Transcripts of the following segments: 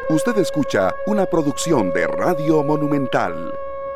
Usted escucha una producción de Radio Monumental.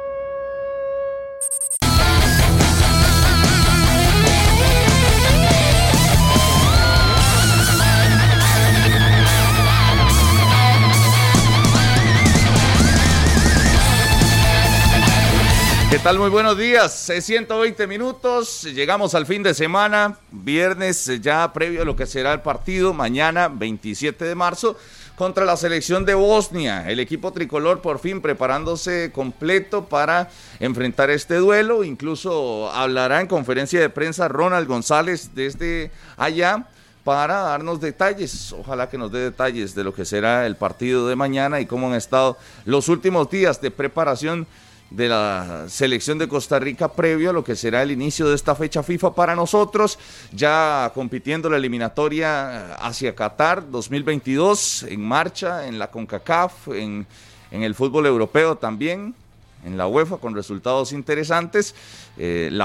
¿Qué tal? Muy buenos días. 120 minutos. Llegamos al fin de semana. Viernes ya previo a lo que será el partido mañana 27 de marzo contra la selección de Bosnia. El equipo tricolor por fin preparándose completo para enfrentar este duelo. Incluso hablará en conferencia de prensa Ronald González desde allá para darnos detalles. Ojalá que nos dé detalles de lo que será el partido de mañana y cómo han estado los últimos días de preparación de la selección de Costa Rica previo a lo que será el inicio de esta fecha FIFA para nosotros, ya compitiendo la eliminatoria hacia Qatar 2022, en marcha en la CONCACAF, en el fútbol europeo también, en la UEFA con resultados interesantes, la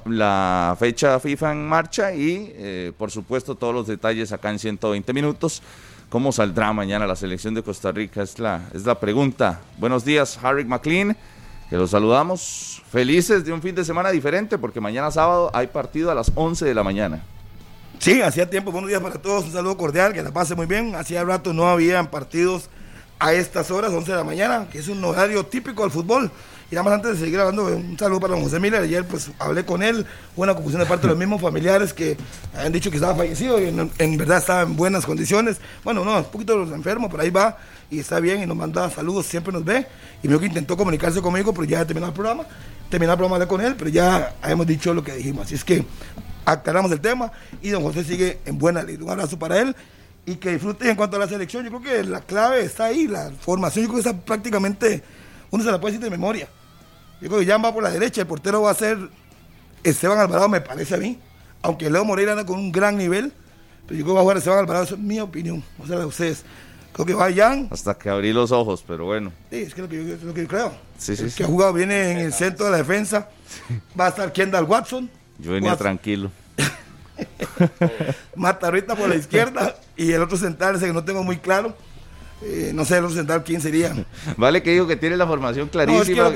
fecha FIFA en marcha y por supuesto todos los detalles acá en 120 minutos. ¿Cómo saldrá mañana la selección de Costa Rica? Es la pregunta. Buenos días, Harry McLean. Que los saludamos, felices de un fin de semana diferente, porque mañana sábado hay partido a las 11 de la mañana. Sí, hacía tiempo, buenos días para todos, un saludo cordial, que la pase muy bien. Hacía rato no habían partidos a estas horas, 11 de la mañana, que es un horario típico del fútbol. Y nada más antes de seguir hablando, un saludo para don José Miller. Ayer pues hablé con él, hubo una confusión de parte de los mismos familiares que habían dicho que estaba fallecido y en verdad estaba en buenas condiciones. Bueno, no, un poquito enfermo, por ahí va y está bien y nos manda saludos, siempre nos ve. Y veo que intentó comunicarse conmigo, pero ya terminó el programa. Hablé con él, pero ya hemos dicho lo que dijimos. Así es que aclaramos el tema y don José sigue en buena lid. Un abrazo para él y que disfrute. En cuanto a la selección, yo creo que la clave está ahí, la formación, yo creo que está prácticamente, uno se la puede decir de memoria. Yo creo que Jan va por la derecha, el portero va a ser Esteban Alvarado, me parece a mí, aunque Leo Moreira anda con un gran nivel, pero yo creo que va a jugar Esteban Alvarado, eso es mi opinión, no sé la de ustedes. Creo que va Jan. Hasta que abrí los ojos, pero bueno. Sí, es que es lo que yo creo. Sí, el que ha jugado viene en el centro de la defensa, va a estar Kendall Watson. Yo venía tranquilo. Matarrita por la izquierda y el otro central, ese que no tengo muy claro. No sé el otro central quién sería. Vale que digo que tiene la formación clarísima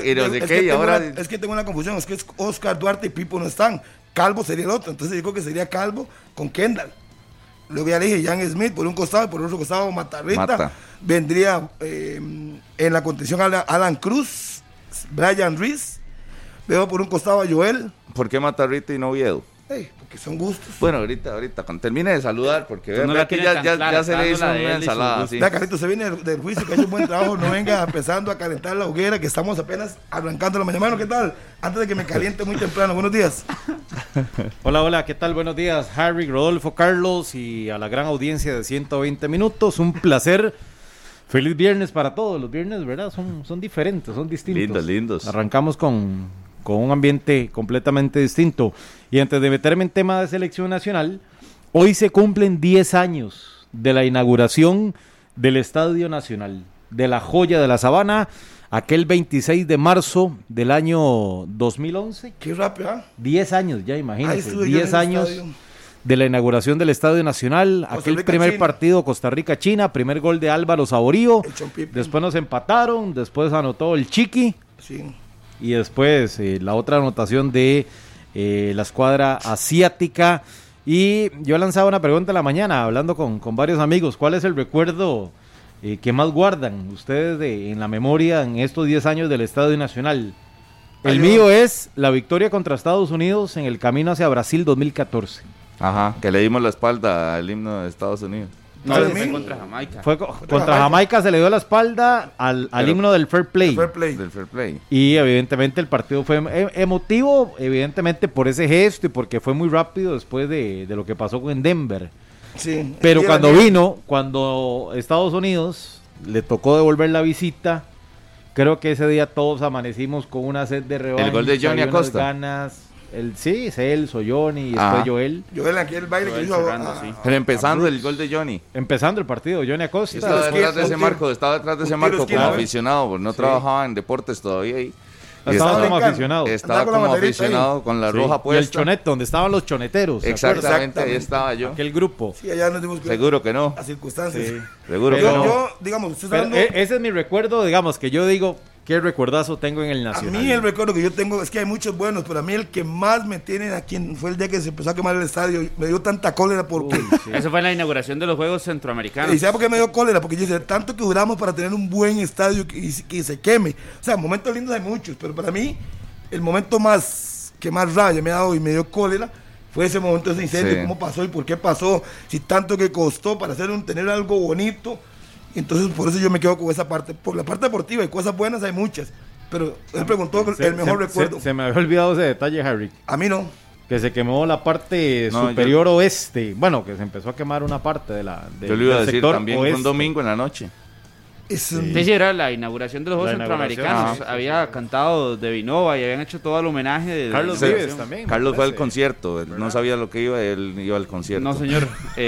es que tengo una confusión, es que es Oscar Duarte y Pipo no están. Calvo sería el otro, entonces yo creo que sería Calvo con Kendall. Luego ya le dije Jan Smith por un costado y por el otro costado Matarrita. Vendría en la contención Alan Cruz, Brian Reese. Veo por un costado a Joel. ¿Por qué Matarrita y no Oviedo? Porque son gustos. Bueno, ahorita, cuando termine de saludar, porque vea que ya se le hizo una ensalada. Sí. Vea, Carlito, se viene del juicio, que ha hecho un buen trabajo, no venga empezando a calentar la hoguera, que estamos apenas arrancando la mañana. Bueno, ¿qué tal? Antes de que me caliente muy temprano, buenos días. Hola, ¿qué tal? Buenos días, Harry, Rodolfo, Carlos y a la gran audiencia de 120 minutos. Un placer. Feliz viernes para todos. Los viernes, ¿verdad? Son diferentes, son distintos. Lindos. Arrancamos con un ambiente completamente distinto. Y antes de meterme en tema de selección nacional, hoy se cumplen 10 años de la inauguración del Estadio Nacional, de la joya de la Sabana, aquel 26 de marzo del año 2011. Qué rápido, ¿eh? 10 años ya, imagínense, 10 años de la inauguración del Estadio Nacional, aquel primer partido Costa Rica-China, primer gol de Álvaro Saborío, después nos empataron, después anotó el Chiqui. Sí. Y después la otra anotación de la escuadra asiática. Y yo lanzaba una pregunta en la mañana hablando con varios amigos. ¿Cuál es el recuerdo que más guardan ustedes en la memoria en estos 10 años del Estadio Nacional? El mío es la victoria contra Estados Unidos en el camino hacia Brasil 2014. Ajá, que le dimos la espalda al himno de Estados Unidos. No, fue contra Jamaica. Contra Jamaica se le dio la espalda al himno del fair play. Del fair play. Y evidentemente el partido fue emotivo, evidentemente por ese gesto y porque fue muy rápido después de lo que pasó en Denver. Sí. Pero cuando Estados Unidos le tocó devolver la visita, creo que ese día todos amanecimos con una sed de revancha. El gol de Johnny Acosta. Ganas. Celso, Johnny y después Joel. Joel, aquí el baile que hizo. Sí. Pero empezando el gol de Johnny. Empezando el partido, Johnny Acosta. Estaba detrás de ese marco como aficionado, porque no trabajaba en deportes todavía ahí. Estaba como Bacán. aficionado. Estaba Andaba con la como banderita aficionado con la Sí, roja y el puesta. chonet, donde estaban los choneteros. ¿se acuerdan? Exactamente, ahí Exactamente. estaba yo. Aquel grupo. Sí, allá nos dimos cuenta. Seguro que no. Las circunstancias. Sí. Seguro que Pero- no. Yo, digamos, usted está Pero, hablando... ese es mi recuerdo, digamos, que yo digo, qué recuerdazo tengo en el A Nacional. mí el recuerdo que yo tengo es que hay muchos buenos, pero a mí el que más me tiene aquí fue el día que se empezó a quemar el estadio. Me dio tanta cólera porque... Eso fue en la inauguración de los Juegos Centroamericanos. ¿Y sabe por qué me dio cólera? Porque yo decía, tanto que duramos para tener un buen estadio que se queme. O sea, momentos lindos hay muchos, pero para mí el momento que más rabia me ha dado y me dio cólera fue ese momento de ese incendio, Sí. cómo pasó y por qué pasó, si tanto que costó para tener algo bonito. Entonces por eso yo me quedo con esa parte. Por la parte deportiva, hay cosas buenas, hay muchas. Pero él preguntó el mejor recuerdo. Se me había olvidado ese detalle, Harry. A mí no. Que se quemó la parte No, superior oeste. Bueno, que se empezó a quemar una parte de la. Yo le iba a del decir sector también oeste. un domingo en la noche. Es un- Sí, era la inauguración de los Juegos La inauguración, Centroamericanos. ajá. Había cantado de Vinova y habían hecho todo el homenaje de Carlos Sí. Vives también. me Carlos fue al parece. concierto, él no sabía lo que iba, él iba al concierto. No, señor.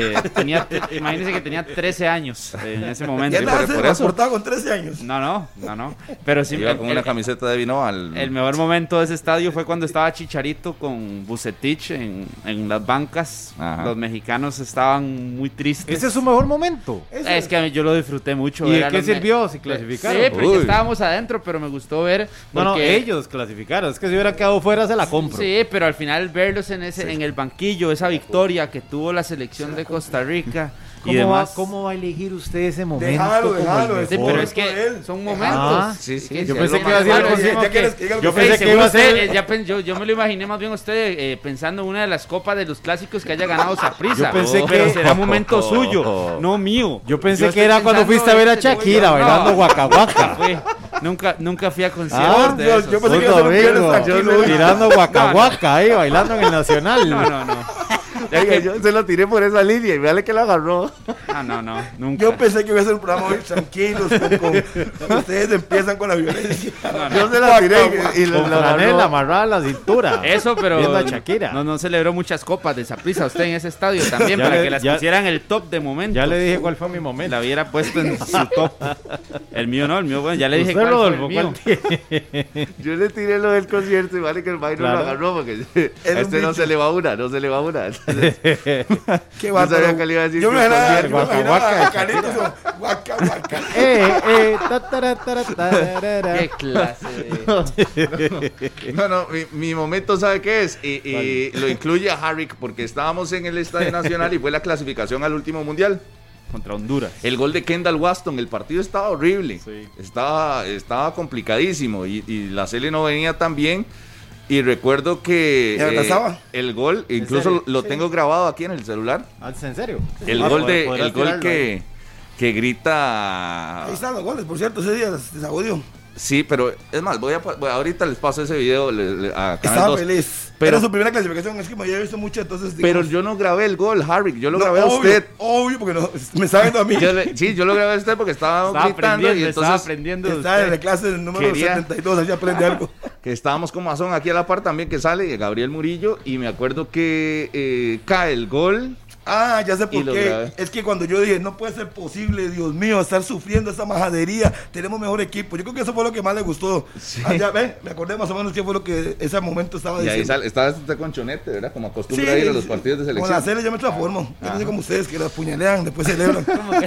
Imagínese que tenía 13 años en ese momento. Ya andaba por eso. transportado con 13 años. No. Pero sí, Iba con una camiseta de Vino al... el mejor momento de ese estadio fue cuando estaba Chicharito con Bucetich en las bancas. Ajá. Los mexicanos estaban muy tristes. Ese es su mejor momento. Es que yo lo disfruté mucho. ¿Y de ver a qué los sirvió si Sí, clasificaron? pero ya Uy. estábamos adentro, pero me gustó ver. No, porque- ellos clasificaron. Es que si hubiera quedado fuera, se la compro. Sí, pero al final verlos en el banquillo, esa victoria que tuvo la selección de Costa Rica y demás. ¿Cómo va a elegir usted ese momento? Déjalo, como el déjalo, mejor? Sí, pero es Por que él. son momentos. Ah, sí, sí. Que Yo es pensé lo que iba a más decir malo, algo es así, como ya que- quieres que diga lo yo que pensé sea. que iba a ser- yo me lo imaginé más bien usted pensando en una de las copas de los clásicos que haya ganado Saprissa. Yo pensé pero que- será momento suyo, no mío. Yo pensé estoy que era cuando pensando fuiste a ver a en este- Shakira No, bailando Waka Waka. nunca fui a conciertos de Dios, esos. yo pensé que Puto iba a ser un viernes amigo, tranquilo. tirando Waka Waka ahí, bailando en el Nacional. No. Oiga, yo se lo tiré por esa línea y véale que lo agarró. No, nunca. Yo pensé que iba a ser un programa hoy tranquilos, con ustedes empiezan con la violencia. Yo se la tiré y lo Con franela agarró. amarrada a la cintura. Eso, pero Viendo a Shakira. no celebró muchas copas de Saprissa usted en ese estadio también Ya para le- que las ya- pusieran en el top de momento. Ya le dije cuál fue mi momento. La hubiera puesto en su top. El mío no, el mío, bueno, ya le dije Usted, cuál fue el Rodolfo, mío. ¿cuál tiene? Yo le tiré lo del concierto y vale que el Mayro Claro. lo agarró porque un a este no bicho. se le va una, no se le va una. Entonces, Qué Yo bárbaro. sabía que le iba a decir Yo me que imaginaba, concierto. yo me imaginaba Guaca, a Carlitos, guaca, guaca. Ta, tara, tara, tarara. Qué clase de... No, mi momento, ¿sabe qué es? Y lo incluye a Harrick porque estábamos en el Estadio Nacional y fue la clasificación al último mundial. Contra Honduras. El gol de Kendall Waston, el partido estaba horrible, Sí. estaba complicadísimo y la Sele no venía tan bien. Y recuerdo que ¿Y atrasaba? el gol, incluso serio? lo tengo grabado aquí en el celular. Ah, ¿en serio? El Ah, gol podrás el gol tirarlo ahí. que grita. Ahí están los goles, por cierto, ese día de audio. Sí, pero es más, ahorita les paso ese video a Canal Estaba 2. feliz. Pero- Era su primera clasificación, es que me había visto mucho, entonces... Pero digamos, yo no grabé el gol, Harrick, yo lo no, grabé a obvio, usted. Obvio, porque no, me está viendo a mí. Sí, yo lo grabé a usted porque estaba gritando y Estaba entonces aprendiendo de Está en la usted. clase número Quería- 72, así aprende algo. que estábamos con Mazón aquí a la par también que sale Gabriel Murillo y me acuerdo que cae el gol. Ah, ya sé por Y lo qué. grabé. Es que cuando yo dije, no puede ser posible, Dios mío, estar sufriendo esta majadería, tenemos mejor equipo. Yo creo que eso fue lo que más le gustó. Ah, ya ve, me acordé más o menos qué fue lo que ese momento estaba Y ahí diciendo. estaba usted con Chonete, ¿verdad? Como acostumbra ir a los partidos de Con la selección. Cele yo me transformo. Yo no sé como ustedes, que las puñalean, después celebran.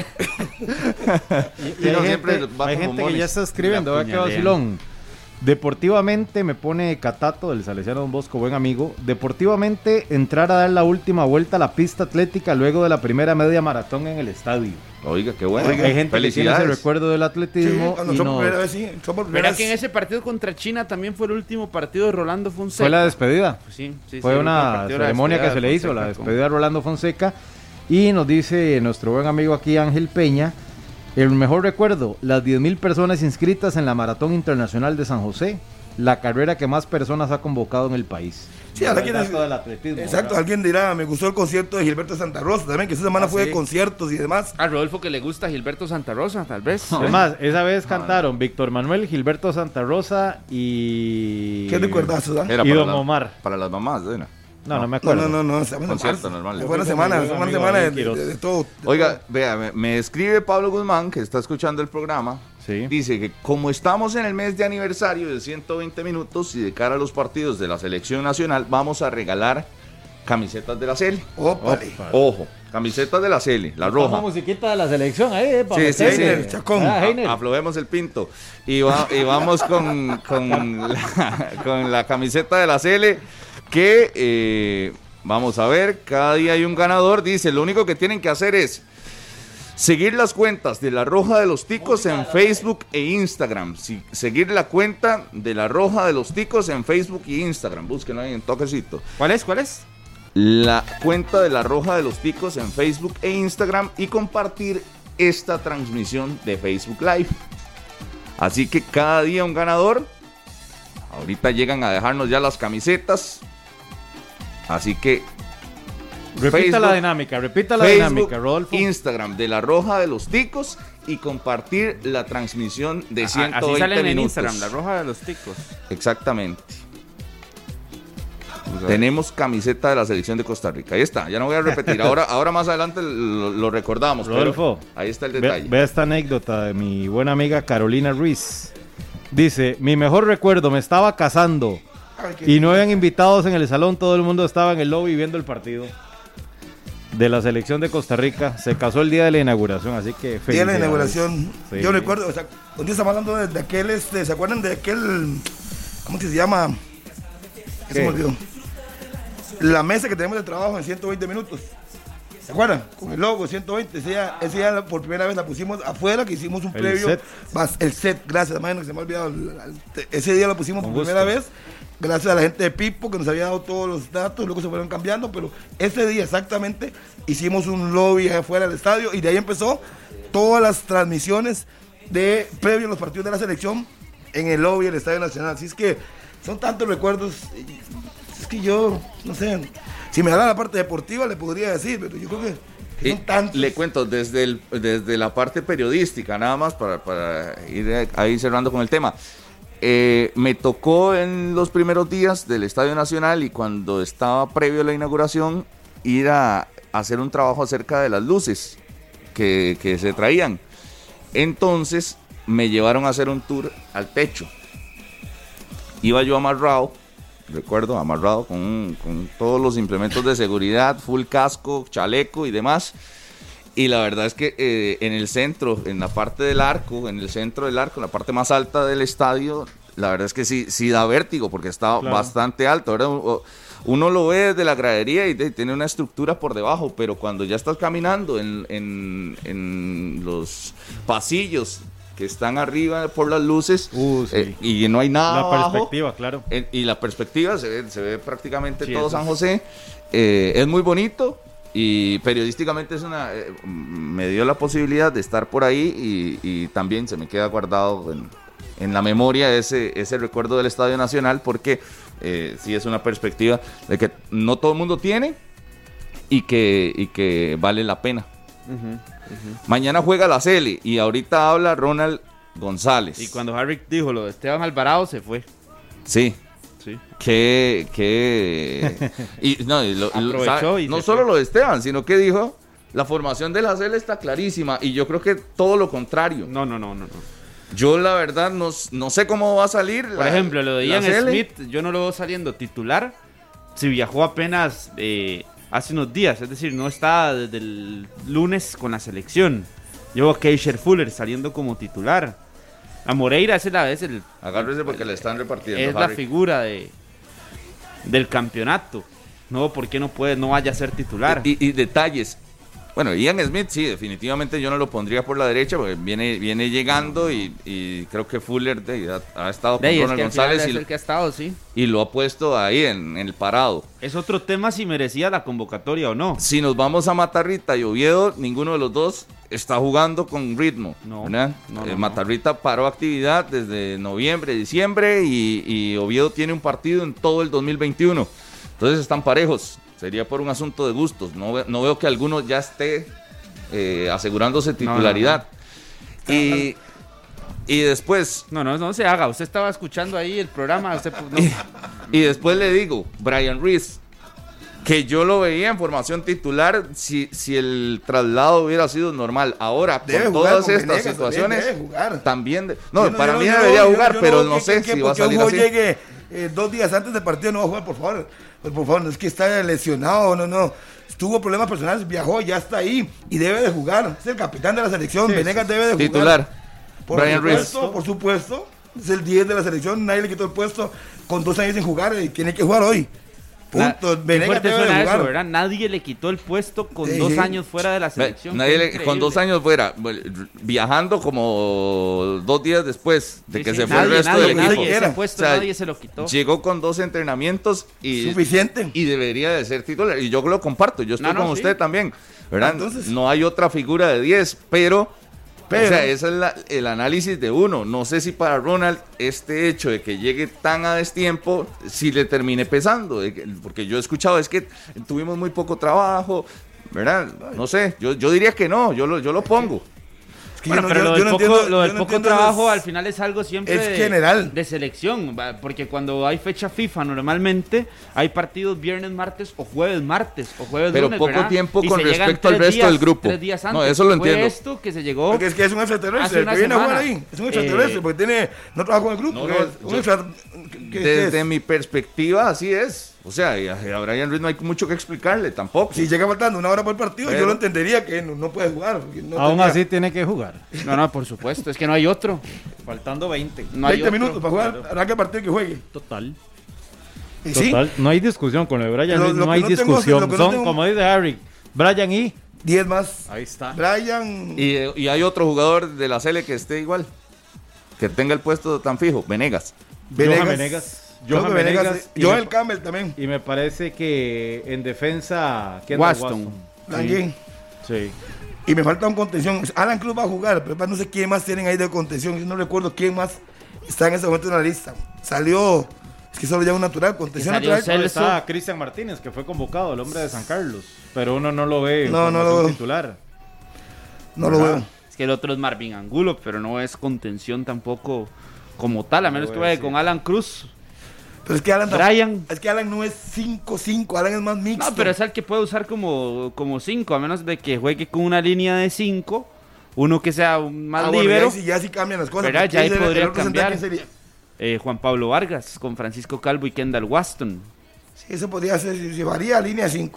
Y hay no, siempre gente, va hay como gente que mones. ya está escribiendo, La vea qué puñalean. vacilón. Deportivamente me pone Catato del Salesiano Don Bosco, buen amigo. Deportivamente entrar a dar la última vuelta a la pista atlética luego de la primera media maratón en el estadio. Oiga, qué bueno. Hay gente que tiene ese Felicidades. recuerdo del Sí, atletismo cuando y entró por primera nos- vez, sí. Entró por primera Verá vez. que en ese partido contra China también fue el último partido de Rolando Fonseca. fue la despedida. Pues sí, sí, Fue el último una partido, la ceremonia que despedida se de le hizo, la Fonseca con- despedida de Rolando Fonseca. Y nos dice nuestro buen amigo aquí, Ángel Peña, el mejor recuerdo, las 10.000 personas inscritas en la Maratón Internacional de San José, la carrera que más personas ha convocado en el país. Sí, ahora El quién es- dato del atletismo, Exacto, ¿verdad? alguien dirá, me gustó el concierto de Gilberto Santa Rosa también, que esa semana fue sí. de conciertos y demás. A Rodolfo que le gusta Gilberto Santa Rosa, tal vez. Es más, esa vez cantaron Víctor Manuel, Gilberto Santa Rosa y... Qué recuerdazos, ¿ah? Era Y para Don la- Omar. Para las mamás, ¿verdad? No me acuerdo. No, estamos en Concierto marzo. normal. Fue una semana, de todo. Oiga, vea, me escribe Pablo Guzmán, que está escuchando el programa. Sí. Dice que como estamos en el mes de aniversario de 120 minutos y de cara a los partidos de la selección nacional, vamos a regalar camisetas de la Cele. Ópale. Ojo, camisetas de la Cele, la roja. Una musiquita de la selección ahí, Sí, sí, sí. Heiner, Chacón. Heiner. Aflojemos el pinto. Y vamos con la camiseta de la Cele que vamos a ver, cada día hay un ganador. Dice, lo único que tienen que hacer es seguir las cuentas de La Roja de los Ticos en Facebook e Instagram. Seguir la cuenta de La Roja de los Ticos en Facebook e Instagram. Búsquenlo ahí en toquecito. ¿Cuál es? La cuenta de La Roja de los Ticos en Facebook e Instagram y compartir esta transmisión de Facebook Live. Así que cada día un ganador. Ahorita llegan a dejarnos ya las camisetas. Así que Repita la dinámica, Rodolfo. Instagram de La Roja de los Ticos y compartir la transmisión de 120 así salen minutos. en Instagram, La Roja de los Ticos. Exactamente. Tenemos camiseta de la selección de Costa Rica. Ahí está, ya no voy a repetir. Ahora más adelante lo recordamos. Rodolfo, pero ahí está el detalle. Ve esta anécdota de mi buena amiga Carolina Ruiz. Dice, mi mejor recuerdo, me estaba casando y no habían invitados en el salón, todo el mundo estaba en el lobby viendo el partido de la selección de Costa Rica. Se casó el día de la inauguración, así que felicidades. Día de la inauguración. Sí. Yo recuerdo, o sea, un día estamos hablando de aquel, ¿se acuerdan de aquel, cómo que se llama? ¿Qué se me olvidó? La mesa que tenemos de trabajo en 120 minutos. ¿Se acuerdan? Con el logo 120. Ese día por primera vez la pusimos afuera, que hicimos un previo. Set. Más el set, gracias, hermano, que se me ha olvidado. Ese día lo pusimos Con por gusto. primera vez. Gracias a la gente de Pipo que nos había dado todos los datos, luego se fueron cambiando, pero ese día exactamente hicimos un lobby afuera del estadio y de ahí empezó todas las transmisiones de previo a los partidos de la selección en el lobby del Estadio Nacional. Así es que son tantos recuerdos, es que yo, no sé, si me da la parte deportiva le podría decir, pero yo creo que son tantos. Le cuento desde la parte periodística, nada más para ir ahí cerrando con el tema. Me tocó en los primeros días del Estadio Nacional y cuando estaba previo a la inauguración ir a hacer un trabajo acerca de las luces que se traían. Entonces me llevaron a hacer un tour al techo. Iba yo amarrado con todos los implementos de seguridad, full casco, chaleco y demás. Y la verdad es que en el centro, en la parte del arco, en la parte más alta del estadio, la verdad es que sí da vértigo porque está bastante alto. Ahora uno lo ve desde la gradería y tiene una estructura por debajo, pero cuando ya estás caminando en los pasillos que están arriba por las luces sí. Y no hay nada La abajo, perspectiva, claro. y la perspectiva se ve prácticamente Sí, todo eso San José. Es muy bonito. Y periodísticamente me dio la posibilidad de estar por ahí y también se me queda guardado en la memoria ese recuerdo del Estadio Nacional porque sí es una perspectiva de que no todo el mundo tiene y que vale la pena. Mañana juega la Cele y ahorita habla Ronald González. Y cuando Harry dijo lo de Esteban Alvarado, se fue. Sí. Sí. Aprovechó y no solo lo de Esteban, sino que dijo, la formación de la Cele está clarísima y yo creo que todo lo contrario. No. Yo la verdad no sé cómo va a salir. Por ejemplo, lo de Ian Cele. Smith, yo no lo veo saliendo titular. Si viajó apenas hace unos días, es decir, no está desde el lunes con la selección. Yo veo a Keisher Fuller saliendo como titular. A Moreira Agárrese porque le están repartiendo. es la figura del campeonato. No, ¿por qué no vaya a ser titular? Y detalles. Bueno, Ian Smith sí, definitivamente yo no lo pondría por la derecha porque viene llegando y creo que Fuller ha estado con Ronald González es el que ha estado, sí. y lo ha puesto ahí en el parado. Es otro tema si merecía la convocatoria o no. Si nos vamos a Matarrita y Oviedo, ninguno de los dos está jugando con ritmo. No, ¿verdad? no. Matarrita paró actividad desde noviembre, diciembre y Oviedo tiene un partido en todo el 2021. Entonces están parejos. Sería por un asunto de gustos. No veo que alguno ya esté asegurándose titularidad. No. Y después... No se haga. Usted estaba escuchando ahí el programa. Y después le digo, Brian Reese, Que yo lo veía en formación titular si el traslado hubiera sido normal. Ahora, Debe con jugar todas con estas Venegas, situaciones, debe jugar. también... Yo para mí yo debería jugar, yo pero no no sé si va a salir porque un así. juego llegue 2 días antes del partido, no va a jugar, por favor. Por favor, no es que está lesionado, no. Tuvo problemas personales, viajó, ya está ahí y debe de jugar. Es el capitán de la selección, Venegas debe de jugar. Titular. Brian Ruiz. Por supuesto, es el 10 de la selección, nadie le quitó el puesto con 2 años sin jugar y tiene que jugar hoy. Punto. Venegas fuerte debe de suena jugar. eso, ¿verdad? Nadie le quitó el puesto con Sí, 2 sí. años fuera de la selección. Con 2 años fuera, viajando como 2 días después de que se fue el resto del equipo. Ese puesto O sea, nadie se lo quitó. Llegó con 2 entrenamientos y Suficiente. y debería de ser titular. Y yo lo comparto, yo estoy con usted también, ¿verdad? Entonces, no hay otra figura de 10, pero o sea, ese es el análisis de uno. No sé si para Ronald este hecho de que llegue tan a destiempo, si le termine pesando. Porque yo he escuchado, es que tuvimos muy poco trabajo, ¿verdad? No sé, yo diría que no, yo lo pongo. Bueno, pero lo del poco trabajo al final es algo siempre es general de selección, porque cuando hay fecha FIFA normalmente hay partidos viernes, martes o jueves, pero lunes, poco ¿verdad? tiempo Y con se llegan respecto al 3 resto del grupo. 3 días antes. No, eso lo entiendo. Fue esto que se llegó. Porque es que es un extraterrestre, hace una que viene a jugar semana. ahí. Es un extraterrestre, porque no trabaja con el grupo. Desde mi perspectiva, así es. O sea, y a Brian Ruiz no hay mucho que explicarle tampoco. Si llega faltando 1 hora por el partido, Pero yo lo entendería que no puede jugar. Aún así tiene que jugar. No, por supuesto, es que no hay otro. Faltando 20. No hay 20 otro. minutos para jugar, hará que el partido que juegue. Total. Y sí, Total. No hay discusión con lo de Brian Lo- Ruiz, lo no que hay no tengo- discusión. lo que no Son, tengo- como dice Harry, Brian y... 10 más. Ahí está. Brian. Y hay otro jugador de la Sele que esté igual, que tenga el puesto tan fijo, Venegas. Johan Venegas. Johan Venegas. Joel Campbell también. Y me parece que en defensa... Kendall Waston. También. Sí. Y me falta un contención. Alan Cruz va a jugar, pero no sé quién más tienen ahí de contención. Yo no recuerdo quién más está en ese momento en la lista. Salió, es que solo ya un natural, contención salió natural. Celso. Está Cristian Martínez, que fue convocado, el hombre de San Carlos. Pero uno no lo ve No, no como lo veo. titular. No lo veo. Es que el otro es Marvin Angulo, pero no es contención tampoco como tal, a menos que vaya con Alan Cruz. Pero es que Alan, Brian. es que Alan no es 5-5, Alan es más mixto. No, pero es el que puede usar como 5, a menos de que juegue con una línea de 5, uno que sea más bueno, líbero. ya sí cambian las cosas. Pero porque ya ahí ese- el podría otro central, cambiar. ¿quién sería? Juan Pablo Vargas con Francisco Calvo y Kendall Waston. Sí, eso podría ser, si varía a línea 5.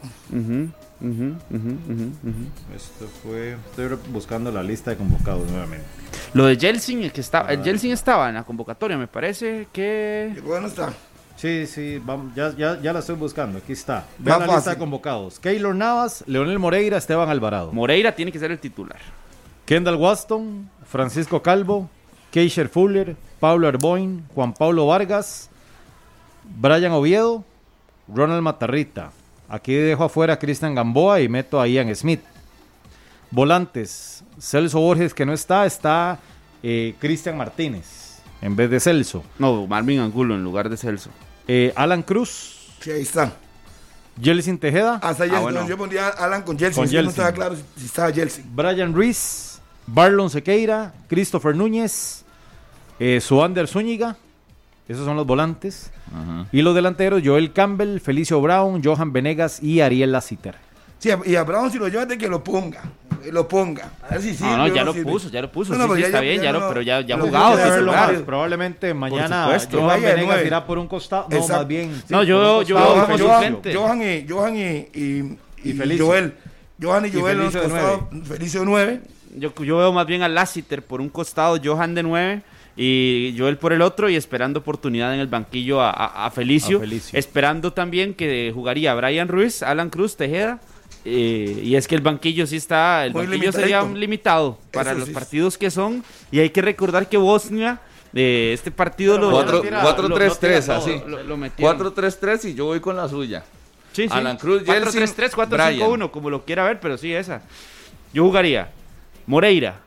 Esto fue... Estoy buscando la lista de convocados nuevamente. Lo de Jelsin, el Jelsin estaba en la convocatoria, me parece que... Bueno, está. Sí, vamos, ya la estoy buscando. Aquí está. Vean Más la lista fácil. de convocados. Keylor Navas, Leonel Moreira, Esteban Alvarado. Moreira tiene que ser el titular. Kendall Waston, Francisco Calvo, Keisher Fuller, Pablo Arboin, Juan Pablo Vargas, Brian Oviedo, Ronald Matarrita. Aquí dejo afuera a Cristian Gamboa y meto a Ian Smith. Volantes, Celso Borges, que no está Cristian Martínez en vez de Celso. No, Marvin Angulo en lugar de Celso. Alan Cruz, Sí, ahí está. Jelsin Tejeda, Hasta Jelsin, bueno. yo pondría a Alan con Jelsin. Con es que no Jelsin. estaba claro si estaba Jelsin. Brian Ruiz, Barlon Sequeira, Christopher Núñez, Suander Zúñiga. Esos son los volantes. Y los delanteros, Joel Campbell, Felicio Brown, Johan Venegas y Ariel Lassiter. Sí, y a Brown si lo llevas de que lo ponga. A ver si sirve No, o ya lo sirve. puso. No, Sí, pero sí, ya- está ya- bien, ya ya no- pero ya ha lo jugado puse a verlo titular. varios. Probablemente mañana supuesto. Johan Vaya de Venegas 9. irá por un costado. No, Exacto. más bien. No, por yo un veo costado. como Johan, suplente. Johan y Felicio. Joel. Johan y Joel en los Felicio de costados. Felicio de 9. Yo veo más bien a Lassiter por un costado, Johan de 9 y Joel por el otro, y esperando oportunidad en el banquillo a Felicio, A Felicio. esperando también que jugaría Brian Ruiz, Alan Cruz, Tejeda, y es que el banquillo sí está, el Muy banquillo sería limitadito. limitado para Eso los sí. partidos que son, y hay que recordar que Bosnia, este partido lo 4-3-3, así. lo metieron. 4-3-3 y yo voy con la suya. Sí, sí. Alan Cruz, 4-3-3, Jelsin, 4-5-1, como lo quiera ver, pero sí esa. Yo jugaría Moreira,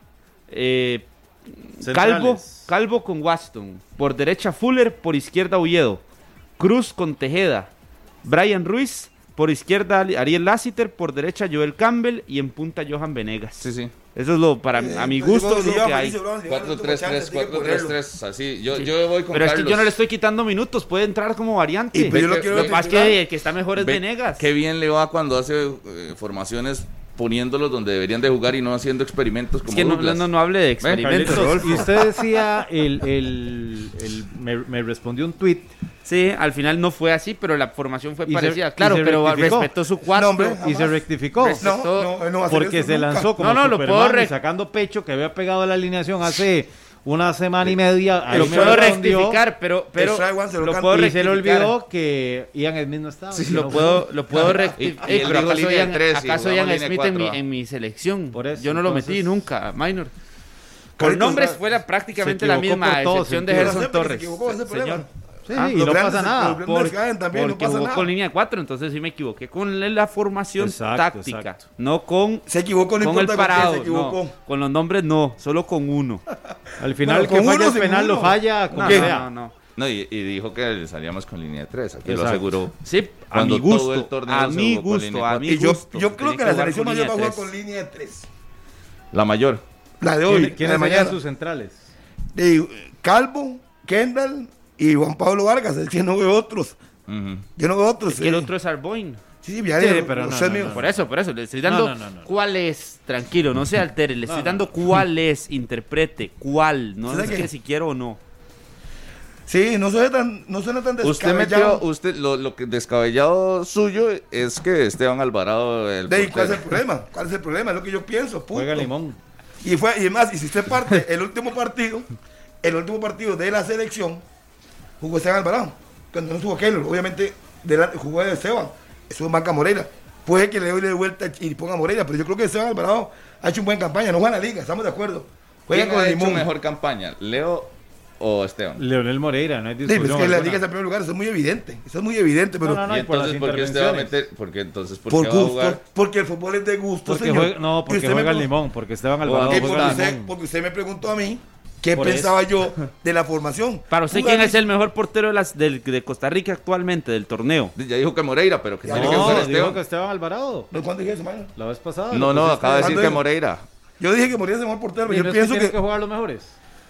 Centrales. Calvo con Waston, por derecha Fuller, por izquierda Oviedo, Cruz con Tejeda, Brian Ruiz, por izquierda Ariel Lassiter, por derecha Joel Campbell y en punta Johan Venegas. Sí, sí. Eso es a mi gusto es lo que hay. 4-3-3, 4-3-3, así. Yo voy con Pero es Carlos. que yo no le estoy quitando minutos, puede entrar como variante. Y pues yo lo quiero Lo que pasa es que el que está mejor es Ve, Venegas. Qué bien le va cuando hace formaciones poniéndolos donde deberían de jugar y no haciendo experimentos como Es que Douglas. no hable de experimentos. Y usted decía, me respondió un tweet. Sí, al final no fue así, pero la formación fue Y se- parecida. y Claro, se pero rectificó. respetó su 4. No, hombre. Y se rectificó. No, él no va a hacer Porque eso se nunca. lanzó como No, lo Superman puedo y sacando pecho que había pegado la alineación hace una semana y media. Ahí Lo me puedo respondió, rectificar, pero El Strike One se lo lo canta. puedo y se le rectificar. olvidó que Ian Smith no estaba. Sí, que lo no puedo Y rectificar. él Pero dijo ¿acaso línea de tres y acaso jugamos Ian línea de Smith cuatro, en mi selección? Por eso, Yo no lo metí entonces- nunca, Minor. Con Carlitos, nombres ¿sabes? fuera prácticamente Se la equivocó misma, por todo excepción de sentido. Gerson Acepta que se Torres. equivocó, ese es el problema. Señor. Sí, Ah, y no los pasa grandes- nada. los grandes caen también, no Porque pasa jugó nada. con línea de 4, entonces sí me equivoqué con la formación Exacto, táctica, exacto. no con, Se equivocó, no con el importa con qué parado. se equivocó. No, con los nombres no, solo con uno. Al final, Bueno, el que con falla uno, el sin penal uno. lo falla como No, sea. no. No, y dijo que salíamos con línea de 3, aquí lo Exacto. aseguró. Sí, a Cuando mi todo gusto, el torneo a se mi jugó con línea gusto, a de mi Y yo gusto. creo que Tenía la jugar selección con mayor va a línea jugar de con línea de 3. La mayor. La de hoy, ¿Quiénes la de serían mañana. sus centrales? Calvo, Kendall y Juan Pablo Vargas. Es que no veo otros. Ujú. Yo no veo otros. tres. Que el otro es Arboin. Sí, ya Sí, digo, pero no, usted no, mío. no. Por eso, le estoy dando No. cuál es, tranquilo, no se altere, le estoy dando cuál es, interprete, cuál, no ¿Sabe es qué? que si quiero o no. Sí, no suena tan Usted descabellado. metió, lo que descabellado suyo es que Esteban Alvarado, el ¿Cuál es el portero. problema? ¿Cuál es el problema? Es lo que yo pienso, punto. Juega Limón. Y además, y si usted parte el último partido de la selección, jugó Esteban Alvarado. Cuando no estuvo Keylor, obviamente jugó de Esteban, estuvo en banca Moreira. Puede que le doy de vuelta y ponga Moreira, pero yo creo que Esteban Alvarado ha hecho una buena campaña, no juega en la liga, estamos de acuerdo. Juega ¿Quién con ha hecho Limón. mejor campaña, Leo o Esteban? Leonel Moreira, no hay Sí, discusión. pero es que la alguna. liga está en primer lugar, eso es muy evidente, pero No, Y y por las entonces, ¿por qué usted va a intervenciones. meter? Porque entonces, ¿por por qué va a gusto, jugar? porque el fútbol es de gusto, Porque señor. juega, no, Y porque usted me juega preguntó- Limón, porque Esteban Alvarado Y juega porque Limón. usted me preguntó a mí qué Por pensaba yo de la formación. Para usted, Jugar ¿quién es el mejor portero de Costa Rica actualmente, del torneo? Ya dijo que Moreira, pero que Ya tiene que No, jugar dijo que Esteban. Esteban Alvarado. ¿No? ¿Cuándo dije eso, mano? La vez pasada. No, lo pusiste. acaba de decir ¿Cuándo que dijo? Moreira. Yo dije que Moreira es el mejor portero, ¿Y pero yo no es pienso tienen que que jugar los mejores?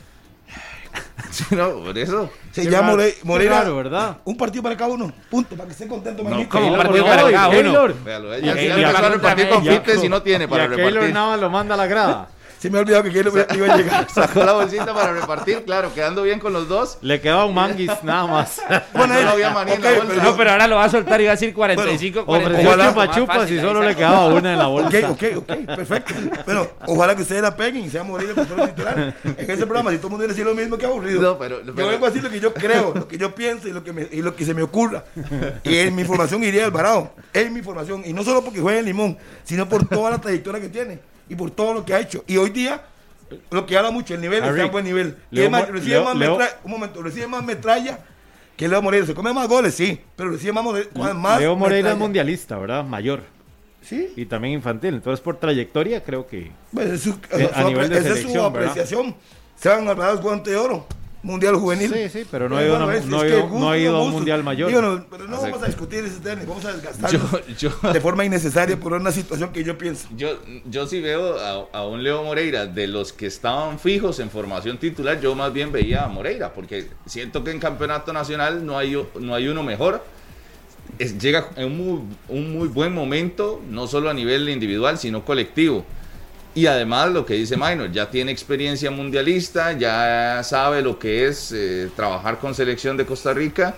Sí, no, por eso. se Qué llama raro, Moreira. qué raro, ¿verdad? Un partido para cada uno. Punto, para que estén contentos. No, manito. ¿cómo? Keylor, partido por para favor, cada uno. Keylor. Véalo, Y ya a- ya y a- empezó a repartir con y a- fites y no tiene para y a Keylor repartir. nada más lo manda a la grada. Se me ha olvidado que Keylor iba a llegar. Sacó la bolsita para repartir, claro, quedando bien con los dos. Le quedaba un manguis nada más. Bueno, No había maní en la ok, bolsa. pero No, pero ahora lo va a soltar y va a decir 45, Ofreció 48. chupa chupas y solo le quedaba una en la bolsa. Ok, perfecto. Bueno, ojalá que ustedes la peguen y sean Moreira el portero titular. En ese programa, si todo el mundo viene a decir lo mismo, qué aburrido. No, pero- Yo vengo a decir lo que yo creo, lo que yo pienso y lo que se me ocurra. Y en mi formación iría Alvarado. Es mi formación. Y no solo porque juegue en Limón, sino por toda la trayectoria que tiene y por todo lo que ha hecho. Y hoy día, lo que habla mucho, el nivel está a buen nivel. Y Leo además, Mo- recibe Leo- más Leo- metralla, un momento, recibe más metralla que Leo Moreira. Se come más goles, sí, pero recibe más Leo Moreira es metralla. mundialista, ¿verdad? Mayor. Sí. Y también infantil. Entonces, por trayectoria, creo que. Pues es su, A nivel de esa es su selección, ¿verdad? apreciación. Se van a hablar guante de oro, mundial juvenil. Sí, sí, pero no ha ido a una- es no ha que ido- gusto, no ha ido a un gusto. mundial mayor. Digo, no, pero no O sea, vamos a discutir ese tema, vamos a desgastarnos Yo, de forma innecesaria por una situación que yo pienso. yo sí veo a un Leo Moreira de los que estaban fijos en formación titular. Yo más bien veía a Moreira, porque siento que en campeonato nacional no hay uno mejor. Llega en un muy buen momento, no solo a nivel individual, sino colectivo. Y además lo que dice Minor, ya tiene experiencia mundialista, ya sabe lo que es trabajar con selección de Costa Rica.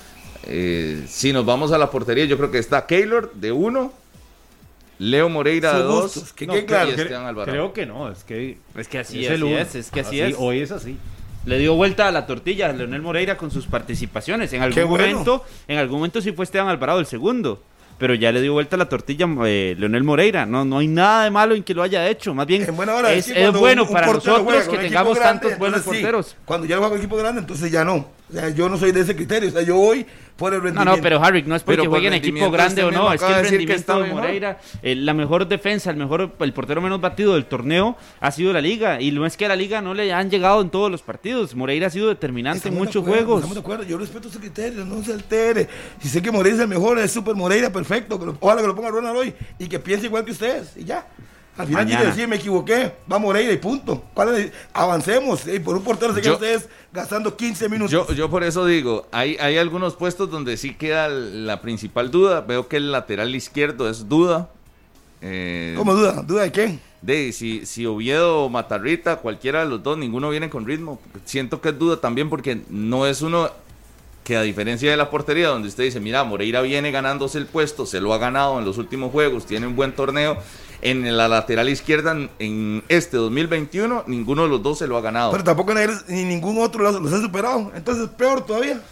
Si nos vamos a la portería, yo creo que está Keylor de 1, Leo Moreira de Sus 2 gustos, que quede claro. y Esteban Alvarado. Creo que no, es que. Es que así el uno. es que así es. Hoy es así. Le dio vuelta a la tortilla a Leonel Moreira con sus participaciones. En Qué algún bueno. momento sí fue Esteban Alvarado el segundo. Pero ya le dio vuelta a la tortilla Leonel Moreira. No hay nada de malo en que lo haya hecho. Más bien En buena hora, es que cuando bueno un para portero juega nosotros con que un tengamos equipo grande, tantos buenos entonces sí. porteros. Cuando ya lo juega con equipo grande, entonces ya no. O sea, yo no soy de ese criterio. O sea, yo voy por el rendimiento. No, pero Harry, no es porque Pero por juegue en equipo rendimiento grande o usted no, mismo es que acaba el de decir que rendimiento está de mejor. Moreira, la mejor defensa, el portero menos batido del torneo ha sido la Liga. Y no es que a la Liga no le han llegado en todos los partidos. Moreira ha sido determinante en Estamos de muchos acuerdo, juegos. Estamos de acuerdo, yo respeto su criterio, no se altere. Si sé que Moreira es el mejor, es Super Moreira, perfecto. Ojalá que lo ponga Ronald hoy y que piense igual que ustedes y ya. Al final tiene que decir, me equivoqué, va Moreira y punto. Avancemos, y por un portero se quedan ustedes gastando 15 minutos. Yo por eso digo, hay algunos puestos donde sí queda la principal duda. Veo que el lateral izquierdo es duda. ¿Cómo duda? ¿Duda de qué? De si Oviedo o Matarrita, cualquiera de los dos, ninguno viene con ritmo. Siento que es duda también porque no es uno que, a diferencia de la portería, donde usted dice, mira, Moreira viene ganándose el puesto, se lo ha ganado en los últimos juegos, tiene un buen torneo. En la lateral izquierda, en este 2021, ninguno de los dos se lo ha ganado. Pero tampoco ni ningún otro los ha superado. Entonces, peor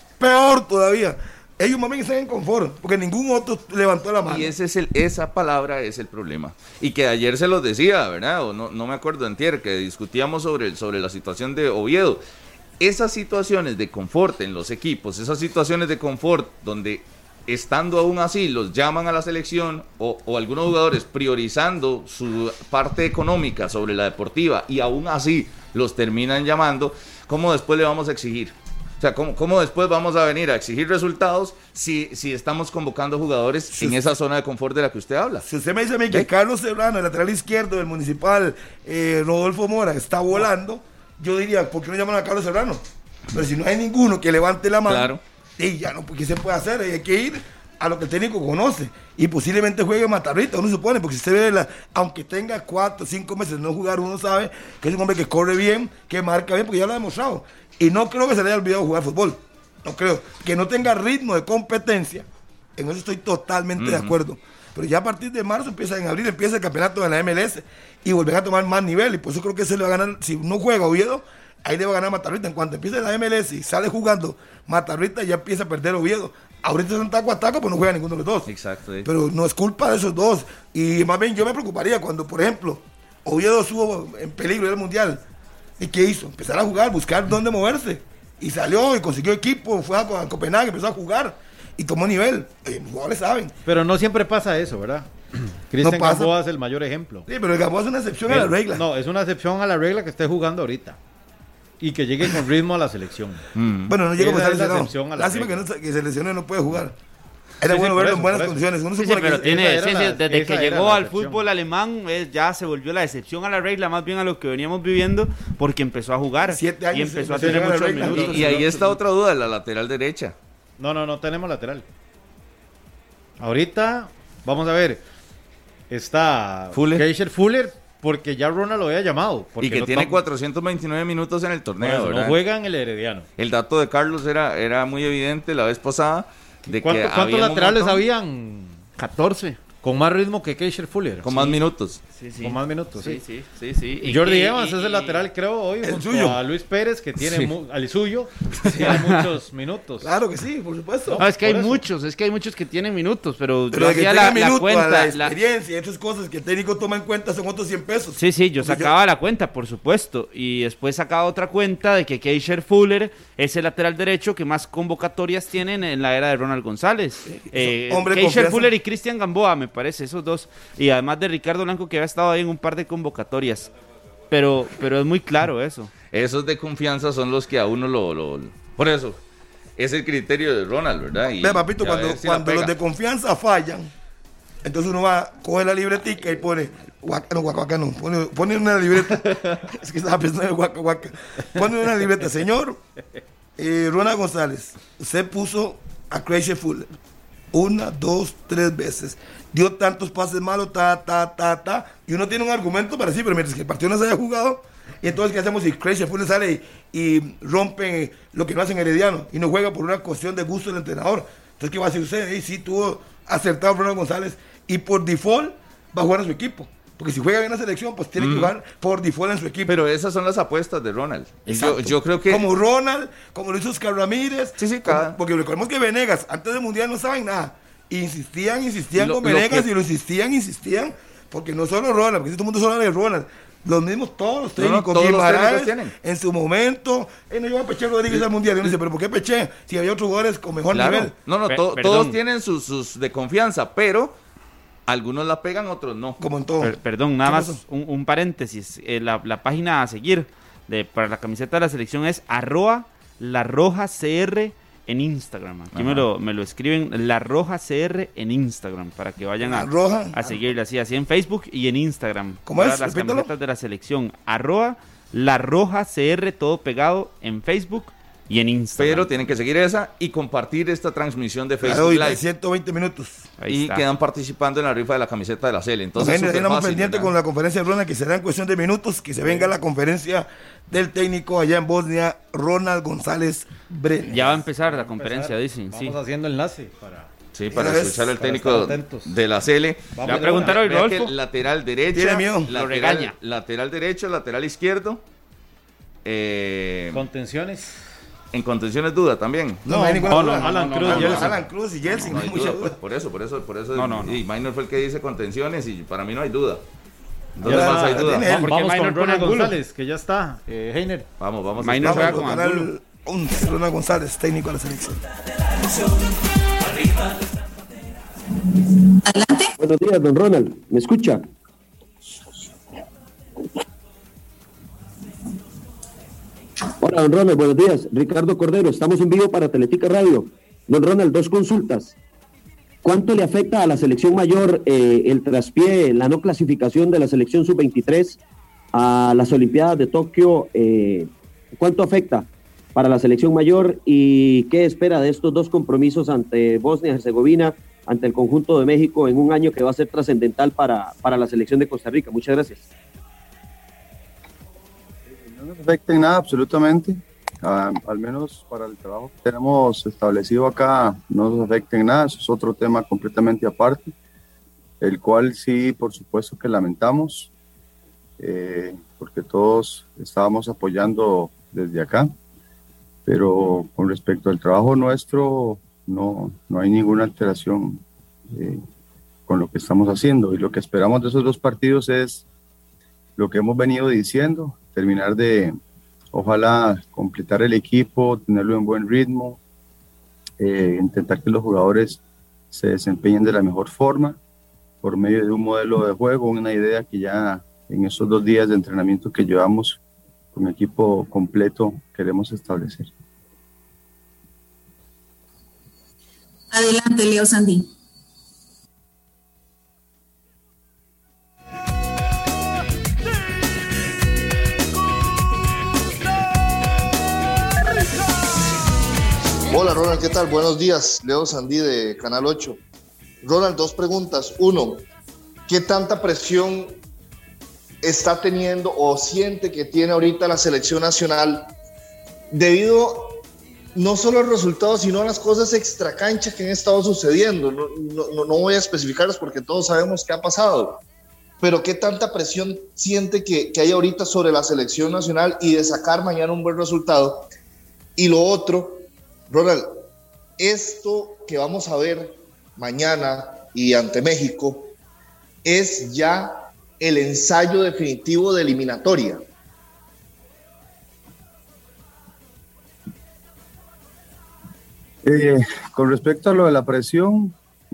todavía. Ellos más bien están en confort, porque ningún otro levantó la mano. Y esa palabra es el problema. Y que ayer se los decía, ¿verdad? O no me acuerdo, antier, que discutíamos sobre la situación de Oviedo. Esas situaciones de confort en los equipos, esas situaciones de confort donde, estando aún así, los llaman a la selección o algunos jugadores priorizando su parte económica sobre la deportiva y aún así los terminan llamando, ¿cómo después le vamos a exigir? O sea, ¿cómo después vamos a venir a exigir resultados si estamos convocando jugadores en esa zona de confort de la que usted habla? Si usted me dice a mí que Carlos Serrano, el lateral izquierdo del Municipal, Rodolfo Mora, está volando, yo diría, ¿por qué no llaman a Carlos Serrano? Pero si no hay ninguno que levante la mano, claro. Y ya no, ¿qué se puede hacer? Hay que ir a lo que el técnico conoce. Y posiblemente juegue Matarrita, uno supone, porque si usted ve, aunque tenga 4 o 5 meses de no jugar, uno sabe que es un hombre que corre bien, que marca bien, porque ya lo ha demostrado. Y no creo que se le haya olvidado jugar fútbol. No creo. Que no tenga ritmo de competencia, en eso estoy totalmente de acuerdo. Pero ya a partir de marzo, en abril, empieza el campeonato de la MLS y volver a tomar más nivel. Y por eso creo que se le va a ganar, si no juega Oviedo, ahí le va a ganar Matarrita. En cuanto empiece la MLS y sale jugando Matarrita, ya empieza a perder Oviedo. Ahorita son taco a taco, pues no juega ninguno de los dos. Exacto. Pero no es culpa de esos dos. Y más bien yo me preocuparía cuando, por ejemplo, Oviedo estuvo en peligro del Mundial. ¿Y qué hizo? Empezar a jugar, buscar dónde moverse. Y salió y consiguió equipo, fue a Copenhague, empezó a jugar y tomó nivel. Los jugadores saben. Pero no siempre pasa eso, ¿verdad? Cristian Gamboa es el mayor ejemplo. Sí, pero el Gamboa es una excepción a la regla. No, es una excepción a la regla que esté jugando ahorita. Y que llegue con ritmo a la selección. Bueno, no llega a estar lesionado. Lástima que se lesionó y no puede jugar. Era bueno verlo en buenas condiciones. Pero desde que llegó al fútbol alemán, ya se volvió la excepción a la regla, más bien a lo que veníamos viviendo, porque empezó a jugar 7 años y empezó a tener muchos minutos. Y ahí está otra duda, la lateral derecha. No tenemos lateral. Ahorita, vamos a ver, está Keisher Fuller, porque ya Ronald lo había llamado. Y que tiene 429 minutos en el torneo, ¿verdad? No juega en el Herediano. El dato de Carlos era muy evidente la vez pasada. ¿Cuántos laterales habían? 14. Con más ritmo que Keisher Fuller. Con más minutos. Sí. Con más minutos, sí. Y Jordi Evans es el lateral, creo, hoy, junto a Luis Pérez, que tiene al suyo, tiene muchos minutos. Claro que sí, por supuesto. No, es que hay muchos que tienen minutos, pero yo hacía la cuenta, la experiencia y esas cosas que el técnico toma en cuenta son otros 100 pesos. Sí, yo sacaba la cuenta, por supuesto, y después sacaba otra cuenta de que Keisher Fuller es el lateral derecho que más convocatorias tienen en la era de Ronald González. Keisher Fuller y Cristian Gamboa, me parece, esos dos, y además de Ricardo Blanco, que había estado ahí en un par de convocatorias, pero es muy claro eso. Esos de confianza son los que a uno por eso es el criterio de Ronald, ¿verdad? Ve, papito, cuando los de confianza fallan, entonces uno coge la libretica y pone pone una libreta. Es que estaba pensando en Guaca. Pone una libreta, señor Ronald González, usted puso a Keisher Fuller 1, 2, 3 veces, dio tantos pases malos, y uno tiene un argumento para decir, pero mientras que el partido no se haya jugado, y entonces ¿qué hacemos si Keisher Fuller sale y rompe lo que no hacen Herediano y no juega por una cuestión de gusto del entrenador? Entonces ¿qué va a hacer usted? Sí tuvo acertado Ronald González y por default va a jugar en su equipo, porque si juega bien la selección, pues tiene que jugar por default en su equipo. Pero esas son las apuestas de Ronald. Yo creo que como Ronald, como lo hizo Oscar Ramírez, porque recordemos que Venegas antes del Mundial no saben nada. Insistían con Venegas y lo insistían, porque no solo Ronald, porque todo el mundo solo habla de Ronald. Los mismos, todos los técnicos, todos los técnicos tienen. En su momento, no lleva a Peché Rodríguez al Mundial. Y uno dice, ¿pero por qué Peché? Si había otros jugadores con mejor nivel. Todos tienen sus de confianza, pero algunos la pegan, otros no. Como en todo. Perdón, nada más un paréntesis. La página a seguir para la camiseta de la selección es @larrojacr en Instagram. Aquí me lo escriben, La Roja CR en Instagram, para que vayan a seguirle así en Facebook y en Instagram. ¿Cómo es? Las Repítalo. camisetas de la selección, @La Roja CR, todo pegado en Facebook y en Instagram. Pero tienen que seguir esa y compartir esta transmisión de Facebook Claro, y Live. 120 minutos. Ahí Y está. quedan participando en la rifa de la camiseta de la Cele. Entonces, Entonces, súper estamos fácil, pendientes ¿verdad? con la conferencia de Ronald, que será en cuestión de minutos, que se venga la conferencia del técnico allá en Bosnia, Ronald González Brenes. Ya va a empezar la conferencia, dicen. Vamos sí. haciendo enlace para... Sí, para Una vez, escuchar al para técnico estar atentos. de la Cele. Le Vamos va a preguntar hoy, Vea que Rodolfo. lateral derecho, Tiene miedo. Lo regaña. lateral derecho, lateral izquierdo. Contenciones. En contenciones duda también. No hay ninguna duda. Alan Cruz, Jelsin. Alan Cruz y Jelsin, No no hay hay mucha duda, duda. por eso. No. Y Minor fue el que dice contenciones y para mí no hay duda. ¿Dónde Ya, más hay duda? tiene él. porque Vamos Minor con pone Ronald Angulo. González, que ya está. Heiner. Vamos. Minor juega Vamos con a Angulo. el 11, Ronald González, técnico de la selección. Buenos días, don Ronald. ¿Me escucha? Hola, don Ronald. Buenos días. Ricardo Cordero. Estamos en vivo para Teletica Radio. Don Ronald, 2 consultas. ¿Cuánto le afecta a la selección mayor el traspié, la no clasificación de la selección sub-23 a las Olimpiadas de Tokio? ¿Cuánto afecta para la selección mayor y qué espera de estos 2 compromisos ante Bosnia y Herzegovina, ante el conjunto de México en un año que va a ser trascendental para la selección de Costa Rica? Muchas gracias. No nos afecta en nada absolutamente, al menos para el trabajo que tenemos establecido acá no nos afecta en nada. Eso es otro tema completamente aparte, el cual sí, por supuesto que lamentamos, porque todos estábamos apoyando desde acá, pero con respecto al trabajo nuestro no hay ninguna alteración con lo que estamos haciendo, y lo que esperamos de esos 2 partidos es lo que hemos venido diciendo, terminar de, ojalá, completar el equipo, tenerlo en buen ritmo, intentar que los jugadores se desempeñen de la mejor forma por medio de un modelo de juego, una idea que ya en esos 2 días de entrenamiento que llevamos con equipo completo queremos establecer. Adelante, Leo Sandín. Hola Ronald, ¿qué tal? Buenos días, Leo Sandí de Canal 8. Ronald, 2 preguntas. 1, ¿qué tanta presión está teniendo o siente que tiene ahorita la selección nacional debido no solo a los resultados, sino a las cosas extracancha que han estado sucediendo? No voy a especificarlas porque todos sabemos qué ha pasado, pero ¿qué tanta presión siente que hay ahorita sobre la selección nacional y de sacar mañana un buen resultado? Y lo otro, Ronald, esto que vamos a ver mañana y ante México es ya el ensayo definitivo de eliminatoria. Con respecto a lo de la presión,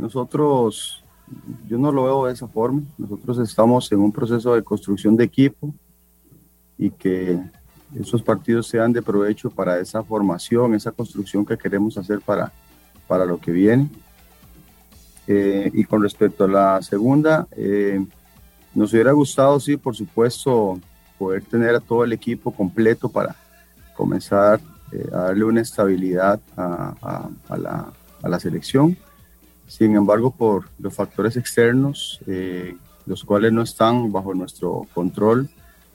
yo no lo veo de esa forma. Nosotros estamos en un proceso de construcción de equipo y que esos partidos sean de provecho para esa formación, esa construcción que queremos hacer para lo que viene. Y con respecto a la segunda, nos hubiera gustado, sí, por supuesto, poder tener a todo el equipo completo para comenzar a darle una estabilidad a la selección. Sin embargo, por los factores externos, los cuales no están bajo nuestro control,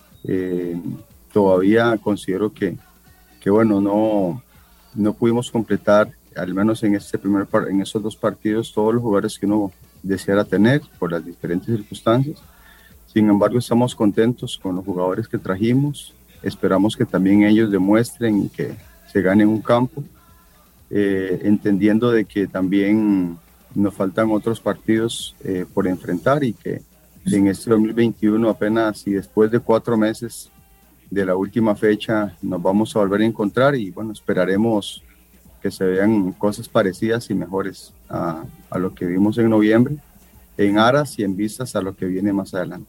todavía considero que bueno, no pudimos completar, al menos en en esos 2 partidos, todos los jugadores que uno deseara tener por las diferentes circunstancias. Sin embargo, estamos contentos con los jugadores que trajimos. Esperamos que también ellos demuestren que se ganen un campo, entendiendo de que también nos faltan otros partidos por enfrentar, y que en este 2021 apenas, y después de 4 meses de la última fecha, nos vamos a volver a encontrar, y bueno, esperaremos que se vean cosas parecidas y mejores a lo que vimos en noviembre, en aras y en vistas a lo que viene más adelante.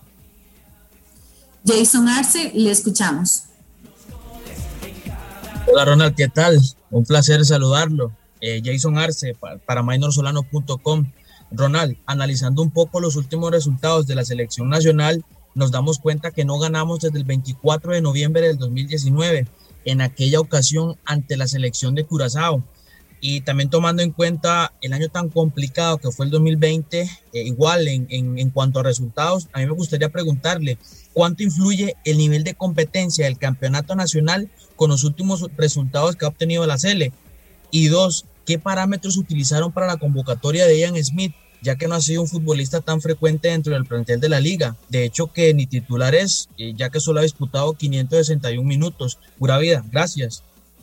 Jason Arce, le escuchamos. Hola Ronald, ¿qué tal? Un placer saludarlo. Jason Arce para minorsolano.com. Ronald, analizando un poco los últimos resultados de la selección nacional, nos damos cuenta que no ganamos desde el 24 de noviembre del 2019, en aquella ocasión ante la selección de Curazao. Y también tomando en cuenta el año tan complicado que fue el 2020, igual en cuanto a resultados, a mí me gustaría preguntarle, ¿cuánto influye el nivel de competencia del campeonato nacional con los últimos resultados que ha obtenido la Sele? Y dos, ¿qué parámetros utilizaron para la convocatoria de Ian Smith, ya que no ha sido un futbolista tan frecuente dentro del plantel de la liga? De hecho, que ni titular es, ya que solo ha disputado 561 minutos. Pura vida, gracias.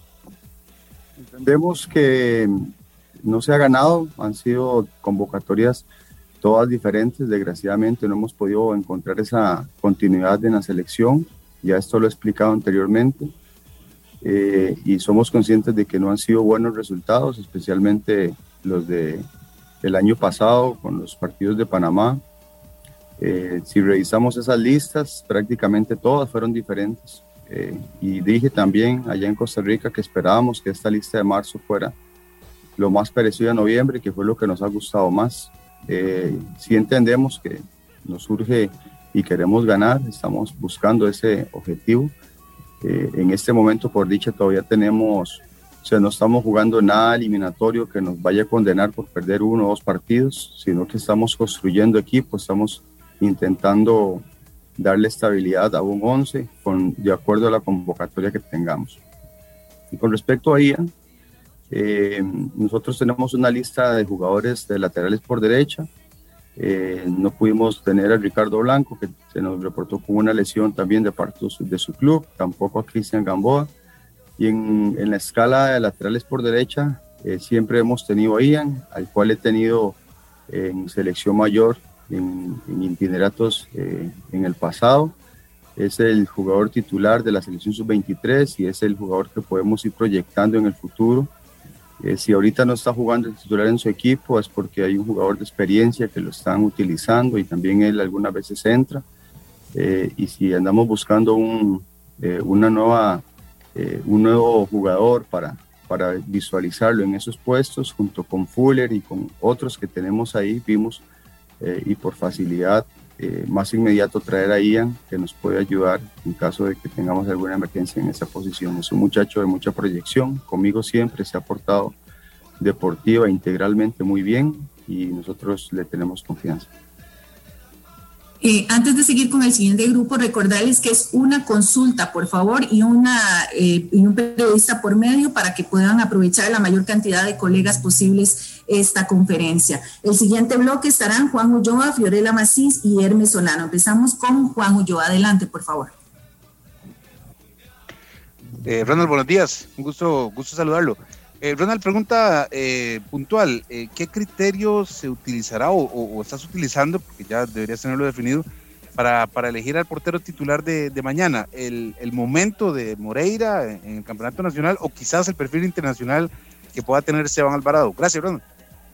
Entendemos que no se ha ganado, han sido convocatorias todas diferentes, desgraciadamente no hemos podido encontrar esa continuidad en la selección, ya esto lo he explicado anteriormente, y somos conscientes de que no han sido buenos resultados, especialmente los del año pasado con los partidos de Panamá. Si revisamos esas listas, prácticamente todas fueron diferentes. Y dije también allá en Costa Rica que esperábamos que esta lista de marzo fuera lo más parecido a noviembre, que fue lo que nos ha gustado más. Sí entendemos que nos surge y queremos ganar, estamos buscando ese objetivo. En este momento, por dicha, todavía tenemos, o sea, no estamos jugando nada eliminatorio que nos vaya a condenar por perder 1 o 2 partidos, sino que estamos construyendo equipo, estamos intentando darle estabilidad a un 11 de acuerdo a la convocatoria que tengamos. Y con respecto a Ian, nosotros tenemos una lista de jugadores de laterales por derecha. No pudimos tener a Ricardo Blanco, que se nos reportó con una lesión también de parte de su club, tampoco a Cristian Gamboa. Y en la escala de laterales por derecha siempre hemos tenido a Ian, al cual he tenido en selección mayor, en itineratos en el pasado. Es el jugador titular de la selección sub-23 y es el jugador que podemos ir proyectando en el futuro. Si ahorita no está jugando el titular en su equipo es porque hay un jugador de experiencia que lo están utilizando y también él algunas veces entra. Y si andamos buscando un nuevo jugador para visualizarlo en esos puestos, junto con Fuller y con otros que tenemos ahí, vimos y por facilidad más inmediato traer a Ian, que nos puede ayudar en caso de que tengamos alguna emergencia en esa posición. Es un muchacho de mucha proyección, conmigo siempre se ha portado deportiva e integralmente muy bien y nosotros le tenemos confianza. Antes de seguir con el siguiente grupo, recordarles que es una consulta, por favor, y un periodista por medio para que puedan aprovechar la mayor cantidad de colegas posibles esta conferencia. El siguiente bloque estarán Juan Ulloa, Fiorella Macís y Hermes Solano. Empezamos con Juan Ulloa. Adelante, por favor. Ronald, buenos días. Un gusto saludarlo. Ronald, pregunta puntual, ¿qué criterios se utilizará o estás utilizando, porque ya deberías tenerlo definido, para elegir al portero titular de mañana? ¿El momento de Moreira en el campeonato nacional o quizás el perfil internacional que pueda tener Esteban Alvarado? Gracias, Ronald.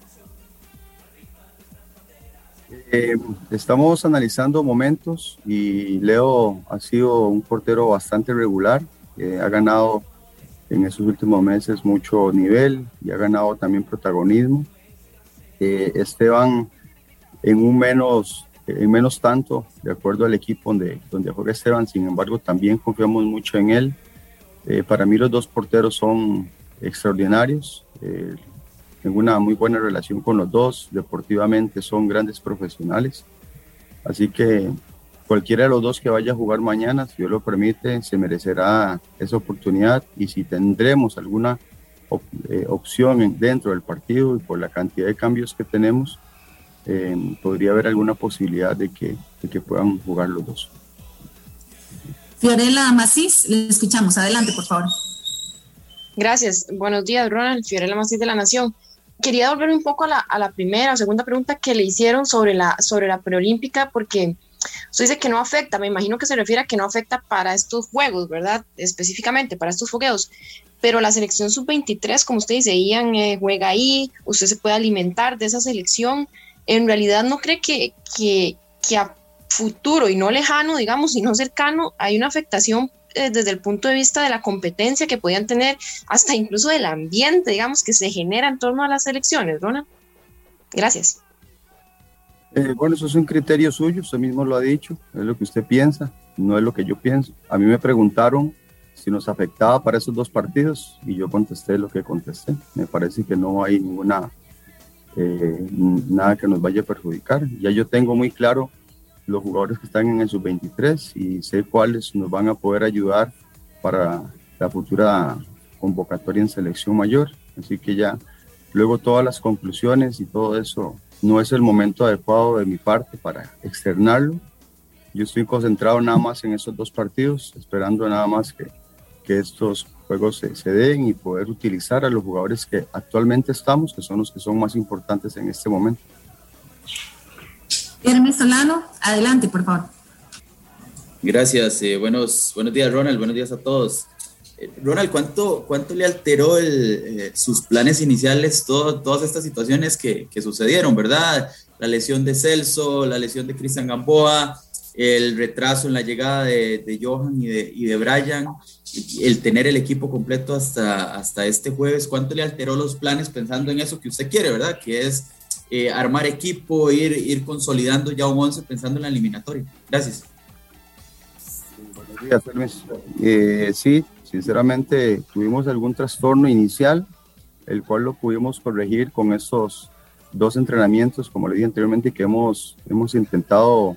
Estamos analizando momentos y Leo ha sido un portero bastante regular, ha ganado en esos últimos meses mucho nivel y ha ganado también protagonismo. Esteban en menos tanto, de acuerdo al equipo donde juega Esteban, sin embargo también confiamos mucho en él. Para mí los dos porteros son extraordinarios, tengo una muy buena relación con los dos, deportivamente son grandes profesionales, así que cualquiera de los dos que vaya a jugar mañana, si Dios lo permite, se merecerá esa oportunidad y si tendremos alguna opción dentro del partido y por la cantidad de cambios que tenemos, podría haber alguna posibilidad de que puedan jugar los dos. Fiorella Macís, le escuchamos. Adelante, por favor. Gracias. Buenos días, Ronald. Fiorella Macís de La Nación. Quería volver un poco a la primera o segunda pregunta que le hicieron sobre la preolímpica, porque usted dice que no afecta, me imagino que se refiere a que no afecta para estos juegos, ¿verdad? Específicamente para estos fogueos, pero la selección sub-23, como usted dice, Ian juega ahí, usted se puede alimentar de esa selección. ¿En realidad no cree que a futuro y no lejano, digamos, y no cercano, hay una afectación desde el punto de vista de la competencia que podían tener, hasta incluso del ambiente, digamos, que se genera en torno a las elecciones, Ronald? Gracias. Bueno, eso es un criterio suyo, usted mismo lo ha dicho, es lo que usted piensa, no es lo que yo pienso. A mí me preguntaron si nos afectaba para esos 2 partidos y yo contesté lo que contesté. Me parece que no hay nada que nos vaya a perjudicar. Ya yo tengo muy claro los jugadores que están en el sub-23 y sé cuáles nos van a poder ayudar para la futura convocatoria en selección mayor. Así que ya luego todas las conclusiones y todo eso, no es el momento adecuado de mi parte para externarlo. Yo estoy concentrado nada más en esos 2 partidos, esperando nada más que estos juegos se den y poder utilizar a los jugadores que actualmente estamos, que son los que son más importantes en este momento. Hermes Solano, adelante, por favor. Gracias. Buenos días, Ronald. Buenos días a todos. Ronald, ¿cuánto le alteró sus planes iniciales todas estas situaciones que sucedieron, verdad? La lesión de Celso, la lesión de Cristian Gamboa, el retraso en la llegada de Johan y de Brian, el tener el equipo completo hasta este jueves. ¿Cuánto le alteró los planes pensando en eso que usted quiere, verdad? Que es armar equipo, ir consolidando ya un 11 pensando en la eliminatoria. Gracias. Buenos días, Hermes. Sí, sinceramente tuvimos algún trastorno inicial, el cual lo pudimos corregir con estos 2 entrenamientos, como le dije anteriormente, que hemos intentado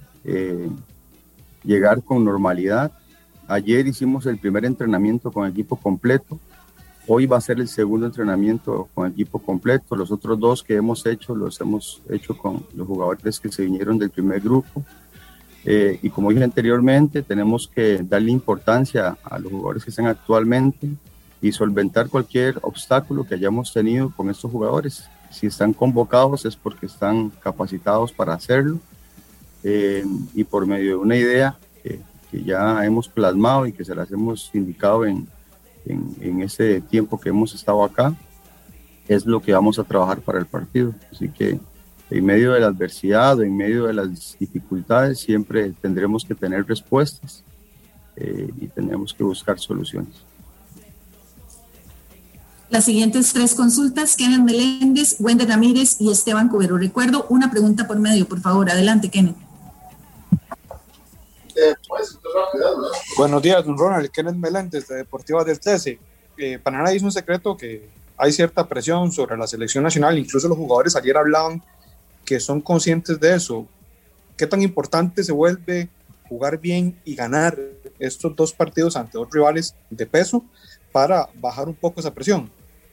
llegar con normalidad. Ayer hicimos el primer entrenamiento con equipo completo. Hoy va a ser el segundo entrenamiento con equipo completo. Los otros 2 que hemos hecho, los hemos hecho con los jugadores que se vinieron del primer grupo. Y como dije anteriormente, tenemos que darle importancia a los jugadores que están actualmente y solventar cualquier obstáculo que hayamos tenido con estos jugadores. Si están convocados es porque están capacitados para hacerlo. Y por medio de una idea que ya hemos plasmado y que se las hemos indicado en ese tiempo que hemos estado acá, es lo que vamos a trabajar para el partido. Así que en medio de la adversidad o en medio de las dificultades siempre tendremos que tener respuestas y tenemos que buscar soluciones. Las siguientes 3 consultas, Kenneth Meléndez, Wender Ramírez y Esteban Cubero. Recuerdo, una pregunta por medio, por favor. Adelante, Kenneth. Buenos días, don Ronald. Kenneth Meléndez, de Deportivas del 13. Para nadie es un secreto que hay cierta presión sobre la selección nacional. Incluso los jugadores ayer hablaban que son conscientes de eso. ¿Qué tan importante se vuelve jugar bien y ganar estos 2 partidos ante 2 rivales de peso para bajar un poco esa presión?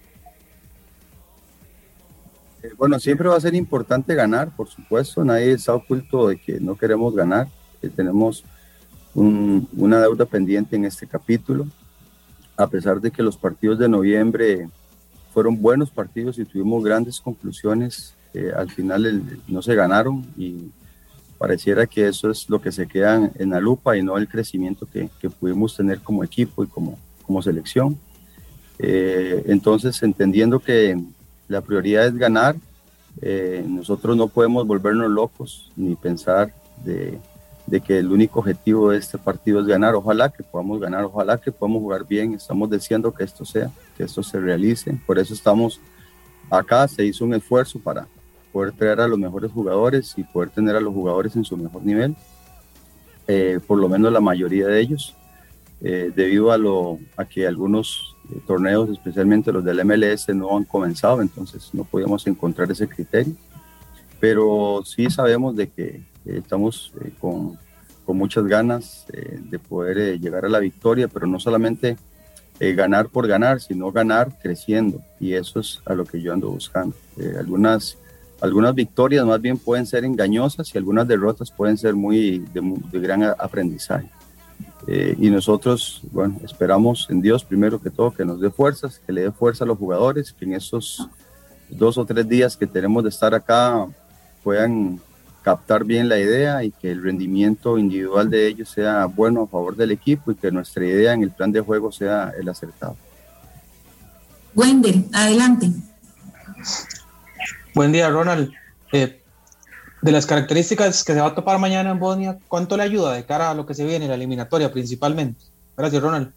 Bueno, siempre va a ser importante ganar, por supuesto. Nadie está oculto de que no queremos ganar. Tenemos una deuda pendiente en este capítulo, a pesar de que los partidos de noviembre fueron buenos partidos y tuvimos grandes conclusiones. Al final no se ganaron y pareciera que eso es lo que se queda en la lupa y no el crecimiento que pudimos tener como equipo y como selección. Entonces, entendiendo que la prioridad es ganar, nosotros no podemos volvernos locos ni pensar de que el único objetivo de este partido es ganar. Ojalá que podamos ganar, ojalá que podamos jugar bien. Estamos deseando que esto se realice. Por eso estamos acá. Se hizo un esfuerzo para poder traer a los mejores jugadores y poder tener a los jugadores en su mejor nivel, por lo menos la mayoría de ellos, debido a que algunos torneos, especialmente los del MLS, no han comenzado, entonces no podíamos encontrar ese criterio. Pero sí sabemos de que estamos con muchas ganas de poder llegar a la victoria, pero no solamente ganar por ganar, sino ganar creciendo, y eso es a lo que yo ando buscando. Algunas victorias más bien pueden ser engañosas y algunas derrotas pueden ser de gran aprendizaje. Y nosotros, bueno, esperamos en Dios primero que todo que nos dé fuerzas, que le dé fuerza a los jugadores, que en esos 2 o 3 días que tenemos de estar acá puedan captar bien la idea y que el rendimiento individual de ellos sea bueno a favor del equipo y que nuestra idea en el plan de juego sea el acertado. Wender, adelante. Buen día, Ronald. De las características que se va a topar mañana en Bosnia, ¿cuánto le ayuda de cara a lo que se viene en la eliminatoria principalmente? Gracias, Ronald.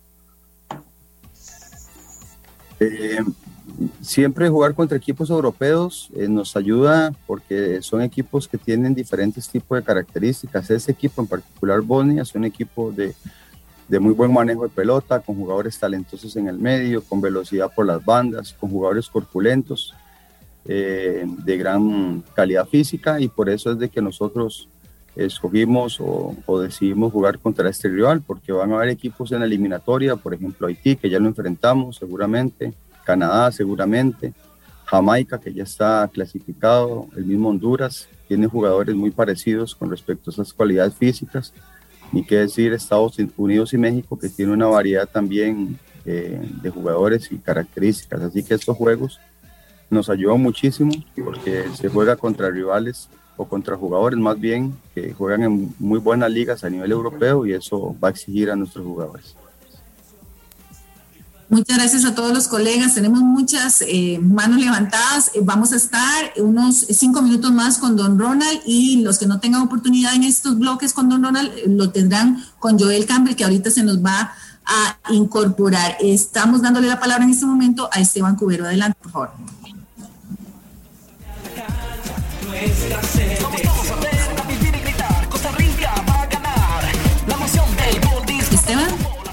Siempre jugar contra equipos europeos nos ayuda porque son equipos que tienen diferentes tipos de características. Ese equipo en particular, Bosnia, es un equipo de muy buen manejo de pelota, con jugadores talentosos en el medio, con velocidad por las bandas, con jugadores corpulentos, de gran calidad física, y por eso es de que nosotros escogimos o decidimos jugar contra este rival, porque van a haber equipos en la eliminatoria, por ejemplo Haití, que ya lo enfrentamos seguramente, Canadá seguramente, Jamaica, que ya está clasificado, el mismo Honduras, tiene jugadores muy parecidos con respecto a esas cualidades físicas, ni qué decir Estados Unidos y México, que tiene una variedad también de jugadores y características, así que estos juegos nos ayudan muchísimo porque se juega contra rivales o contra jugadores más bien que juegan en muy buenas ligas a nivel europeo, y eso va a exigir a nuestros jugadores. Muchas gracias a todos los colegas. Tenemos muchas manos levantadas. Vamos a estar unos 5 minutos más con don Ronald, y los que no tengan oportunidad en estos bloques con don Ronald lo tendrán con Joel Campbell, que ahorita se nos va a incorporar. Estamos dándole la palabra en este momento a Esteban Cubero. Adelante, por favor. Esteban.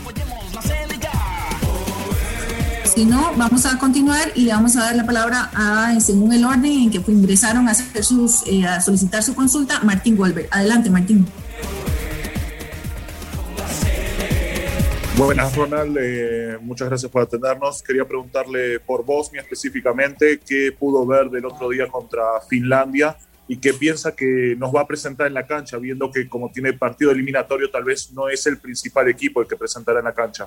Si no, vamos a continuar y le vamos a dar la palabra según el orden en que ingresaron a hacer a solicitar su consulta, Martín Wolver. Adelante, Martín. Buenas, Ronald. Muchas gracias por atendernos. Quería preguntarle por Bosnia específicamente, qué pudo ver del otro día contra Finlandia y qué piensa que nos va a presentar en la cancha, viendo que como tiene partido eliminatorio, tal vez no es el principal equipo el que presentará en la cancha.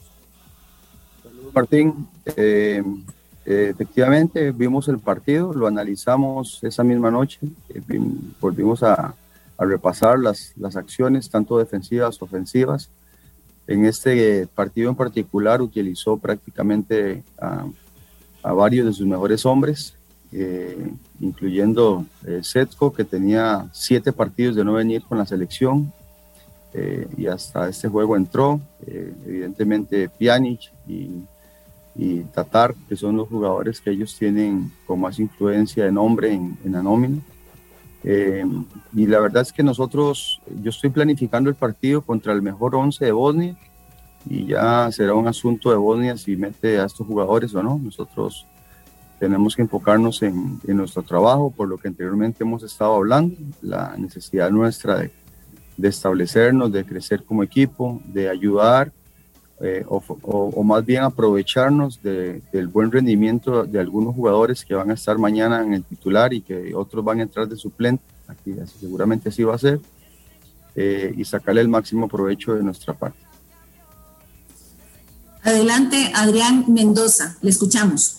Martín, efectivamente vimos el partido, lo analizamos esa misma noche, volvimos a repasar las acciones, tanto defensivas, ofensivas. En este partido en particular utilizó prácticamente a varios de sus mejores hombres, incluyendo Setko, que tenía 7 partidos de no venir con la selección, y hasta este juego entró. Evidentemente Pjanic y Tatar, que son los jugadores que ellos tienen con más influencia de nombre en la nómina. Y la verdad es que yo estoy planificando el partido contra el mejor 11 de Bosnia, y ya será un asunto de Bosnia si mete a estos jugadores o no. Nosotros tenemos que enfocarnos en nuestro trabajo, por lo que anteriormente hemos estado hablando, la necesidad nuestra de establecernos, de crecer como equipo, de ayudar, o más bien aprovecharnos del buen rendimiento de algunos jugadores que van a estar mañana en el titular y que otros van a entrar de suplente. Aquí seguramente así va a ser, y sacarle el máximo provecho de nuestra parte. Adelante, Adrián Mendoza, le escuchamos.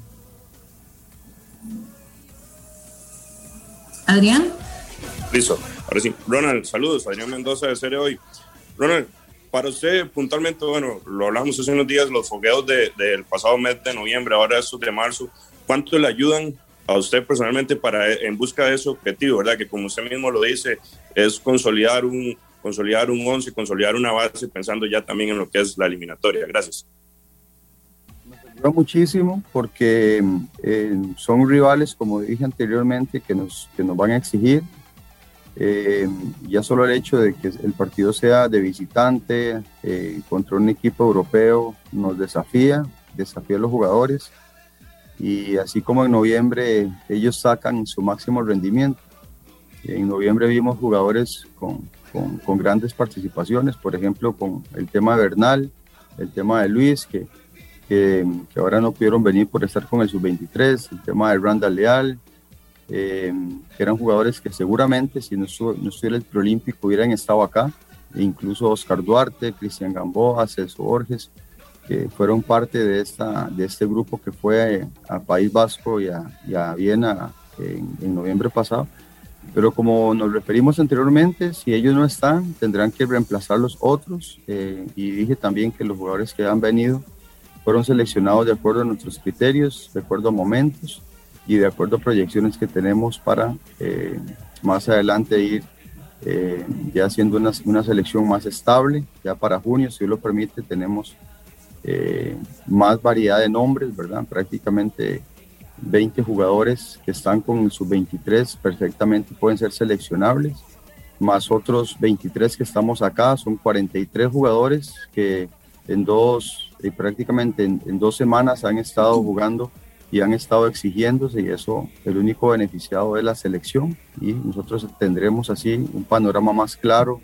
Adrián. Listo, ahora sí. Ronald, saludos, Adrián Mendoza de Serie Hoy. Ronald, para usted puntualmente, bueno, lo hablamos hace unos días, los fogueos del pasado mes de noviembre, ahora estos de marzo, ¿cuánto le ayudan a usted personalmente en busca de ese objetivo, verdad? Que como usted mismo lo dice, es consolidar un 11, consolidar una base, pensando ya también en lo que es la eliminatoria. Gracias. Nos ayuda muchísimo porque son rivales, como dije anteriormente, que nos van a exigir. Ya solo el hecho de que el partido sea de visitante contra un equipo europeo nos desafía a los jugadores, y así como en noviembre ellos sacan su máximo rendimiento. En noviembre vimos jugadores con grandes participaciones, por ejemplo con el tema de Bernal, el tema de Luis, que ahora no pudieron venir por estar con el sub-23, el tema de Randall Leal, que eran jugadores que seguramente si no estuviera el preolímpico hubieran estado acá, e incluso Oscar Duarte, Cristian Gamboa, Celso Borges, que fueron parte de este grupo que fue a País Vasco y a Viena en noviembre pasado. Pero como nos referimos anteriormente, si ellos no están, tendrán que reemplazar los otros, y dije también que los jugadores que han venido fueron seleccionados de acuerdo a nuestros criterios, de acuerdo a momentos y de acuerdo a proyecciones que tenemos para más adelante ir ya siendo una selección más estable. Ya para junio, si Dios lo permite, tenemos más variedad de nombres, ¿verdad? Prácticamente 20 jugadores que están con el sub-23 perfectamente pueden ser seleccionables, más otros 23 que estamos acá. Son 43 jugadores que prácticamente en 2 semanas han estado jugando y han estado exigiéndose, y eso, el único beneficiado es la selección, y nosotros tendremos así un panorama más claro,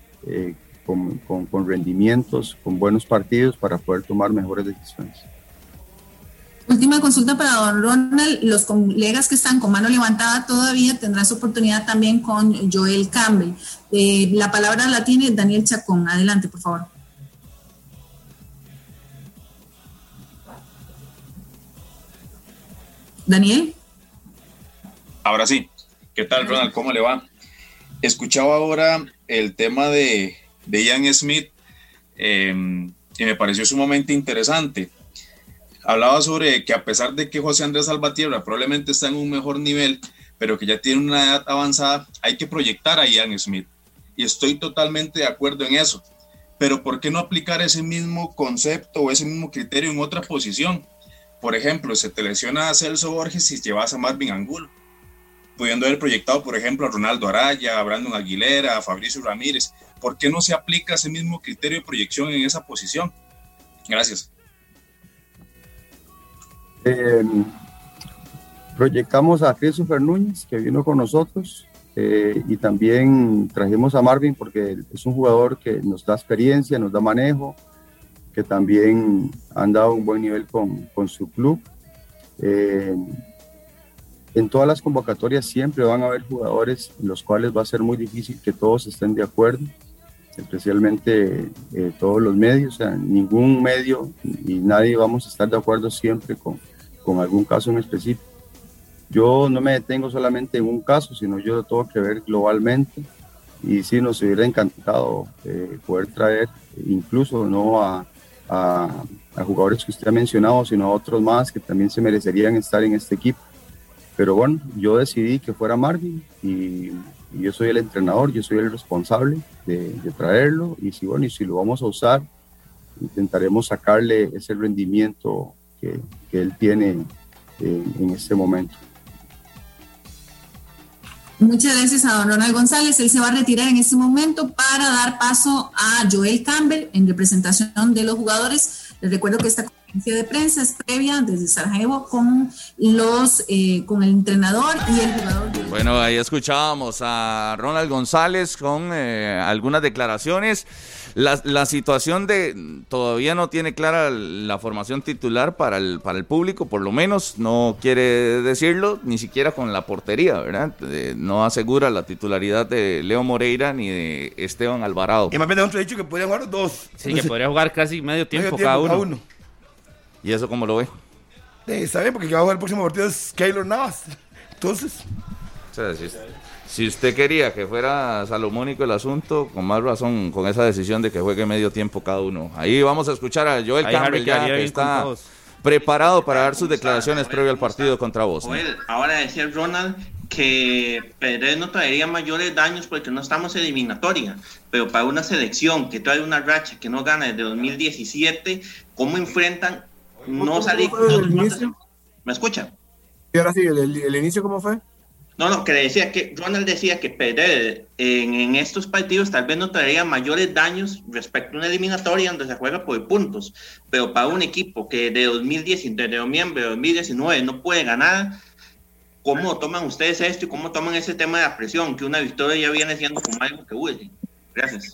con rendimientos, con buenos partidos para poder tomar mejores decisiones. Última consulta para don Ronald. Los colegas que están con mano levantada todavía tendrán su oportunidad también con Joel Campbell. La palabra la tiene Daniel Chacón. Adelante, por favor. Daniel. Ahora sí. ¿Qué tal, Ronald? ¿Cómo le va? Escuchaba ahora el tema de Ian Smith y me pareció sumamente interesante. Hablaba sobre que a pesar de que José Andrés Salvatierra probablemente está en un mejor nivel, pero que ya tiene una edad avanzada, hay que proyectar a Ian Smith. Y estoy totalmente de acuerdo en eso. Pero ¿por qué no aplicar ese mismo concepto o ese mismo criterio en otra posición? Por ejemplo, se te lesiona a Celso Borges y llevas a Marvin Angulo, pudiendo haber proyectado, por ejemplo, a Ronaldo Araya, a Brandon Aguilera, a Fabricio Ramírez. ¿Por qué no se aplica ese mismo criterio de proyección en esa posición? Gracias. Proyectamos a Christopher Núñez, que vino con nosotros, y también trajimos a Marvin porque es un jugador que nos da experiencia, nos da manejo, que también han dado un buen nivel con su club. En todas las convocatorias siempre van a haber jugadores en los cuales va a ser muy difícil que todos estén de acuerdo, especialmente todos los medios. O sea, ningún medio y nadie vamos a estar de acuerdo siempre con algún caso en específico. Yo no me detengo solamente en un caso, sino yo lo tengo que ver globalmente, y sí, nos hubiera encantado poder traer incluso no a jugadores que usted ha mencionado, sino a otros más que también se merecerían estar en este equipo. Pero bueno, yo decidí que fuera Marvin, y yo soy el entrenador, yo soy el responsable de traerlo, y si lo vamos a usar, intentaremos sacarle ese rendimiento que él tiene en este momento. Muchas gracias a don Ronald González. Él se va a retirar en este momento para dar paso a Joel Campbell en representación de los jugadores. Les recuerdo que esta conferencia de prensa es previa desde Sarajevo con el entrenador y el jugador. Bueno, ahí escuchábamos a Ronald González con algunas declaraciones. La situación todavía no tiene clara la formación titular para el público, por lo menos no quiere decirlo, ni siquiera con la portería, ¿verdad? No asegura la titularidad de Leo Moreira ni de Esteban Alvarado. Y más bien de otro dicho que podrían jugar 2. Sí, que podría jugar casi medio tiempo cada uno. ¿Y eso cómo lo ve? Está bien, porque el que va a jugar el próximo partido es Keylor Navas. Entonces... O sea, si usted quería que fuera salomónico el asunto, con más razón con esa decisión de que juegue medio tiempo cada uno. Ahí vamos a escuchar a Joel Campbell, ya que está preparado para dar sus declaraciones previo al partido contra Bosnia. Joel, ahora decía Ronald que Pérez no traería mayores daños porque no estamos en eliminatoria, pero para una selección que trae una racha que no gana desde 2017, ¿cómo enfrentan no salir? ¿Me escucha? Y ahora sí, ¿el inicio cómo fue? No, que decía que Ronald decía que perder en estos partidos tal vez no traería mayores daños respecto a una eliminatoria donde se juega por puntos, pero para un equipo que de noviembre de 2019 no puede ganar, ¿cómo toman ustedes esto y cómo toman ese tema de la presión, que una victoria ya viene siendo como algo que urge? Gracias.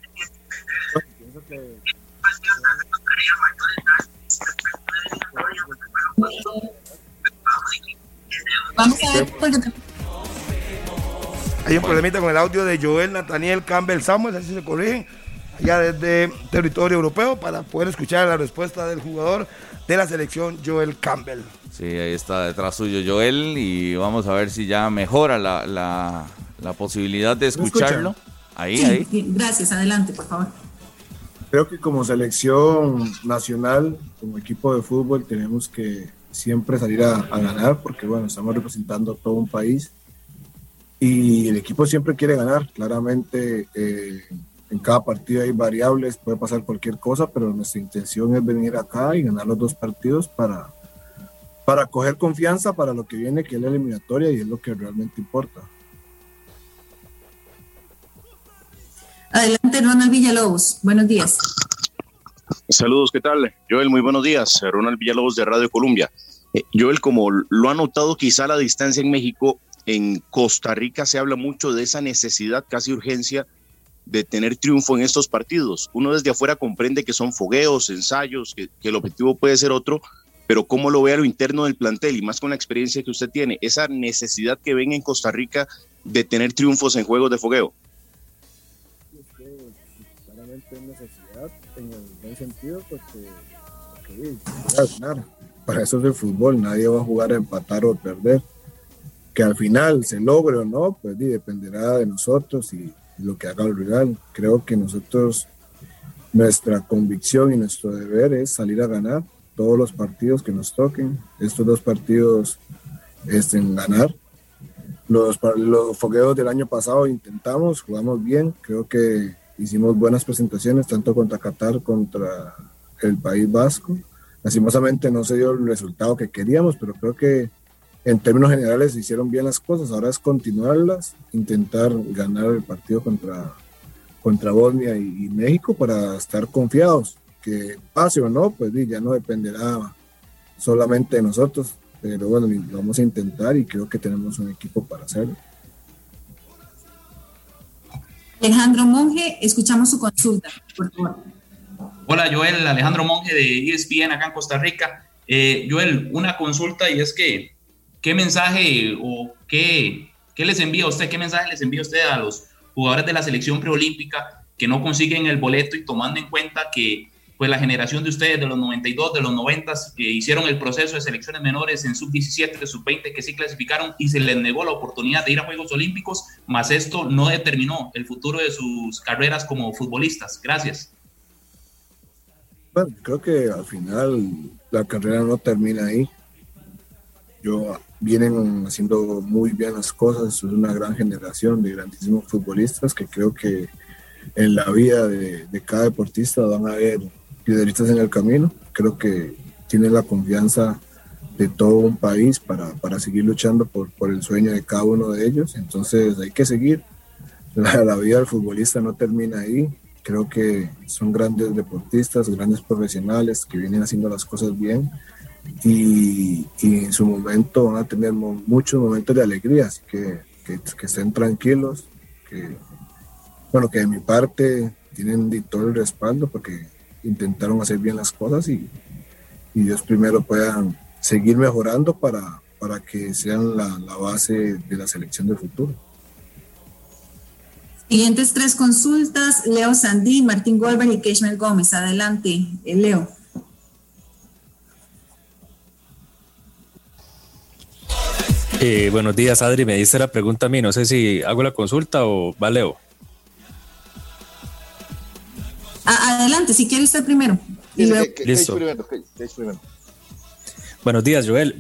Vamos a ver, porque hay un problemita con el audio de Joel Nathaniel Campbell Samuel, así se corrigen, allá desde territorio europeo, para poder escuchar la respuesta del jugador de la selección, Joel Campbell. Sí, ahí está detrás suyo Joel, y vamos a ver si ya mejora la posibilidad de escucharlo. Ahí. Sí, gracias, adelante, por favor. Creo que como selección nacional, como equipo de fútbol, tenemos que siempre salir a ganar, porque bueno, estamos representando a todo un país y equipo siempre quiere ganar, claramente en cada partido hay variables, puede pasar cualquier cosa, pero nuestra intención es venir acá y ganar los 2 partidos para coger confianza para lo que viene, que es la eliminatoria, y es lo que realmente importa. Adelante, Ronald Villalobos. Buenos días. Saludos, ¿qué tal? Joel, muy buenos días. Ronald Villalobos de Radio Colombia. Joel, como lo ha notado quizá a la distancia en México, en Costa Rica se habla mucho de esa necesidad, casi urgencia, de tener triunfo en estos partidos. Uno desde afuera comprende que son fogueos, ensayos, que el objetivo puede ser otro, pero ¿cómo lo ve a lo interno del plantel y más con la experiencia que usted tiene? Esa necesidad que ven en Costa Rica de tener triunfos en juegos de fogueo. Claramente es necesidad en el buen sentido, porque ganar. Para eso es el fútbol, nadie va a jugar a empatar o perder. Que al final se logre o no, pues dependerá de nosotros y lo que haga el rival. Creo que nosotros, nuestra convicción y nuestro deber es salir a ganar todos los partidos que nos toquen. Estos 2 partidos ganar. Los fogueos del año pasado intentamos, jugamos bien, creo que hicimos buenas presentaciones tanto contra Qatar, contra el País Vasco. Lastimosamente no se dio el resultado que queríamos, pero creo que en términos generales se hicieron bien las cosas. Ahora es continuarlas, intentar ganar el partido contra Bosnia y México para estar confiados. Que pase o no, pues ya no dependerá solamente de nosotros, pero bueno, lo vamos a intentar y creo que tenemos un equipo para hacerlo. Alejandro Monge, escuchamos su consulta, por favor. Hola Joel, Alejandro Monge de ESPN acá en Costa Rica. Joel, una consulta, y es que ¿qué mensaje o qué les envía usted, qué mensaje les envía usted a los jugadores de la selección preolímpica que no consiguen el boleto, y tomando en cuenta que pues la generación de ustedes de los 92, de los 90, hicieron el proceso de selecciones menores en sub-17, de sub-20 que sí clasificaron y se les negó la oportunidad de ir a Juegos Olímpicos, más esto no determinó el futuro de sus carreras como futbolistas? Gracias. Bueno, creo que al final la carrera no termina ahí. Vienen haciendo muy bien las cosas, es una gran generación de grandísimos futbolistas que creo que en la vida de cada deportista van a haber piedritas en el camino. Creo que tienen la confianza de todo un país para seguir luchando por el sueño de cada uno de ellos. Entonces hay que seguir. La vida del futbolista no termina ahí. Creo que son grandes deportistas, grandes profesionales que vienen haciendo las cosas bien y en su momento van a tener muchos momentos de alegría, así que estén tranquilos, que de mi parte tienen todo el respaldo porque intentaron hacer bien las cosas y Dios primero puedan seguir mejorando para que sean la base de la selección del futuro. Siguientes 3 consultas, Leo Sandí, Martín Goldberg y Keishmer Gómez. Adelante, Leo. Buenos días, Adri, me diste la pregunta a mí, no sé si hago la consulta o va Leo. Adelante, si quiere usted primero. Listo. Buenos días, Joel.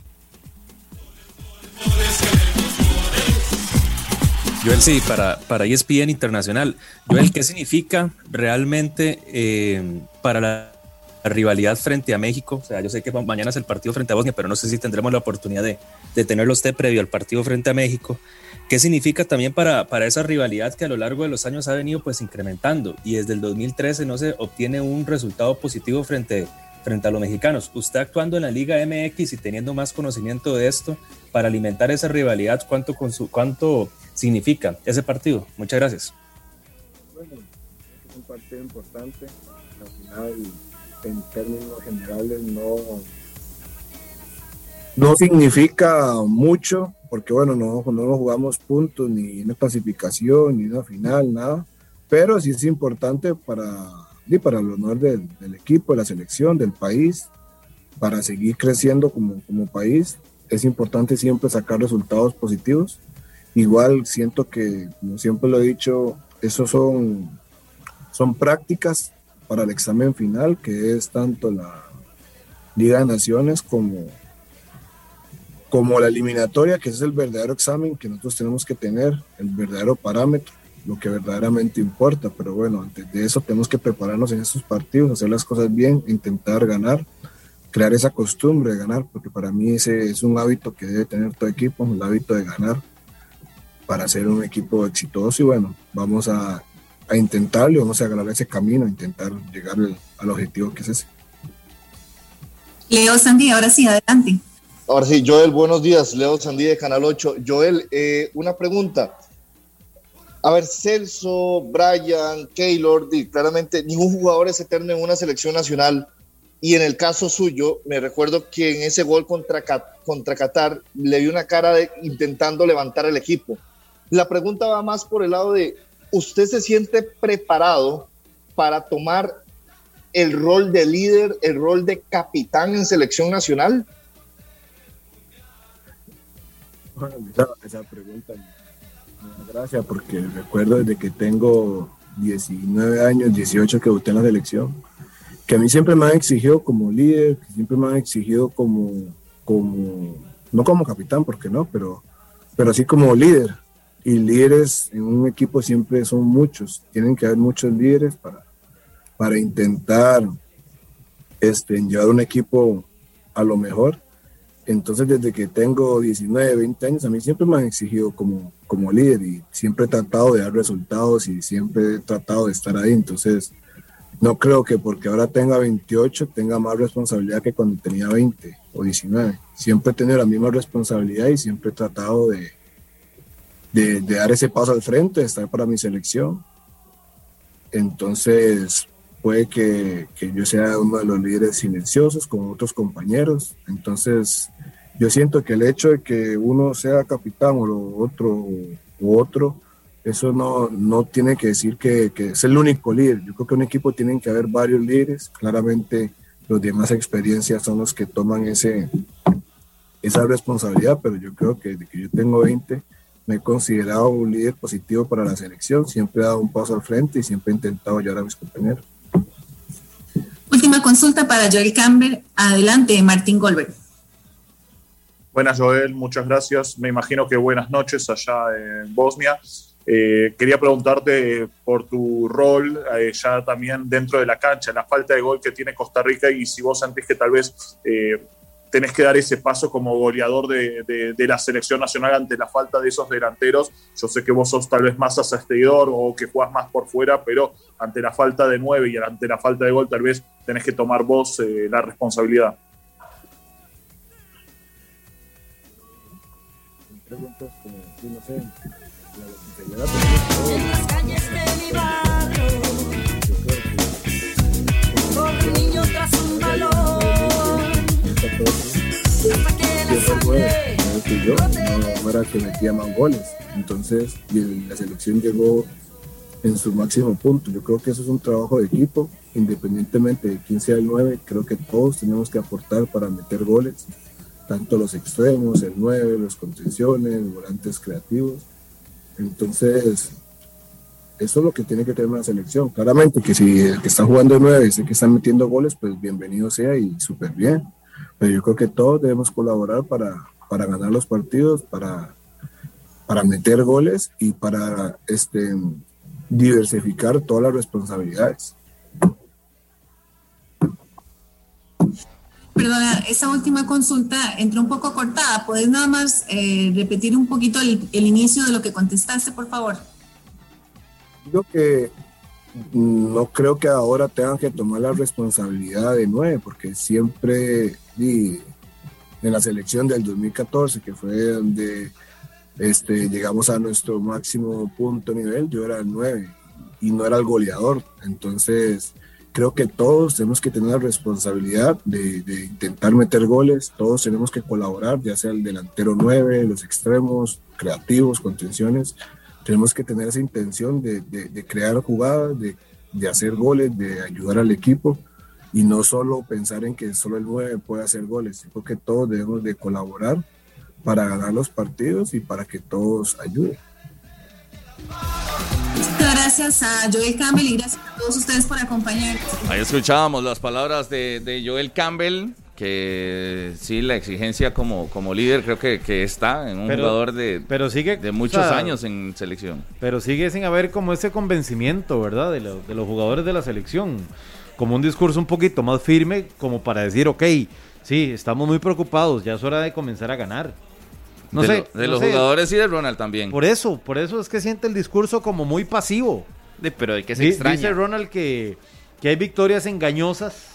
Joel, sí, para ESPN Internacional. Joel, ¿qué significa realmente para la rivalidad frente a México? O sea, yo sé que mañana es el partido frente a Bosnia, pero no sé si tendremos la oportunidad de tenerlo usted previo al partido frente a México. ¿Qué significa también para esa rivalidad que a lo largo de los años ha venido pues incrementando y desde el 2013 no se obtiene un resultado positivo frente a los mexicanos? Usted actuando en la Liga MX y teniendo más conocimiento de esto para alimentar esa rivalidad, ¿cuánto significa ese partido? Muchas gracias. Bueno, es un partido importante. Al final, en términos generales, no significa mucho, porque bueno, no jugamos puntos, ni una clasificación, ni una final, nada, pero sí es importante para el honor del equipo, de la selección, del país, para seguir creciendo como país. Es importante siempre sacar resultados positivos. Igual siento que, como siempre lo he dicho, esos son prácticas para el examen final, que es tanto la Liga de Naciones como como la eliminatoria, que ese es el verdadero examen que nosotros tenemos que tener, el verdadero parámetro, lo que verdaderamente importa. Pero bueno, antes de eso tenemos que prepararnos en estos partidos, hacer las cosas bien, intentar ganar, crear esa costumbre de ganar, porque para mí ese es un hábito que debe tener todo equipo, el hábito de ganar para ser un equipo exitoso. Y bueno, vamos a intentarlo, vamos a agarrar ese camino, a intentar llegar al objetivo que es ese. Leo Sandy, ahora sí, adelante. Ahora sí, Joel, buenos días. Leo Sandí de Canal 8. Joel, una pregunta. A ver, Celso, Brian, Keylor, claramente ningún jugador es eterno en una selección nacional. Y en el caso suyo, me recuerdo que en ese gol contra Qatar le vi una cara de intentando levantar el equipo. La pregunta va más por el lado de, ¿usted se siente preparado para tomar el rol de líder, el rol de capitán en selección nacional? Bueno, esa pregunta me da gracia porque recuerdo desde que tengo 19 años, 18 que debuté en la selección, que a mí siempre me han exigido como líder, que siempre me han exigido como no como capitán, porque no, pero sí como líder. Y líderes en un equipo siempre son muchos, tienen que haber muchos líderes para intentar llevar un equipo a lo mejor. Entonces, desde que tengo 19, 20 años, a mí siempre me han exigido como líder y siempre he tratado de dar resultados y siempre he tratado de estar ahí. Entonces, no creo que porque ahora tenga 28 tenga más responsabilidad que cuando tenía 20 o 19. Siempre he tenido la misma responsabilidad y siempre he tratado de dar ese paso al frente, de estar para mi selección. Entonces, puede que yo sea uno de los líderes silenciosos con otros compañeros. Entonces, yo siento que el hecho de que uno sea capitán o otro, eso no tiene que decir que es el único líder. Yo creo que en un equipo tienen que haber varios líderes. Claramente, los de más experiencia son los que toman esa responsabilidad, pero yo creo que desde que yo tengo 20, me he considerado un líder positivo para la selección. Siempre he dado un paso al frente y siempre he intentado ayudar a mis compañeros. Última consulta para Joel Campbell. Adelante, Martín Goldberg. Buenas, Joel, muchas gracias. Me imagino que buenas noches allá en Bosnia. Quería preguntarte por tu rol ya también dentro de la cancha, la falta de gol que tiene Costa Rica y si vos sentís que tal vez tenés que dar ese paso como goleador de la selección nacional ante la falta de esos delanteros. Yo sé que vos sos tal vez más asistidor o que jugás más por fuera, pero ante la falta de 9 y ante la falta de gol tal vez tenés que tomar vos la responsabilidad. Preguntas como, no sé, en las calles de mi barrio, por niños tras un balón. No era que metía más goles, entonces la selección llegó en su máximo punto. Yo creo que eso es un trabajo de equipo, independientemente de quién sea el 9, creo que todos tenemos que aportar para meter goles, tanto los extremos, el 9, los contenciones, los volantes creativos. Entonces, eso es lo que tiene que tener una selección. Claramente que si el que está jugando de 9 es el que está metiendo goles, pues bienvenido sea y súper bien. Pero yo creo que todos debemos colaborar para ganar los partidos, para meter goles y para diversificar todas las responsabilidades. Perdona, esa última consulta entró un poco cortada. ¿Puedes nada más repetir un poquito el inicio de lo que contestaste, por favor? Digo que no creo que ahora tengan que tomar la responsabilidad de 9, porque siempre en la selección del 2014, que fue donde llegamos a nuestro máximo punto nivel, yo era el 9 y no era el goleador. Entonces, creo que todos tenemos que tener la responsabilidad de intentar meter goles, todos tenemos que colaborar, ya sea el delantero 9, los extremos, creativos, contenciones. Tenemos que tener esa intención de crear jugadas, de hacer goles, de ayudar al equipo y no solo pensar en que solo el 9 puede hacer goles. Creo que todos debemos de colaborar para ganar los partidos y para que todos ayuden. Muchas gracias a Joel Campbell y gracias a todos ustedes por acompañarnos. Ahí escuchábamos las palabras de Joel Campbell, que sí, la exigencia como líder creo que está en un jugador de muchos años en selección. Pero sigue sin haber como ese convencimiento, ¿verdad? De los jugadores de la selección. Como un discurso un poquito más firme, como para decir, ok, sí, estamos muy preocupados, ya es hora de comenzar a ganar. De los jugadores y de Ronald también. Por eso es que siente el discurso como muy pasivo. Pero de que se extraña. Dice Ronald que hay victorias engañosas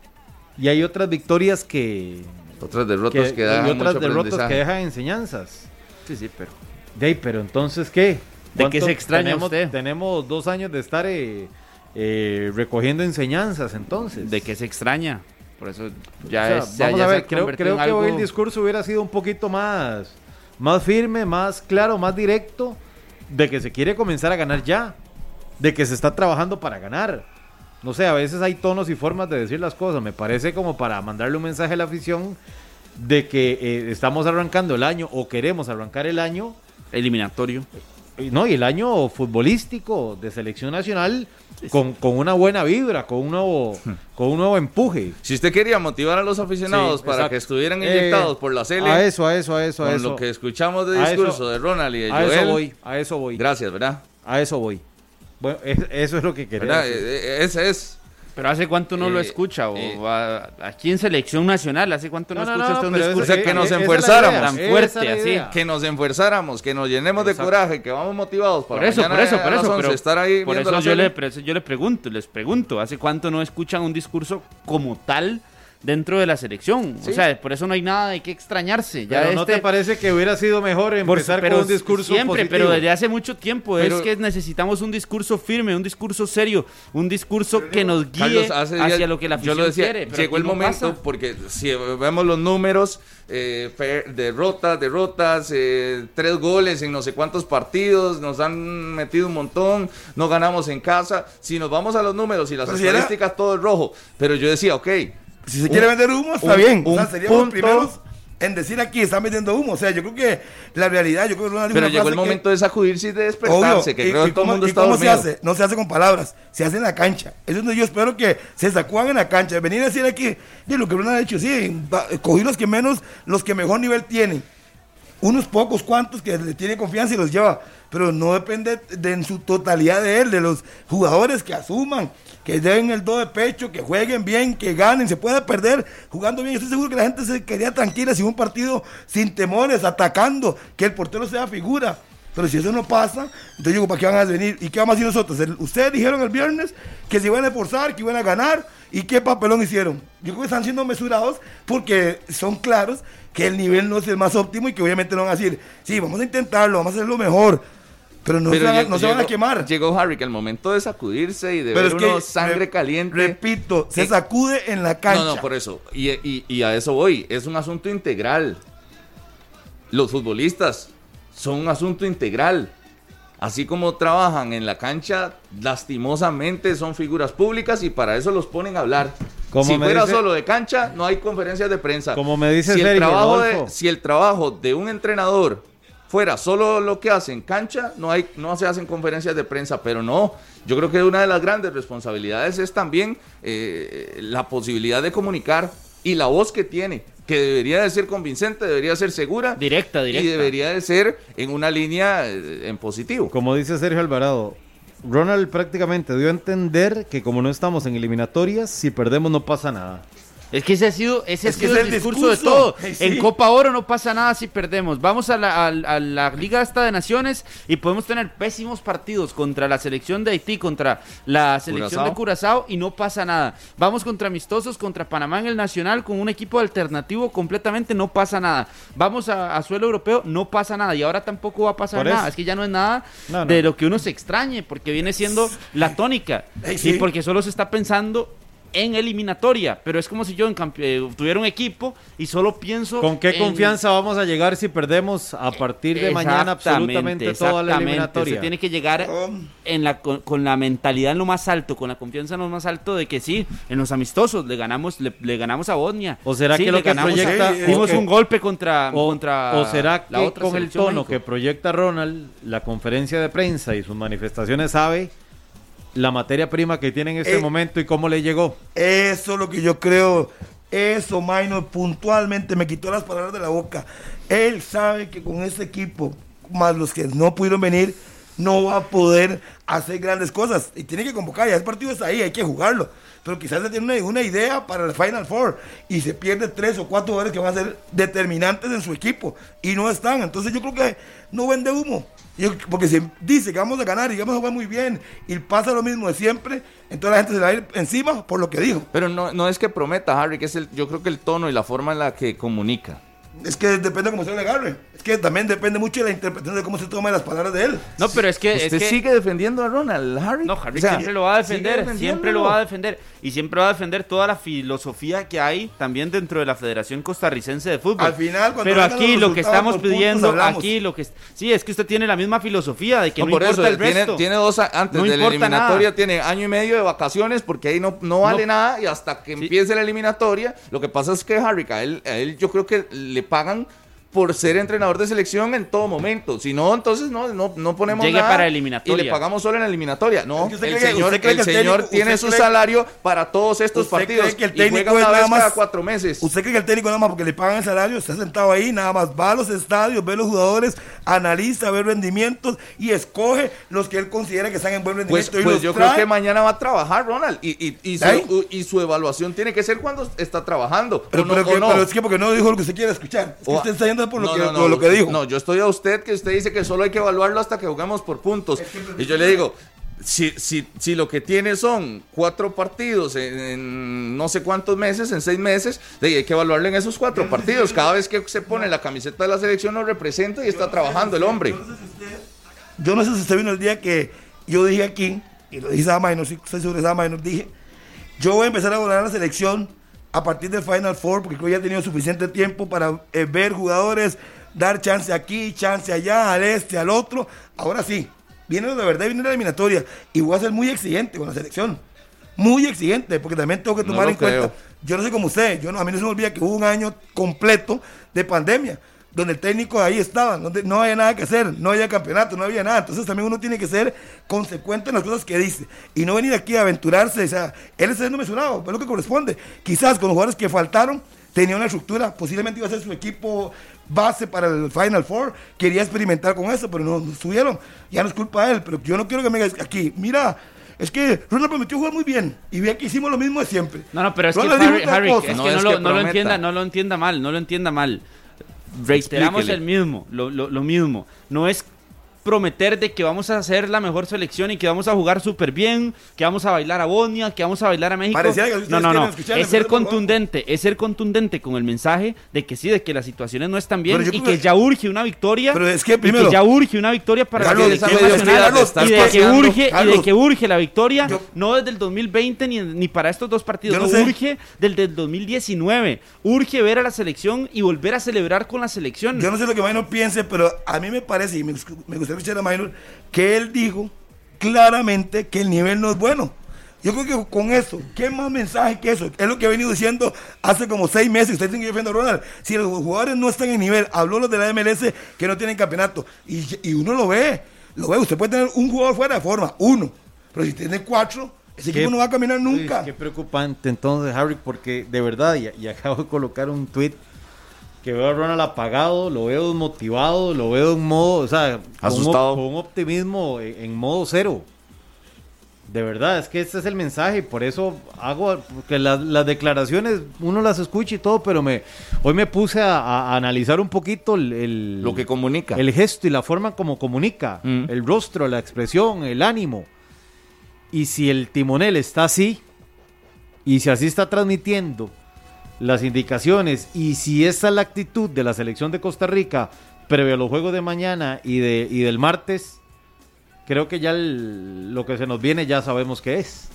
y hay otras victorias otras derrotas que dejan enseñanzas. Sí, pero. Pero entonces, ¿qué? ¿De qué se extraña usted? Tenemos 2 años de estar recogiendo enseñanzas, entonces. ¿De qué se extraña? Por eso vamos a ver, creo que hoy el discurso hubiera sido un poquito más firme, más claro, más directo, de que se quiere comenzar a ganar ya, de que se está trabajando para ganar. No sé, a veces hay tonos y formas de decir las cosas. Me parece como para mandarle un mensaje a la afición de que estamos arrancando el año o queremos arrancar el año eliminatorio. No, y el año futbolístico de selección nacional con una buena vibra, con un nuevo empuje. Si usted quería motivar a los aficionados para que estuvieran inyectados por la Sele, a eso. Con lo que escuchamos de discurso de Ronald y de Joel. A eso voy. Gracias, ¿verdad? A eso voy. Bueno, eso es lo que queremos. Ese es. Pero ¿hace cuánto no lo escucha? Aquí en Selección Nacional, ¿hace cuánto no escucha usted un discurso? Que nos esfuerzáramos. Tan fuerte, así. Que nos esfuerzáramos, que nos llenemos de coraje, que vamos motivados para por eso, pero estar ahí por viendo eso yo les pregunto, ¿hace cuánto no escuchan un discurso como tal dentro de la selección? ¿Sí? O sea, por eso no hay nada de qué extrañarse. Pero ¿no te parece que hubiera sido mejor empezar con un discurso siempre, positivo? Pero desde hace mucho tiempo es que necesitamos un discurso firme, un discus serio, un discuro que nos guíe, Carlos, hacia lo que la afición quiere. Llegó el momento, porque si vemos los números, derrotas, 3 goles en no sé cuántos partidos, nos han metido un montón, no ganamos en casa. Si nos vamos a los números y las estadísticas, todo es rojo. Pero yo decía, ok, si se quiere vender humo, está bien. O sea, seríamos los primeros en decir aquí, están vendiendo humo. O sea, yo creo que la realidad, pero llegó el momento de sacudirse y de despertarse, obvio, que creo que todo el mundo está dormido. ¿Cómo se hace? No se hace con palabras, se hace en la cancha. Eso es donde yo espero que se sacudan en la cancha. Venir a decir aquí, de lo que Bruno ha dicho, sí, cogí los que mejor nivel tienen. Unos pocos cuantos que le tienen confianza y los lleva, pero no depende en su totalidad de él, de los jugadores que asuman, que den el do de pecho, que jueguen bien, que ganen. Se puede perder jugando bien. Estoy seguro que la gente se quedaría tranquila sin un partido sin temores, atacando, que el portero sea figura. Pero si eso no pasa, entonces digo, ¿para qué van a venir? ¿Y qué vamos a hacer nosotros? Ustedes dijeron el viernes que se iban a esforzar, que iban a ganar, ¿y qué papelón hicieron? Yo creo que están siendo mesurados porque son claros que el nivel no es el más óptimo y que obviamente no van a decir, sí, vamos a intentarlo, vamos a hacerlo mejor. Pero no se van a quemar. Llegó Harry, que al momento de sacudirse y de ver sangre caliente. Repito, se sacude en la cancha. No, por eso. Y a eso voy. Es un asunto integral. Los futbolistas son un asunto integral. Así como trabajan en la cancha, lastimosamente son figuras públicas y para eso los ponen a hablar. Si fuera solo de cancha, no hay conferencias de prensa. Como me dice si el trabajo de un entrenador fuera solo lo que hace en cancha, no se hacen conferencias de prensa, pero no. Yo creo que una de las grandes responsabilidades es también la posibilidad de comunicar y la voz que tiene, que debería de ser convincente, debería de ser segura. Directa. Y debería de ser en una línea en positivo. Como dice Sergio Alvarado, Ronald prácticamente dio a entender que como no estamos en eliminatorias, si perdemos no pasa nada. Es que ese ha sido el discurso de todo. Sí. En Copa Oro no pasa nada si perdemos. Vamos a la Liga esta de Naciones y podemos tener pésimos partidos contra la selección de Haití, contra la selección de Curazao y no pasa nada. Vamos contra amistosos, contra Panamá en el Nacional con un equipo alternativo completamente, no pasa nada. Vamos a suelo europeo, no pasa nada. Y ahora tampoco va a pasar nada. Es que ya no es nada de lo que uno se extrañe, porque viene siendo la tónica. Y porque solo se está pensando en eliminatoria, pero es como si yo tuviera un equipo y solo pienso ¿con qué confianza vamos a llegar si perdemos a partir de mañana absolutamente toda la eliminatoria? Se tiene que llegar con la mentalidad en lo más alto, con la confianza en lo más alto de que sí, en los amistosos le ganamos a Bosnia. ¿O será que lo que proyecta dimos un golpe contra o será la que otra con el tono que proyecta Ronald, la conferencia de prensa y sus manifestaciones sabe la materia prima que tiene en este momento y cómo le llegó? Eso es lo que yo creo. Eso, Minor, puntualmente me quitó las palabras de la boca. Él sabe que con este equipo, más los que no pudieron venir, no va a poder hacer grandes cosas. Y tiene que convocar, ya el partido está ahí, hay que jugarlo. Pero quizás se tiene una idea para el Final Four y se pierde 3 o 4 jugadores que van a ser determinantes en su equipo y no están. Entonces yo creo que no vende humo. Porque si dice que vamos a ganar y que vamos a jugar muy bien y pasa lo mismo de siempre, entonces la gente se le va a ir encima por lo que dijo. Pero no es que prometa, Harry, que yo creo que el tono y la forma en la que comunica. Es que depende de cómo se le agarre. Es que también depende mucho de la interpretación de cómo se toman las palabras de él. No, pero es que... Usted sigue defendiendo a Ronald, Harry. No, Harry siempre lo va a defender, siempre lo va a defender. Y siempre va a defender toda la filosofía que hay también dentro de la Federación Costarricense de Fútbol. Al final, cuando pero aquí lo que estamos pidiendo, sí, es que usted tiene la misma filosofía de que no importa eso, el resto. Tiene 2 antes de la eliminatoria, tiene año y medio de vacaciones porque ahí no vale nada y hasta que empiece la eliminatoria. Lo que pasa es que Harry, a él yo creo que le pagan por ser entrenador de selección en todo momento. Si no, entonces no ponemos Llegue nada para eliminatoria. Y le pagamos solo en la eliminatoria. No, el señor tiene su salario para todos estos partidos que el técnico y juega una vez cada 4 meses. ¿Usted cree que el técnico nada más porque le pagan el salario está sentado ahí, nada más va a los estadios, ve a los jugadores, analiza, ve rendimientos y escoge los que él considera que están en buen rendimiento? Pues yo creo que mañana va a trabajar, Ronald, y su evaluación tiene que ser cuando está trabajando. Pero es que porque no dijo lo que usted quiere escuchar. Es que usted está yendo por lo que dijo. No, yo estoy a usted que usted dice que solo hay que evaluarlo hasta que juguemos por puntos. Y yo le digo, si lo que tiene son 4 partidos en no sé cuántos meses, en 6 meses, hay que evaluarlo en esos 4 partidos. Cada vez que se pone la camiseta de la selección lo representa y está trabajando el hombre. Yo no sé si usted vino el día que yo dije aquí, y lo dije a Minor, si estoy seguro de Minor, dije, yo voy a empezar a evaluar la selección a partir del Final Four, porque creo que ya he tenido suficiente tiempo para ver jugadores, dar chance aquí, chance allá, al este, al otro. Ahora sí, viene de verdad, viene la eliminatoria, y voy a ser muy exigente con la selección. Muy exigente, porque también tengo que tomar en cuenta. Yo no sé cómo usted, a mí no se me olvida que hubo un año completo de pandemia, donde el técnico ahí estaba, donde no había nada que hacer, no había campeonato, no había nada. Entonces también uno tiene que ser consecuente en las cosas que dice y no venir aquí a aventurarse. O sea, él está siendo mesurado, es lo que corresponde. Quizás con los jugadores que faltaron tenía una estructura, posiblemente iba a ser su equipo base para el Final Four, quería experimentar con eso, pero no estuvieron. Ya no es culpa de él, pero yo no quiero que me digas aquí, mira, es que Ronald prometió jugar muy bien y bien que hicimos lo mismo de siempre. No, pero es Ronald que Harry, es que no lo entienda mal. Reiteramos lo mismo. No es prometer de que vamos a hacer la mejor selección y que vamos a jugar súper bien, que vamos a bailar a Bosnia, que vamos a bailar a México. No. Es ser contundente con el mensaje de que sí, de que las situaciones no están bien y que ya urge una victoria. Pero es que primero, ya urge una victoria para la selección nacional y de que urge la victoria, no desde el 2020 ni para estos 2 partidos, urge desde el 2019. Urge ver a la selección y volver a celebrar con la selección. Yo no sé lo que Minor piense, pero a mí me parece, y me gustaría escuchar a Minor, que él dijo claramente que el nivel no es bueno. Yo creo que con eso, ¿qué más mensaje que eso? Es lo que he venido diciendo hace como 6 meses. Usted tiene que defender a Ronald. Si los jugadores no están en nivel, habló los de la MLS que no tienen campeonato. Y uno lo ve. Usted puede tener un jugador fuera de forma, uno. Pero si tiene 4, ese equipo no va a caminar nunca. Qué preocupante entonces, Harry, porque de verdad, y acabo de colocar un tweet que veo a Ronald apagado, lo veo desmotivado, lo veo en modo, o sea, asustado, con un optimismo en modo 0. De verdad, es que ese es el mensaje, por eso hago, porque las declaraciones uno las escucha y todo, pero hoy me puse a analizar un poquito lo que comunica, el gesto y la forma como comunica, el rostro, la expresión, el ánimo. Y si el timonel está así, y si así está transmitiendo las indicaciones, y si esa es la actitud de la selección de Costa Rica previo a los juegos de mañana y del martes, creo que ya lo que se nos viene ya sabemos qué es.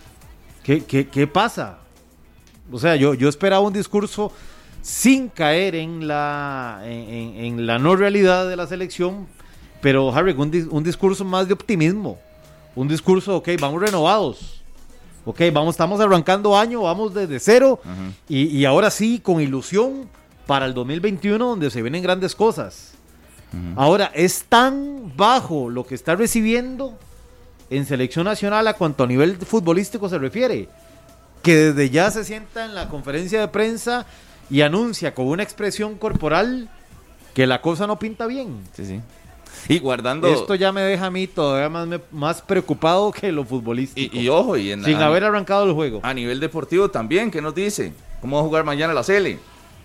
¿Qué pasa? O sea, yo esperaba un discurso sin caer en la no realidad de la selección, pero Harry, un discurso más de optimismo, un discurso, ok, vamos renovados. Ok, estamos arrancando año, vamos desde 0 y ahora sí, con ilusión para el 2021 donde se vienen grandes cosas. Ahora, es tan bajo lo que está recibiendo en selección nacional a cuanto a nivel futbolístico se refiere, que desde ya se sienta en la conferencia de prensa y anuncia con una expresión corporal que la cosa no pinta bien. Sí. Y guardando... Esto ya me deja a mí todavía más preocupado que lo futbolístico. Y ojo, sin haber arrancado el juego. A nivel deportivo también, ¿qué nos dice? ¿Cómo va a jugar mañana la Sele?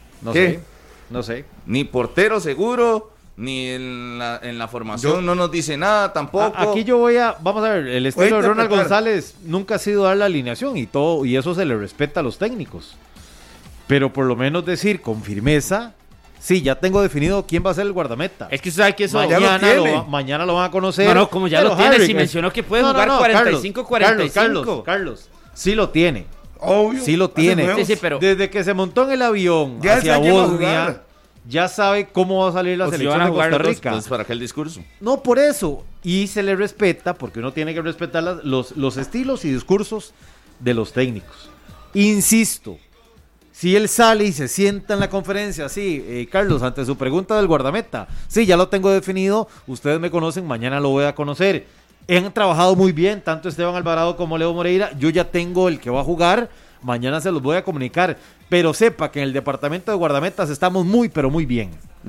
No sé. Ni portero seguro, ni en la formación no nos dice nada tampoco. Aquí vamos a ver, el estilo de Ronald González nunca ha sido dar la alineación y eso se le respeta a los técnicos. Pero por lo menos decir con firmeza... Sí, ya tengo definido quién va a ser el guardameta. Es que usted sabe que eso mañana lo van a conocer. No, como ya lo tiene, si mencionó que puede jugar 45-45. Carlos, sí lo tiene. Obvio. Sí lo tiene. Sí, pero desde que se montó en el avión hacia Bosnia, ya sabe cómo va a salir la selección de Costa Rica. Entonces, ¿para qué el discurso? No, por eso. Y se le respeta, porque uno tiene que respetar los estilos y discursos de los técnicos. Insisto. Si él sale y se sienta en la conferencia, sí, Carlos, ante su pregunta del guardameta, sí, ya lo tengo definido, ustedes me conocen, mañana lo voy a conocer. Han trabajado muy bien, tanto Esteban Alvarado como Leo Moreira, yo ya tengo el que va a jugar, mañana se los voy a comunicar, pero sepa que en el departamento de guardametas estamos muy, pero muy bien.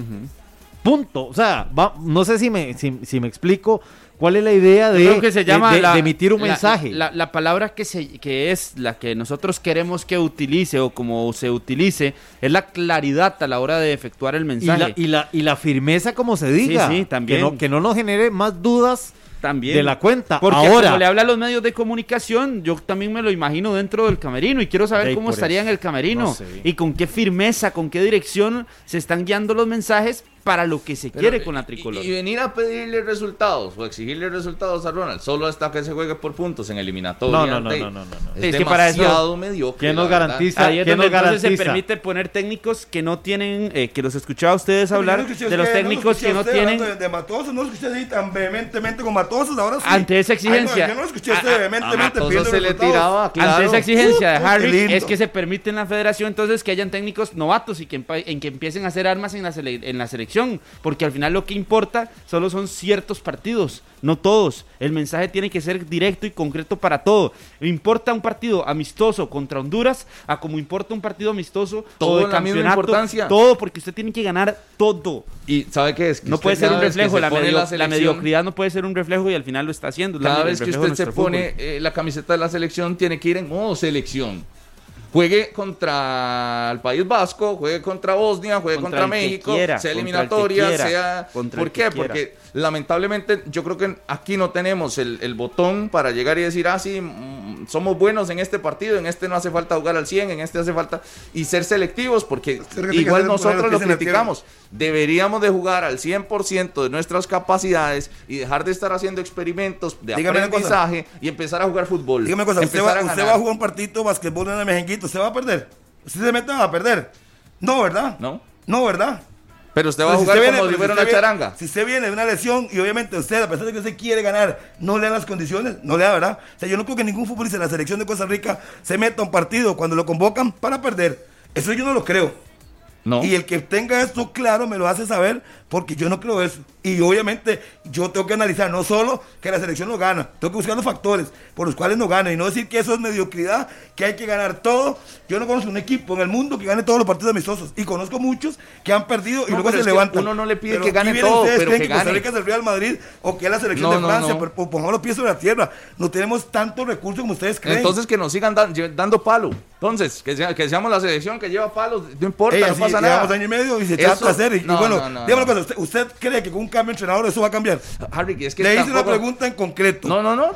Punto, o sea, no sé si me explico. ¿Cuál es la idea de emitir un mensaje? La palabra que es la que nosotros queremos que utilice o como se utilice es la claridad a la hora de efectuar el mensaje. Y la firmeza como se diga. Sí, también. Que no nos genere más dudas también de la cuenta. Porque ahora, como le habla a los medios de comunicación, yo también me lo imagino dentro del camerino y quiero saber cómo estaría en el camerino y con qué firmeza, con qué dirección se están guiando los mensajes para lo que se quiere con la tricolor. Y venir a pedirle resultados o exigirle resultados a Ronald solo hasta que se juegue por puntos en eliminatoria. No. Es que para eso mediocre. ¿Quién nos garantiza? Ahí es donde entonces se permite poner técnicos que no tienen, que los escuchaba a ustedes hablar de los técnicos que no tienen. De Matosos, no lo escuché así tan vehementemente con Matosos, ahora sí. Ante esa exigencia. Yo no lo escuché vehementemente pidiendo se le tiraba, claro. Ante esa exigencia de Harry es que se permite en la federación entonces que hayan técnicos novatos y que empiecen a hacer armas en la selección, porque al final lo que importa solo son ciertos partidos, no todos. El mensaje tiene que ser directo y concreto para todo. Importa un partido amistoso contra Honduras a como importa un partido amistoso todo o de en la misma campeonato, importancia. todo, porque usted tiene que ganar todo. Y ¿sabe qué es? Que no puede ser un reflejo, la selección, mediocridad no puede ser un reflejo y al final lo está haciendo. Cada vez que usted se pone la camiseta de la selección tiene que ir en modo selección. Juegue contra el País Vasco, juegue contra Bosnia, juegue contra México, sea eliminatoria, sea... ¿Por qué? Porque lamentablemente yo creo que aquí no tenemos el botón para llegar y decir, sí, somos buenos en este partido, en este no hace falta jugar al 100, en este hace falta... Y ser selectivos, porque igual nosotros lo criticamos. Deberíamos de jugar al 100% de nuestras capacidades y dejar de estar haciendo experimentos de aprendizaje y empezar a jugar fútbol. Dígame una cosa, usted va a jugar un partito de basquetbol en el Mejenguito, ¿usted va a perder? ¿Usted se mete a perder? No, ¿verdad? No, ¿verdad? Pero usted va a jugar como si fuera una charanga. Si usted viene de una lesión y obviamente usted, a pesar de que usted quiere ganar, no le da las condiciones, no le da, ¿verdad? O sea, yo no creo que ningún futbolista de la selección de Costa Rica se meta a un partido cuando lo convocan para perder. Eso yo no lo creo. No. Y el que tenga esto claro me lo hace saber, porque yo no creo eso. Y obviamente yo tengo que analizar no solo que la selección no gana, tengo que buscar los factores por los cuales no gana y no decir que eso es mediocridad, que hay que ganar todo. Yo no conozco un equipo en el mundo que gane todos los partidos amistosos y conozco muchos que han perdido y luego se levantan. Uno no le pide que gane todo, pero que gane. Costa Rica es el Real Madrid o que es la selección de Francia, pero pongamos los pies sobre la tierra. No tenemos tantos recursos como ustedes creen. Entonces que nos sigan dando palo. Entonces, que seamos la selección que lleva palos, no importa, no pasa nada. Llevamos año y medio y se trata de hacer. Y bueno, dígame una cosa, ¿usted cree que con un cambio de entrenador eso va a cambiar? Harry, es que le hice una pregunta en concreto. No.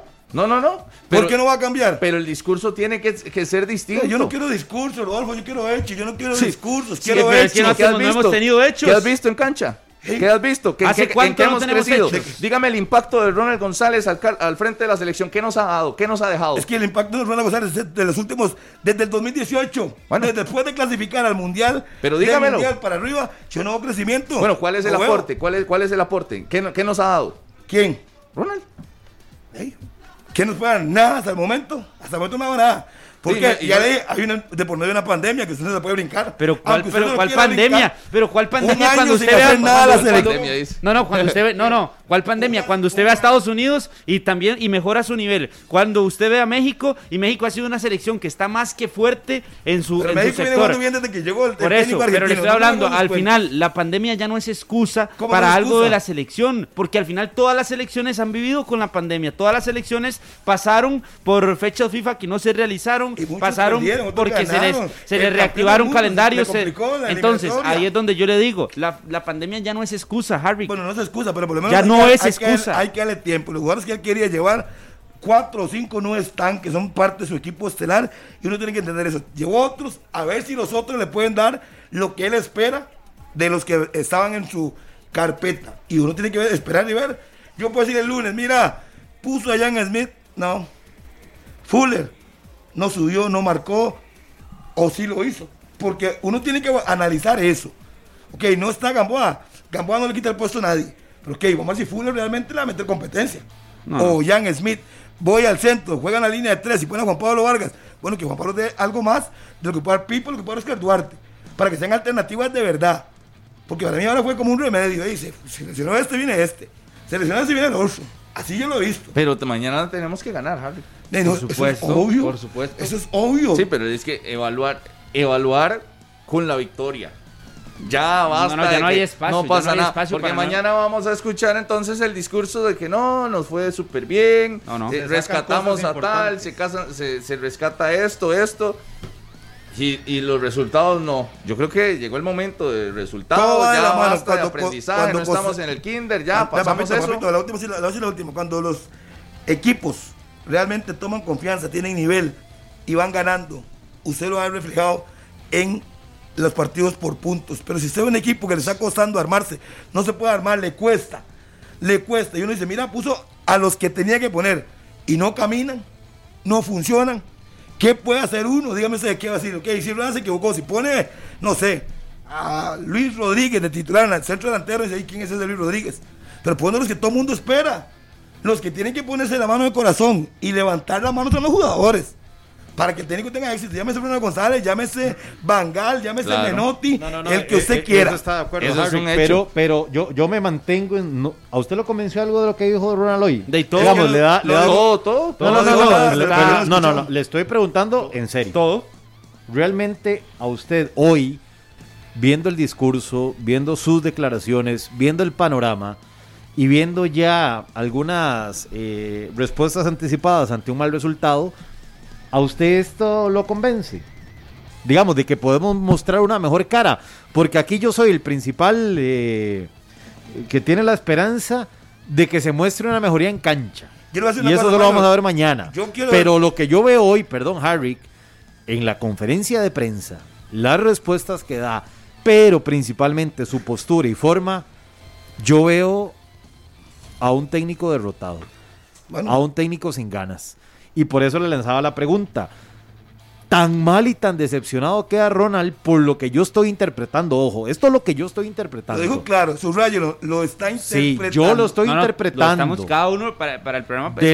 ¿Por qué no va a cambiar? Pero el discurso tiene que ser distinto. Yo no quiero discurso, Rodolfo, yo quiero hechos. Yo no quiero discursos, quiero hechos. Es que no hemos tenido hechos. ¿Qué has visto en cancha? ¿Qué has visto? ¿Hace cuánto hemos crecido? Hechos? Dígame el impacto de Ronald González al frente de la selección. ¿Qué nos ha dado? ¿Qué nos ha dejado? Es que el impacto de Ronald González es de los últimos, desde el 2018, desde después de clasificar al Mundial, pero dígamelo. Mundial para arriba, yo no veo crecimiento. Bueno, ¿cuál es el aporte? ¿Cuál es el aporte? ¿Qué nos ha dado? ¿Quién? Ronald. ¿Qué nos puede dar? Nada hasta el momento. Hasta el momento no ha dado nada. Porque ya hay de por medio de una pandemia que usted no se puede brincar. Pero ¿cuál pandemia? Pero ¿cuál pandemia cuando usted vea nada la selección? Cuando usted ve, ¿Cuál pandemia? Cuando usted ve a Estados Unidos y mejora su nivel. Cuando usted ve a México, y México ha sido una selección que está más que fuerte en su sector. Bien desde que llegó el Por eso, pero le estoy hablando, al final, la pandemia ya no es excusa para algo de la selección, porque al final todas las selecciones han vivido con la pandemia, todas las selecciones pasaron por fechas FIFA que no se realizaron, pasaron porque se les reactivaron calendarios. Entonces, ahí es donde yo le digo, la pandemia ya no es excusa, Harry. Bueno, no es excusa, pero por lo menos ya no es excusa. Hay que darle tiempo. Los jugadores que él quería llevar, 4 o 5 no están, que son parte de su equipo estelar, y uno tiene que entender eso. Llevó otros, a ver si los otros le pueden dar lo que él espera de los que estaban en su carpeta. Y uno tiene que esperar y ver. Yo puedo decir el lunes, mira, puso a Ian Smith, no. Fuller, no subió, no marcó, o sí lo hizo. Porque uno tiene que analizar eso. Ok, no está Gamboa. Gamboa no le quita el puesto a nadie. Pero ok, vamos a ver si Fuller realmente le va a meter competencia. O Ian Smith. Voy al centro, juegan la línea de 3 y ponen a Juan Pablo Vargas. Bueno, que Juan Pablo dé algo más de lo que puede dar Pipo, lo que puede dar Oscar Duarte. Para que sean alternativas de verdad. Porque para mí ahora fue como un remedio. Dice, seleccionó este, viene este. Seleccionó este, viene el otro. Así yo lo he visto. Pero mañana tenemos que ganar, Harry. Por supuesto. Eso es obvio. Por supuesto. Eso es obvio. Sí, pero es que evaluar con la victoria. Ya basta. Ya no hay espacio. No pasa nada. Porque mañana vamos a escuchar entonces el discurso de que no, nos fue súper bien. Rescatamos a tal, se rescata esto. Y los resultados no. Yo creo que llegó el momento de resultados. Ya basta de aprendizaje. No estamos en el kinder. Ya pasamos eso. La última. Cuando los equipos realmente toman confianza, tienen nivel y van ganando, usted lo ha reflejado en los partidos por puntos. Pero si usted ve un equipo que le está costando armarse, no se puede armar, le cuesta. Y uno dice, mira, puso a los que tenía que poner y no caminan, no funcionan. ¿Qué puede hacer uno? Dígame de qué va a decir. Ok, si Ronald se equivocó, si pone, no sé, a Luis Rodríguez de titular en el centro delantero, y dice, ¿quién es ese Luis Rodríguez? Pero pone los que todo el mundo espera. Los que tienen que ponerse la mano en el corazón y levantar la mano son los jugadores. Para que el técnico tenga éxito, llámese Bruno González, llámese Bangal, llámese Menotti, el que usted quiera. Eso está de acuerdo, eso Harry, es un hecho. Pero yo me mantengo en... ¿A usted lo convenció algo de lo que dijo Ronald hoy? De todo. Digamos, le da todo. No, le estoy preguntando en serio. Todo. Realmente a usted hoy, viendo el discurso, viendo sus declaraciones, viendo el panorama y viendo ya algunas respuestas anticipadas ante un mal resultado, ¿a usted esto lo convence? Digamos, de que podemos mostrar una mejor cara. Porque aquí yo soy el principal que tiene la esperanza de que se muestre una mejoría en cancha. Y eso lo vamos a ver mañana. Pero lo que yo veo hoy, perdón, Harry, en la conferencia de prensa, las respuestas que da, pero principalmente su postura y forma, yo veo a un técnico derrotado, a un técnico sin ganas. Y por eso le lanzaba la pregunta. Tan mal y tan decepcionado queda Ronald por lo que yo estoy interpretando. Ojo, esto es lo que yo estoy interpretando. Lo dijo claro, subrayo, lo está interpretando. Sí, yo lo estoy interpretando. Lo estamos cada uno para el programa. De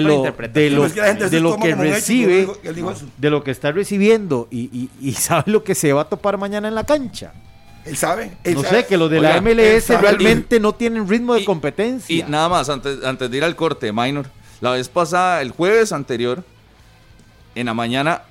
lo que recibe, de lo que está recibiendo y sabe lo que se va a topar mañana en la cancha. Él sabe. No sé, que los de la MLS realmente no tienen ritmo de competencia. Y nada más, antes de ir al corte, Minor, la vez pasada, el jueves anterior, en la mañana,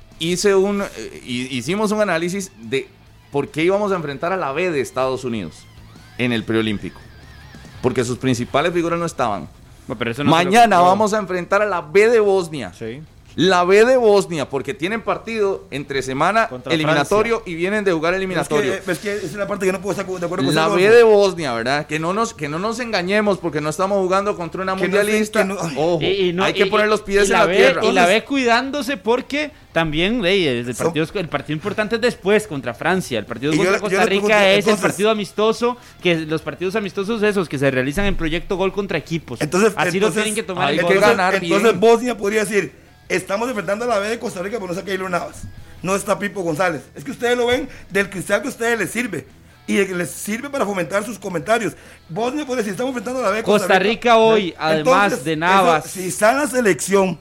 hicimos un análisis de por qué íbamos a enfrentar a la B de Estados Unidos en el preolímpico. Porque sus principales figuras no estaban. Pero eso no mañana vamos a enfrentar a la B de Bosnia. Sí. La B de Bosnia, porque tienen partido entre semana contra eliminatorio Francia. Y vienen de jugar eliminatorio. Es que es la parte que no puedo estar de acuerdo con la B de Bosnia, ¿verdad? Que no nos engañemos porque no estamos jugando contra una mundialista. Ojo, hay que poner los pies en la tierra. Y la B cuidándose porque también el partido importante es después contra Francia. El partido contra Costa Rica es el partido amistoso, que los partidos amistosos esos que se realizan en Proyecto Gol contra equipos. Así lo tienen que tomar en cuenta. Entonces Bosnia podría decir, estamos enfrentando a la B de Costa Rica, pero no está Keylor Navas, no está Pipo González. Es que ustedes lo ven del cristal que a ustedes les sirve y les sirve para fomentar sus comentarios. Bosnia puede decir, estamos enfrentando a la B de Costa Rica hoy, además entonces, de Navas. Si está en la selección,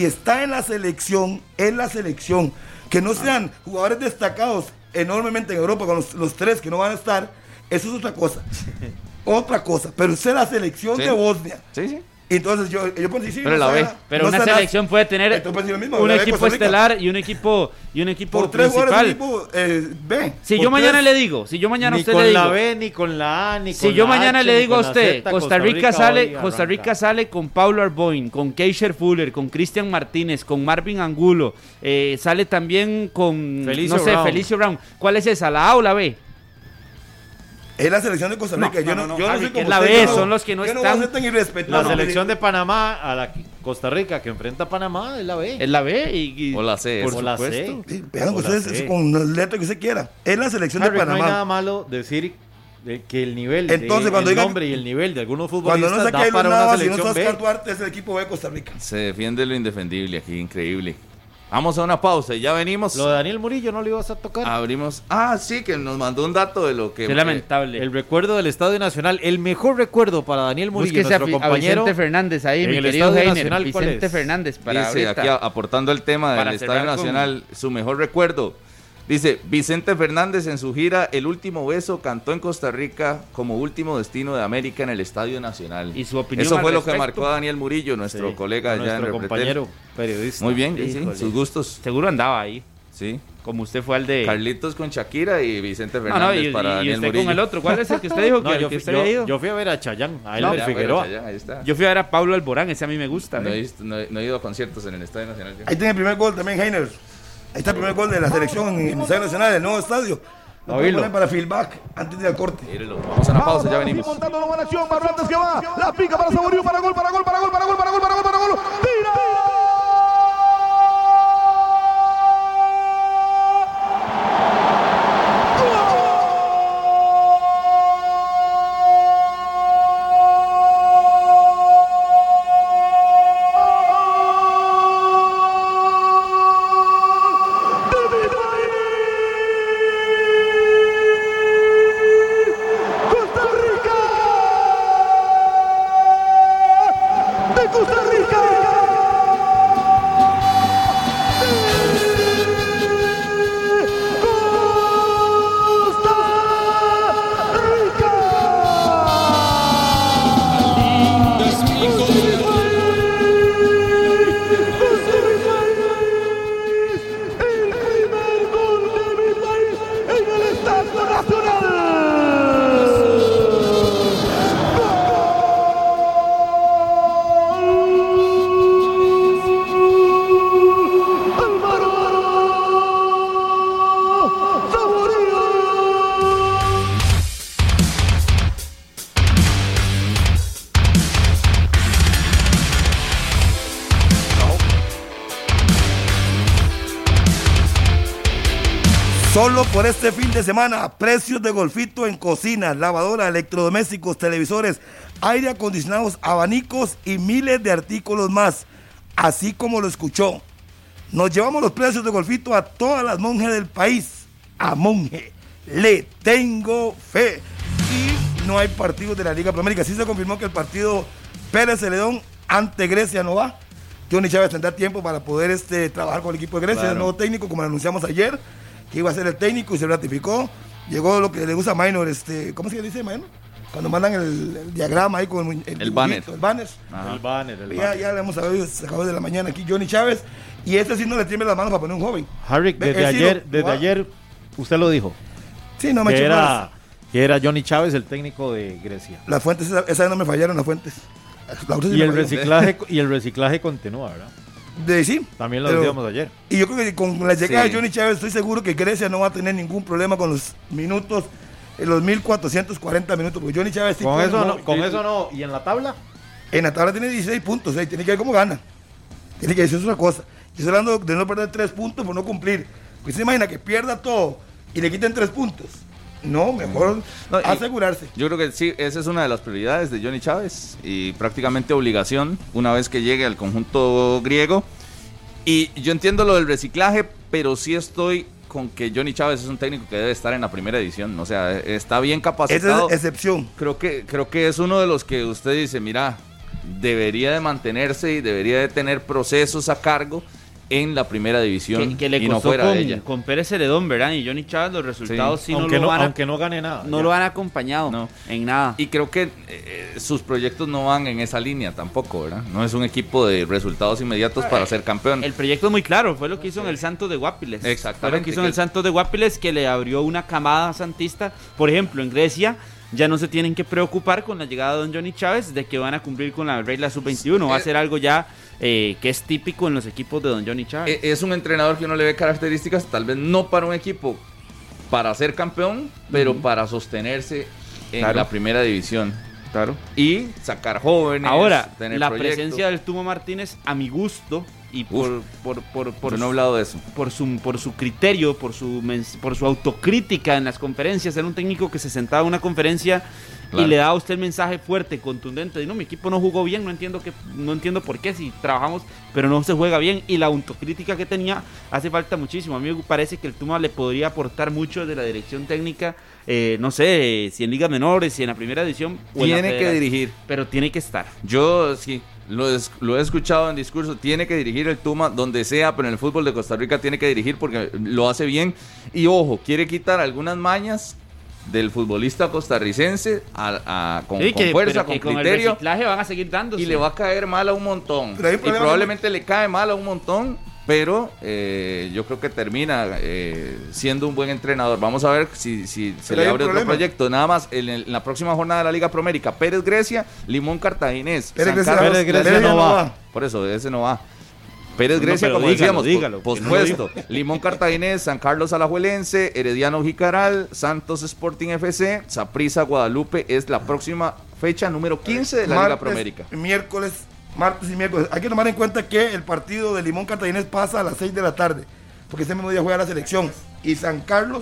es la selección. Que no sean jugadores destacados enormemente en Europa con los tres que no van a estar, eso es otra cosa. otra cosa, pero usted la selección de Bosnia. Sí. Entonces yo pensé, sí, pero la ve. Pero no una selección puede tener un equipo estelar y un equipo por principal. Equipo, B. Si yo mañana le digo, si yo mañana a usted le digo, ni con la B, ni con la A, ni con si yo la mañana H, le digo a usted, Z, Costa Rica sale con Paulo Arboin, con Keisher Fuller, con Cristian Martínez, con Marvin Angulo, sale también con Felicio Brown. ¿Cuál es esa, la A o la B? Es la selección de Costa Rica. Yo no sé cómo la B, son los que no están. No voy a ser tan irrespetuoso. La selección de Panamá a la Costa Rica que enfrenta a Panamá es la B. Es la B o la C, por supuesto. Vean ustedes con la letra que usted quiera. Es la selección de Panamá. No hay nada malo decir que el nivel, entonces, cuando el nombre y el nivel de algunos futbolistas cuando no da para una selección si no B. Oscar Duarte es el equipo B de Costa Rica. Se defiende lo indefendible aquí, increíble. Vamos a una pausa y ya venimos. Lo de Daniel Murillo no lo ibas a tocar. Abrimos. Sí, que nos mandó un dato de lo que. Qué lamentable. El recuerdo del Estadio Nacional. El mejor recuerdo para Daniel Murillo, nuestro compañero. Vicente Fernández ahí, mi querido Heiner. Vicente Fernández para dice, ahorita. aquí aportando el tema del Estadio Nacional, su mejor recuerdo. Dice, Vicente Fernández en su gira El Último Beso cantó en Costa Rica como último destino de América en el Estadio Nacional. Y su opinión eso fue lo que marcó a Daniel Murillo, nuestro colega allá en Repretel. Compañero periodista. Muy bien, sí, sus gustos. Seguro andaba ahí. Sí. Como usted fue al de... Carlitos con Shakira y Vicente Fernández para Daniel usted Murillo. Con el otro. ¿Cuál es el que usted dijo que usted había ido? Yo fui a ver a Chayanne, a Elmer Figueroa. Ahí está. Yo fui a ver a Pablo Alborán, ese a mí me gusta. No he ido a conciertos en el Estadio Nacional. Ahí tiene el primer gol también, Heiner. Ahí está el primer gol de la selección en el Estadio Nacional, el nuevo estadio. Lo voy a poner para feedback antes de ir al corte. Mírelo, vamos a una pausa, ya venimos. Montando una buena acción, Barrantes que va, la pica para Saborío, para gol. ¡Tira! Solo por este fin de semana, precios de Golfito en cocinas, lavadoras, electrodomésticos, televisores, aire acondicionados, abanicos y miles de artículos más. Así como lo escuchó. Nos llevamos los precios de Golfito a todas las monjes del país. A Monje le tengo fe. Y no hay partidos de la Liga Promérica. Sí se confirmó que el partido Pérez Celedón ante Grecia no va. Johnny Chávez tendrá tiempo para poder trabajar con el equipo de Grecia, claro. El nuevo técnico, como lo anunciamos ayer, que iba a ser el técnico y se ratificó. Llegó lo que le gusta a Minor, ¿cómo se dice Minor? Cuando mandan el diagrama ahí con el banner. El banner. Ajá. El banner. Ya le hemos sacado de la mañana aquí Johnny Chávez. Y sí no le tiembla las manos para poner un joven. Harry, desde ayer, usted lo dijo. Sí, no me que era Johnny Chávez el técnico de Grecia. Las fuentes, esa vez no me fallaron las fuentes. Y el reciclaje continúa, ¿verdad? Sí. También lo decíamos ayer. Y yo creo que con la llegada de Johnny Chávez estoy seguro que Grecia no va a tener ningún problema con los minutos, los 1440 minutos, porque Johnny Chávez... Con eso no. ¿Y en la tabla? En la tabla tiene 16 puntos, tiene que ver cómo gana. Tiene que decir otra cosa. Yo estoy hablando de no perder 3 puntos por no cumplir. Pues se imagina que pierda todo y le quiten 3 puntos. No, mejor asegurarse. Yo creo que sí, esa es una de las prioridades de Johnny Chávez y prácticamente obligación una vez que llegue al conjunto griego. Y yo entiendo lo del reciclaje, pero sí estoy con que Johnny Chávez es un técnico que debe estar en la primera edición. O sea, está bien capacitado. Esa es excepción. Creo que es uno de los que usted dice, mira, debería de mantenerse y debería de tener procesos a cargo en la primera división que le y no costó fuera de ella. Con Pérez Celedón, ¿verdad? Y Johnny Chávez, los resultados sí, aunque no gane nada. No lo han acompañado en nada. Y creo que sus proyectos no van en esa línea tampoco, ¿verdad? No es un equipo de resultados inmediatos para ser campeón. El proyecto es muy claro, fue lo que hizo en el Santos de Guápiles. Exactamente. Fue lo que hizo en el Santos de Guápiles, que le abrió una camada santista. Por ejemplo, en Grecia ya no se tienen que preocupar con la llegada de don Johnny Chávez de que van a cumplir con la regla sub-21. Va a ser algo ya que es típico en los equipos de don Johnny Chávez. Es un entrenador que uno le ve características, tal vez no para un equipo para ser campeón, pero para sostenerse en la primera división. Claro. Y sacar jóvenes. Ahora, tener la proyectos. presencia del Tumo Martínez, a mi gusto, y por no he hablado de eso. Por su criterio, por su autocrítica en las conferencias, era un técnico que se sentaba en una conferencia y le daba a usted el mensaje fuerte, contundente, de no, mi equipo no jugó bien, no entiendo por qué, si trabajamos, pero no se juega bien, y la autocrítica que tenía hace falta muchísimo. A mí me parece que el Tuma le podría aportar mucho de la dirección técnica, no sé, si en ligas menores, si en la primera división. Tiene que dirigir. Pero tiene que estar. Yo sí. Lo he escuchado en discurso, tiene que dirigir el Tuma donde sea, pero en el fútbol de Costa Rica tiene que dirigir porque lo hace bien. Y ojo, quiere quitar algunas mañas del futbolista costarricense con fuerza, con criterio. Con el reciclaje van a seguir dándose. Y le va a caer mal a un montón. Y probablemente le cae mal a un montón, pero yo creo que termina siendo un buen entrenador. Vamos a ver si se le abre otro proyecto. Nada más, en la próxima jornada de la Liga Promérica, Pérez Grecia, Limón Cartaginés. Pérez Grecia no va. Por eso, ese no va. Pérez Grecia, como decíamos, pospuesto. Limón Cartaginés, San Carlos Alajuelense, Herediano Jicaral, Santos Sporting FC, Saprissa Guadalupe es la próxima fecha número 15 de la Liga Promérica. Martes y miércoles. Hay que tomar en cuenta que el partido de Limón Cartaginés pasa a las 6 de la tarde, porque ese mismo día juega la selección. Y San Carlos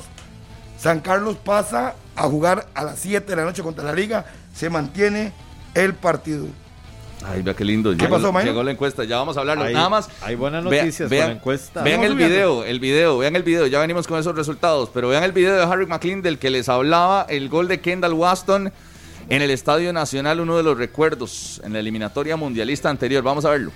pasa a jugar a las 7 de la noche contra la Liga. Se mantiene el partido. Ay, vea qué lindo. ¿Qué pasó, Mayo? Llegó la encuesta, ya vamos a hablarlo. Nada más. Hay buenas noticias con la encuesta. Vean el video, ya venimos con esos resultados, pero vean el video de Harry McLean del que les hablaba, el gol de Kendall Waston en el Estadio Nacional, uno de los recuerdos en la eliminatoria mundialista anterior. Vamos a verlo.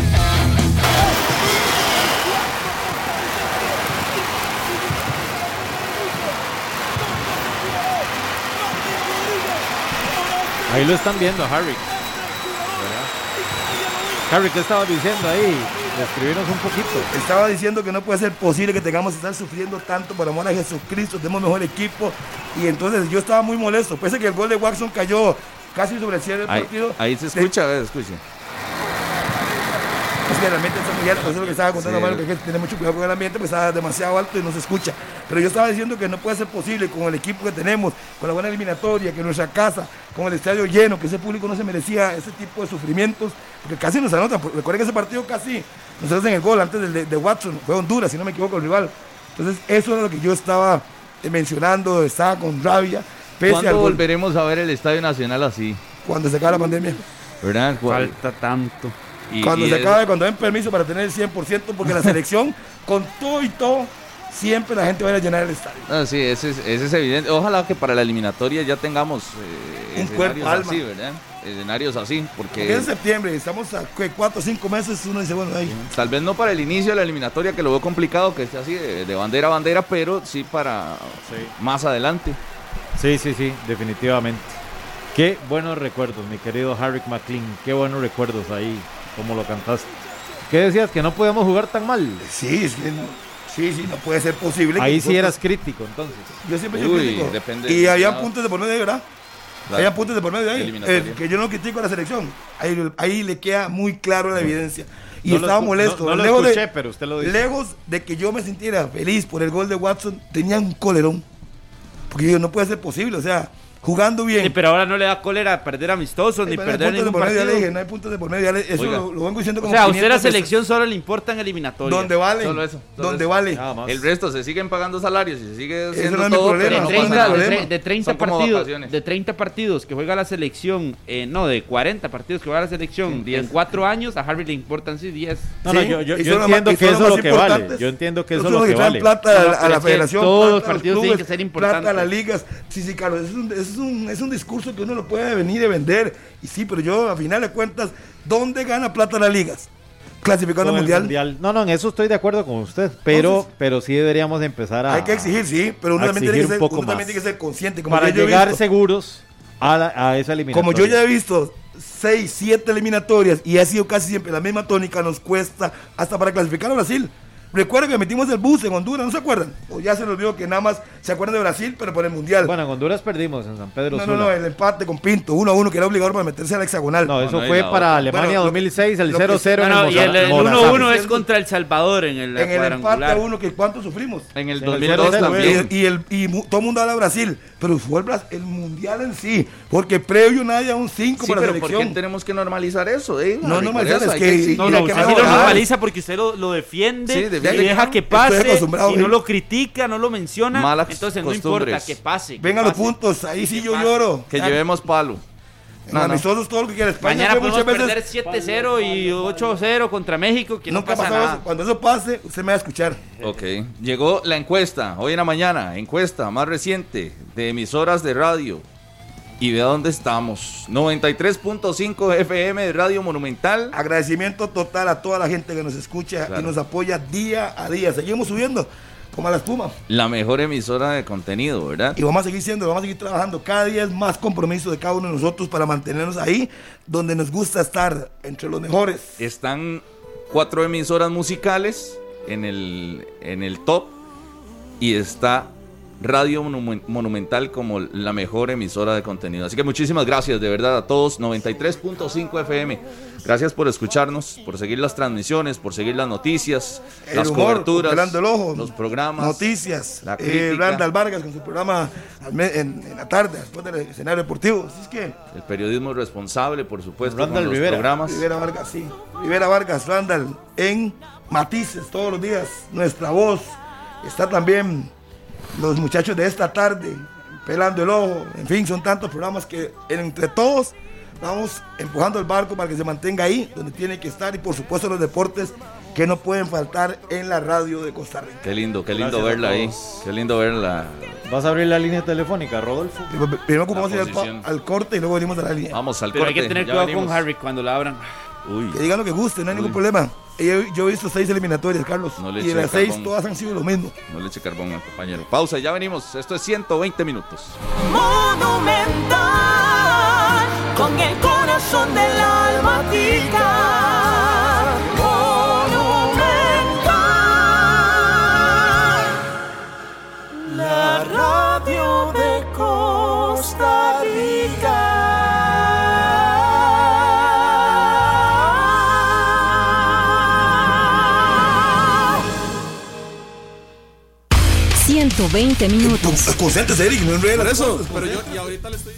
Ahí lo están viendo, Harry. Harry, ¿qué estaba diciendo ahí? Describirnos un poquito. Estaba diciendo que no puede ser posible que tengamos que estar sufriendo tanto por amor a Jesucristo, tenemos mejor equipo. Y entonces yo estaba muy molesto. Pese que el gol de Watson cayó casi sobre el cierre del partido. Ahí se escucha, escuche. Es que el ambiente está muy alto, eso es lo que estaba contando, Mario, que hay que tener mucho cuidado con el ambiente, pues está demasiado alto y no se escucha. Pero yo estaba diciendo que no puede ser posible con el equipo que tenemos, con la buena eliminatoria, que en nuestra casa, con el estadio lleno, que ese público no se merecía ese tipo de sufrimientos, porque casi nos anotan. Recuerden que ese partido casi nos hacen el gol antes de Watson, fue Honduras, si no me equivoco, el rival. Entonces eso era lo que yo estaba mencionando, estaba con rabia. ¿Cuándo volveremos a ver el Estadio Nacional así? Cuando se acabe la pandemia. ¿Verdad? Falta tanto. Cuando den permiso para tener el 100%, porque la selección, con todo y todo, siempre la gente va a ir a llenar el estadio. Sí, ese es evidente. Ojalá que para la eliminatoria ya tengamos un cuerpo así, ¿verdad? Escenarios así, porque en septiembre, estamos a 4 o 5 meses, uno dice, bueno, ahí. Tal vez no para el inicio de la eliminatoria, que lo veo complicado, que esté así de bandera a bandera, pero sí para más adelante. Sí, definitivamente. Qué buenos recuerdos, mi querido Harry McLean, qué buenos recuerdos ahí, como lo cantaste. ¿Qué decías? ¿Que no podíamos jugar tan mal? Sí, no puede ser posible. Ahí sí eras crítico, entonces. Yo siempre soy crítico. Y había puntos de por medio, ¿verdad? Había puntos de por medio ahí. Que yo no critico a la selección. Ahí le queda muy claro la evidencia. Y estaba molesto. No lo escuché, pero usted lo dice. Lejos de que yo me sintiera feliz por el gol de Watson, tenía un colerón. Porque yo, no puede ser posible, o sea, jugando bien. Sí, pero ahora no le da cólera perder amistosos ni perder ningún partido. No hay puntos de por medio. Eso lo vengo diciendo como. O sea, a usted la selección solo le importa en eliminatoria. Donde vale. Solo eso. Donde vale. El resto se siguen pagando salarios y se sigue haciendo no todo. De 30 partidos que juega la selección, de 40 partidos que juega la selección en 4 años, a Harvey le importan 10. Yo entiendo que eso es lo que vale. Yo entiendo que eso es lo que vale. Plata a la federación. Todos los partidos tienen que ser importantes. Plata a las ligas. Sí, Carlos, es un discurso que uno lo puede venir a vender. Y sí, pero yo, a final de cuentas, ¿dónde gana plata las ligas? clasificando al mundial. No, en eso estoy de acuerdo con usted, pero sí deberíamos empezar a... Hay que exigir, sí, pero uno también tiene que ser consciente. Como para llegar seguros a esa eliminatoria. Como yo ya he visto 6, 7 eliminatorias y ha sido casi siempre la misma tónica, nos cuesta hasta para clasificar a Brasil. Recuerden que metimos el bus en Honduras, ¿no se acuerdan? O ya se nos olvidó que nada más se acuerdan de Brasil, pero por el Mundial. Bueno, en Honduras perdimos, en San Pedro Sula. No, el empate con Pinto, 1-1, que era obligador para meterse al hexagonal. No, eso fue para Alemania 2006, el 0-0 en el y el 1-1 es contra El Salvador en el empate a 1, que ¿cuánto sufrimos? En el 2002 también. Y todo el mundo habla de Brasil, pero fue el Mundial en sí, porque previo nadie a un 5 para la selección. ¿Por qué tenemos que normalizar eso? No normalizar, es que... No, así lo normaliza porque usted lo defiende, y deja que pase, y no lo critica, no lo menciona, entonces no importa que pase. Vengan los puntos, ahí sí yo lloro. Que llevemos palo. Amistosos, todo lo que quiera. Mañana podemos perder 7-0 y 8-0 contra México, que no pasa nada. Eso. Cuando eso pase, usted me va a escuchar. Ok, llegó la encuesta, hoy en la mañana, encuesta más reciente de emisoras de radio. ¿Y de dónde estamos? 93.5 FM de Radio Monumental. Agradecimiento total a toda la gente que nos escucha y nos apoya día a día. Seguimos subiendo como a la espuma. La mejor emisora de contenido, ¿verdad? Y vamos a seguir siendo, vamos a seguir trabajando. Cada día es más compromiso de cada uno de nosotros para mantenernos ahí, donde nos gusta estar, entre los mejores. Están 4 emisoras musicales en el top y está Radio Monumental como la mejor emisora de contenido. Así que muchísimas gracias de verdad a todos. 93.5 FM. Gracias por escucharnos, por seguir las transmisiones, por seguir las noticias, las coberturas, el ojo, los programas, noticias. La crítica. Randall Vargas con su programa en la tarde, después del escenario deportivo. Así es que el periodismo responsable, por supuesto, Randall con Rivera. los programas. Rivera Vargas, sí. Rivera Vargas, Randall, en Matices todos los días. Nuestra voz. Está también los muchachos de esta tarde, Pelando el Ojo, en fin, son tantos programas que entre todos vamos empujando el barco para que se mantenga ahí, donde tiene que estar, y por supuesto los deportes que no pueden faltar en la radio de Costa Rica. Qué lindo verla ahí, qué lindo verla. ¿Vas a abrir la línea telefónica, Rodolfo? Primero vamos a ir al corte y luego venimos a la línea. Vamos al Pero corte. hay que tener cuidado con Harry cuando la abran. Que digan lo que guste, no hay ningún problema. Yo he visto 6 eliminatorias, Carlos, y de las 6 todas han sido lo mismo. No le eche carbón al compañero. Pausa, ya venimos. Esto es 120 minutos. Monumental, con el corazón del alma tica. Monumental, la radio de Costa Rica. 120 minutos. Concéntrese, Eric, no enrede las cosas. Pero yo y ahorita le estoy...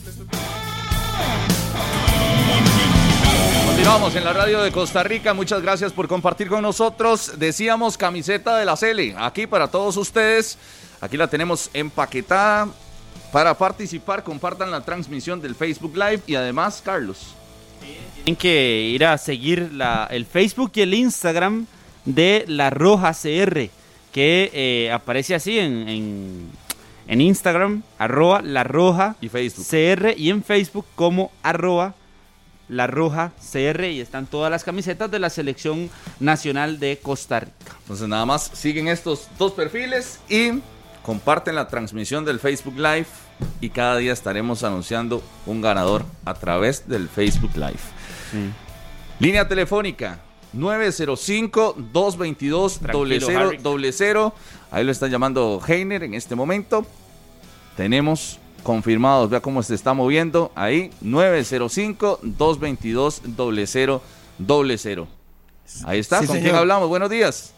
Continuamos en la radio de Costa Rica. Muchas gracias por compartir con nosotros. Decíamos camiseta de la Cele. Aquí para todos ustedes. Aquí la tenemos empaquetada. Para participar, compartan la transmisión del Facebook Live. Y además, Carlos, tienen que ir a seguir el Facebook y el Instagram de La Roja CR, que aparece así en Instagram, @LaRoja y Facebook CR, y en Facebook como @LaRoja CR, y están todas las camisetas de la Selección Nacional de Costa Rica. Entonces nada más siguen estos 2 perfiles y comparten la transmisión del Facebook Live, y cada día estaremos anunciando un ganador a través del Facebook Live. Línea telefónica 905-222-0000. Ahí lo está llamando Heiner en este momento. Tenemos confirmados, vea cómo se está moviendo ahí. 905-222-0000. Ahí está, sí, ¿con señor. quién hablamos? Buenos días.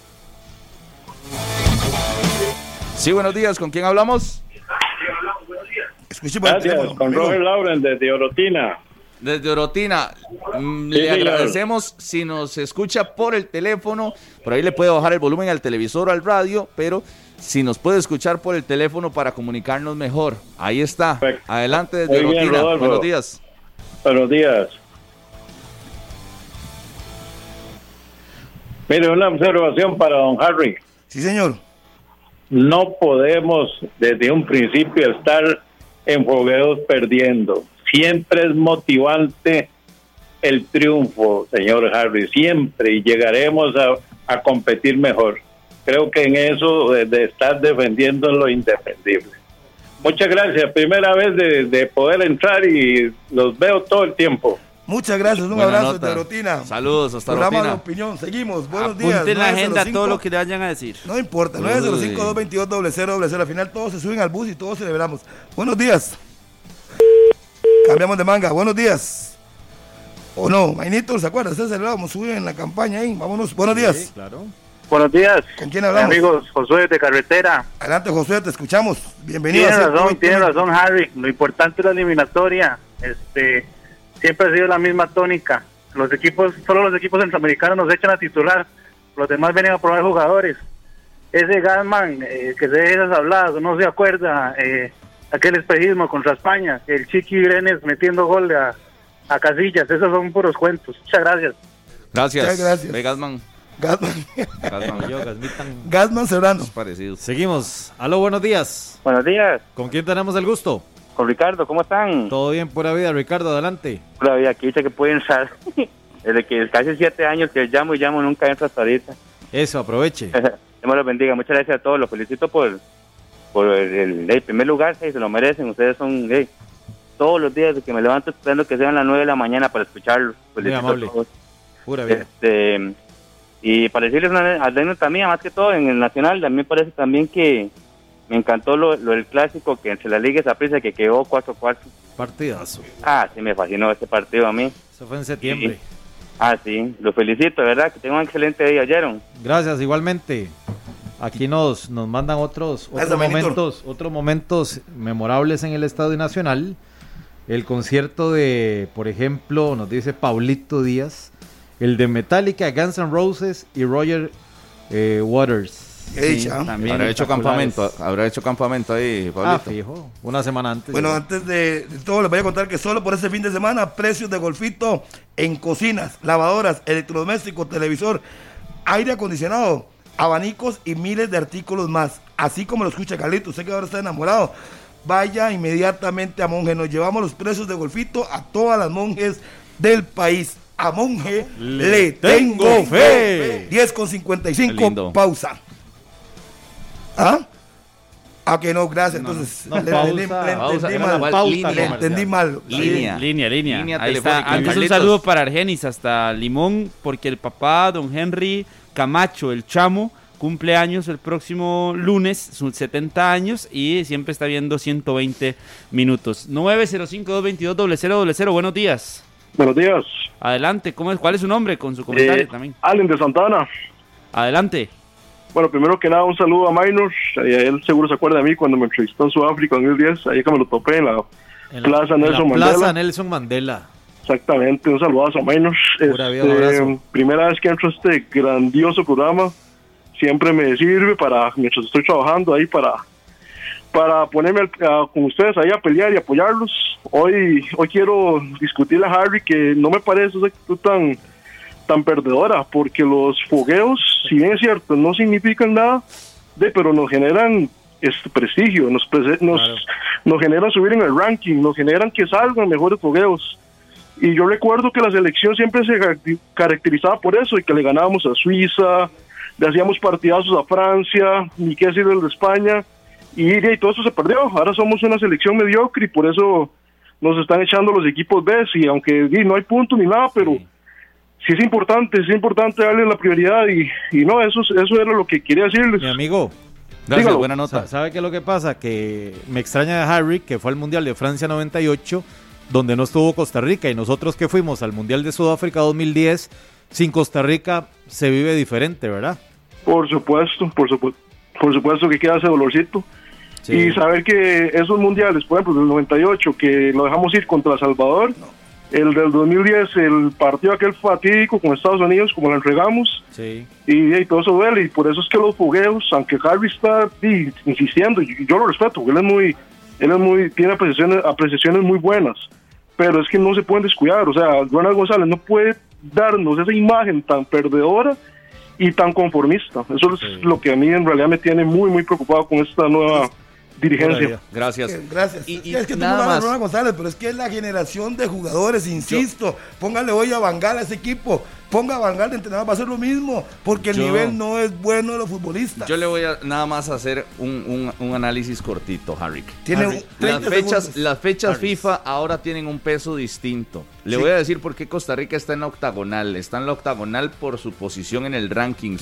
Sí, buenos días, ¿con quién hablamos? Gracias, con Roger Lauren desde Orotina. Desde Orotina, le agradecemos si nos escucha por el teléfono. Por ahí le puede bajar el volumen al televisor o al radio, pero si nos puede escuchar por el teléfono para comunicarnos mejor. Ahí está. Perfecto. Adelante desde Muy bien, Orotina. Rodolfo. Buenos días. Buenos días. Mire, una observación para don Harry. Sí, señor. No podemos desde un principio estar en fogueos perdiendo. Siempre es motivante el triunfo, señor Harry, siempre, y llegaremos a competir mejor. Creo que en eso de estar defendiendo lo indefendible. Muchas gracias, primera vez de poder entrar y los veo todo el tiempo. Muchas gracias, un abrazo de Orotina. Saludos, hasta Programa Orotina. de opinión, seguimos, buenos días. Apunten la agenda todo lo que le vayan a decir. No importa, 905-222-0000, al final todos se suben al bus y todos celebramos. Buenos días. Cambiamos de manga, buenos días. ¿O no? Mainito, ¿se acuerda? Ustedes celebramos, suben en la campaña ahí, vámonos, buenos días. Sí, claro. Buenos días. ¿Con quién hablamos? Amigos, Josué de Carretera. Adelante, Josué, te escuchamos. Bienvenido. Tiene razón, Harry. Lo importante es la eliminatoria. Siempre ha sido la misma tónica. Solo los equipos centroamericanos nos echan a titular. Los demás vienen a probar jugadores. Ese Gasman que se deja esas habladas, no se acuerda aquel espejismo contra España, el Chiqui Brenes metiendo gol a Casillas. Esos son puros cuentos. Muchas gracias. Gracias. Ve Gasman. Gasman Serrano. Parecidos. Seguimos. Aló, buenos días. Buenos días. ¿Con quién tenemos el gusto? Con Ricardo, ¿cómo están? Todo bien, pura vida, Ricardo, adelante. Pura vida, aquí dice que pueden estar. Desde que casi 7 años que llamo y nunca entra hasta ahorita. Eso, aproveche. Dios me los bendiga, muchas gracias a todos, los felicito por el primer lugar, se lo merecen, ustedes son todos los días de que me levanto esperando que sean las 9 de la mañana para escucharlos. Muy amable. A todos. Pura vida. Y para decirles una anécdota mía, más que todo en el Nacional, a mí me parece también que me encantó lo del clásico, que entre la Liga y Saprissa que quedó 4-4. Partidazo. Sí, me fascinó ese partido a mí. Eso fue en septiembre. Sí, lo felicito, ¿verdad? Que tengan un excelente día, ¿oyeron? Gracias, igualmente. Aquí nos mandan otros momentos memorables en el Estadio Nacional. El concierto de, por ejemplo, nos dice Paulito Díaz, el de Metallica, Guns N' Roses y Roger Waters. También habrá hecho campamento ahí, Pablito. Fijo, una semana antes. Bueno, antes de todo les voy a contar que solo por ese fin de semana, precios de Golfito en cocinas, lavadoras, electrodomésticos, televisor, aire acondicionado, abanicos y miles de artículos más. Así como lo escucha Carlito, usted que ahora está enamorado, vaya inmediatamente a Monje. Nos llevamos los precios de Golfito a todas las monjes del país. A Monje le tengo fe. 10:55, pausa. Que no, gracias. Entonces, le entendí mal. Línea. Ahí está. Antes un saludo para Argenis hasta Limón, porque el papá, don Henry Camacho, el chamo, cumple años el próximo lunes, sus 70 años, y siempre está viendo 120 minutos. 905-222-0000, buenos días. Buenos días. Adelante, ¿cuál es su nombre con su comentario también? Allen de Santana. Adelante. Bueno, primero que nada, un saludo a Minor. Él seguro se acuerda de mí cuando me entrevistó en Sudáfrica en 2010, ahí que me lo topé en la Plaza Nelson Mandela. Exactamente, un saludazo a Minor. Primera vez que entro a este grandioso programa, siempre me sirve mientras estoy trabajando ahí para ponerme con ustedes ahí a pelear y apoyarlos. Hoy quiero discutirle a Harry que no me parece esa actitud tan perdedora, porque los fogueos, si bien es cierto, no significan nada, pero nos generan prestigio, nos generan subir en el ranking, nos generan que salgan mejores fogueos. Y yo recuerdo que la selección siempre se caracterizaba por eso, y que le ganábamos a Suiza, le hacíamos partidazos a Francia, ni qué decir el de España, y todo eso se perdió. Ahora somos una selección mediocre y por eso nos están echando los equipos B, y aunque no hay puntos ni nada, pero sí es importante darle la prioridad y no, eso era lo que quería decirles. Mi amigo, gracias, dígalo. Buena nota. ¿Sabe qué es lo que pasa? Que me extraña de Harry, que fue al Mundial de Francia 98, donde no estuvo Costa Rica, y nosotros que fuimos al Mundial de Sudáfrica 2010, sin Costa Rica se vive diferente, ¿verdad? Por supuesto que queda ese dolorcito. Sí. Y saber que esos mundiales, por ejemplo, del 98, que lo dejamos ir contra El Salvador, el del 2010, el partido aquel fatídico con Estados Unidos, como lo entregamos, y todo eso duele, y por eso es que los fogueos, aunque Harry está insistiendo, y yo lo respeto, él tiene apreciaciones muy buenas, pero es que no se pueden descuidar. O sea, Ronald González no puede darnos esa imagen tan perdedora y tan conformista. Eso es lo que a mí en realidad me tiene muy, muy preocupado con esta nueva dirigencia. Gracias. Gracias. Es que nada más. Ronald González, pero es que es la generación de jugadores, insisto. Póngale hoy a Bangal a ese equipo. Ponga a Bangal de entrenador, va a ser lo mismo, porque el nivel no es bueno de los futbolistas. Yo le voy a nada más hacer un análisis cortito, Harry. Las fechas FIFA ahora tienen un peso distinto. Le voy a decir por qué Costa Rica está en la octagonal. Está en la octagonal por su posición en el ranking.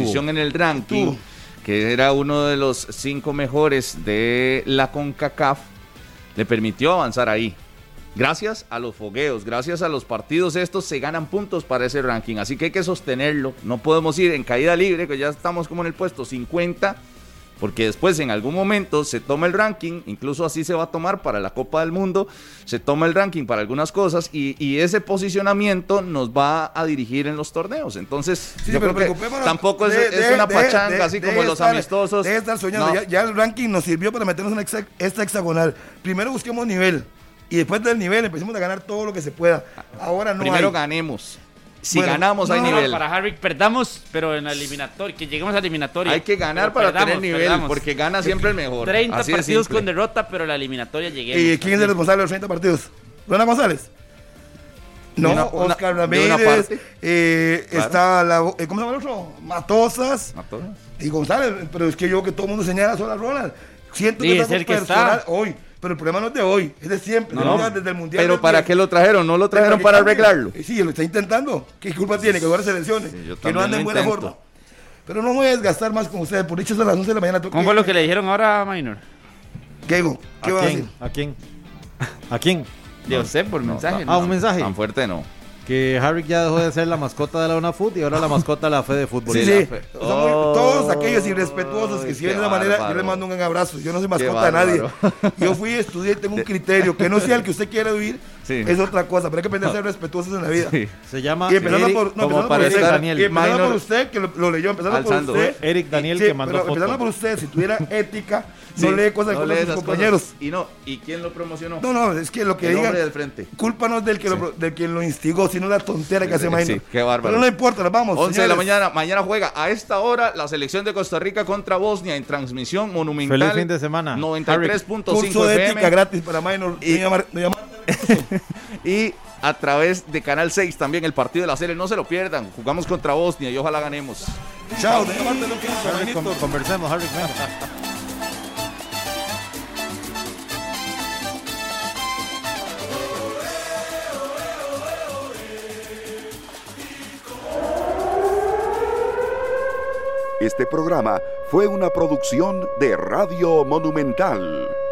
Que era uno de los 5 mejores de la CONCACAF, le permitió avanzar ahí. Gracias a los fogueos, gracias a los partidos estos, se ganan puntos para ese ranking. Así que hay que sostenerlo. No podemos ir en caída libre, que ya estamos como en el puesto 50, porque después en algún momento se toma el ranking, incluso así se va a tomar para la Copa del Mundo, se toma el ranking para algunas cosas y ese posicionamiento nos va a dirigir en los torneos. Entonces, yo creo que tampoco es una pachanga así como los amistosos. Debe estar soñando, ya el ranking nos sirvió para meternos en esta hexagonal. Primero busquemos nivel. Y después del nivel empecemos a ganar todo lo que se pueda. Ahora no Primero ganemos. Si ganamos hay nivel. Para Harry perdamos, pero en la eliminatoria, que lleguemos a la eliminatoria. Hay que ganar para tener nivel, porque gana siempre el mejor. 30 partidos con derrota, pero la eliminatoria lleguemos. ¿Y quién es el responsable de los 30 partidos? ¿Ronald González? No, Oscar Ramírez, está ¿cómo se llama el otro? Matosas y González, pero es que yo que todo el mundo señala solo a Ronald. Siento que es el personal hoy. Pero el problema no es de hoy, es de siempre, desde el Mundial. Pero ¿para qué lo trajeron? ¿No lo trajeron para arreglarlo? Sí, lo está intentando. ¿Qué culpa tiene? Que jugar selecciones, que no anda en buena forma. Pero no voy a desgastar más con ustedes, por dicho son las 11 de la mañana. ¿Cómo fue lo que le dijeron ahora, Minor? ¿Qué digo? ¿Qué va a decir? ¿A quién? Yo sé, por mensaje. Un mensaje. Tan fuerte no. Que Harry ya dejó de ser la mascota de la UNAFUT y ahora la mascota de la Fede Fútbol. Sí. Todos aquellos irrespetuosos que si ven de una manera, yo les mando un gran abrazo. Yo no soy mascota de nadie. Yo fui, estudié y tengo un criterio. Que no sea el que usted quiera oír, es otra cosa. Pero hay que aprender a ser respetuosos en la vida. Sí. Se llama empezando por usted, que lo leyó. Empezando por usted. Eric Daniel, que mandó foto. Empezando por usted, si tuviera ética, no lee cosas con sus compañeros. ¿Y quién lo promocionó? No, es que lo que diga, culpa no es del quien lo instigó, sino la tontera que hace Maynor. Qué bárbaro. Pero no importa, nos vamos. 11 de la mañana, mañana juega a esta hora la selección de Costa Rica contra Bosnia en transmisión monumental. Feliz fin de semana. 93.5 curso de ética gratis para Maynor. Y a través de Canal 6 también el partido de la serie, no se lo pierdan. Jugamos contra Bosnia y ojalá ganemos. Chao, conversemos, Harry. Este programa fue una producción de Radio Monumental.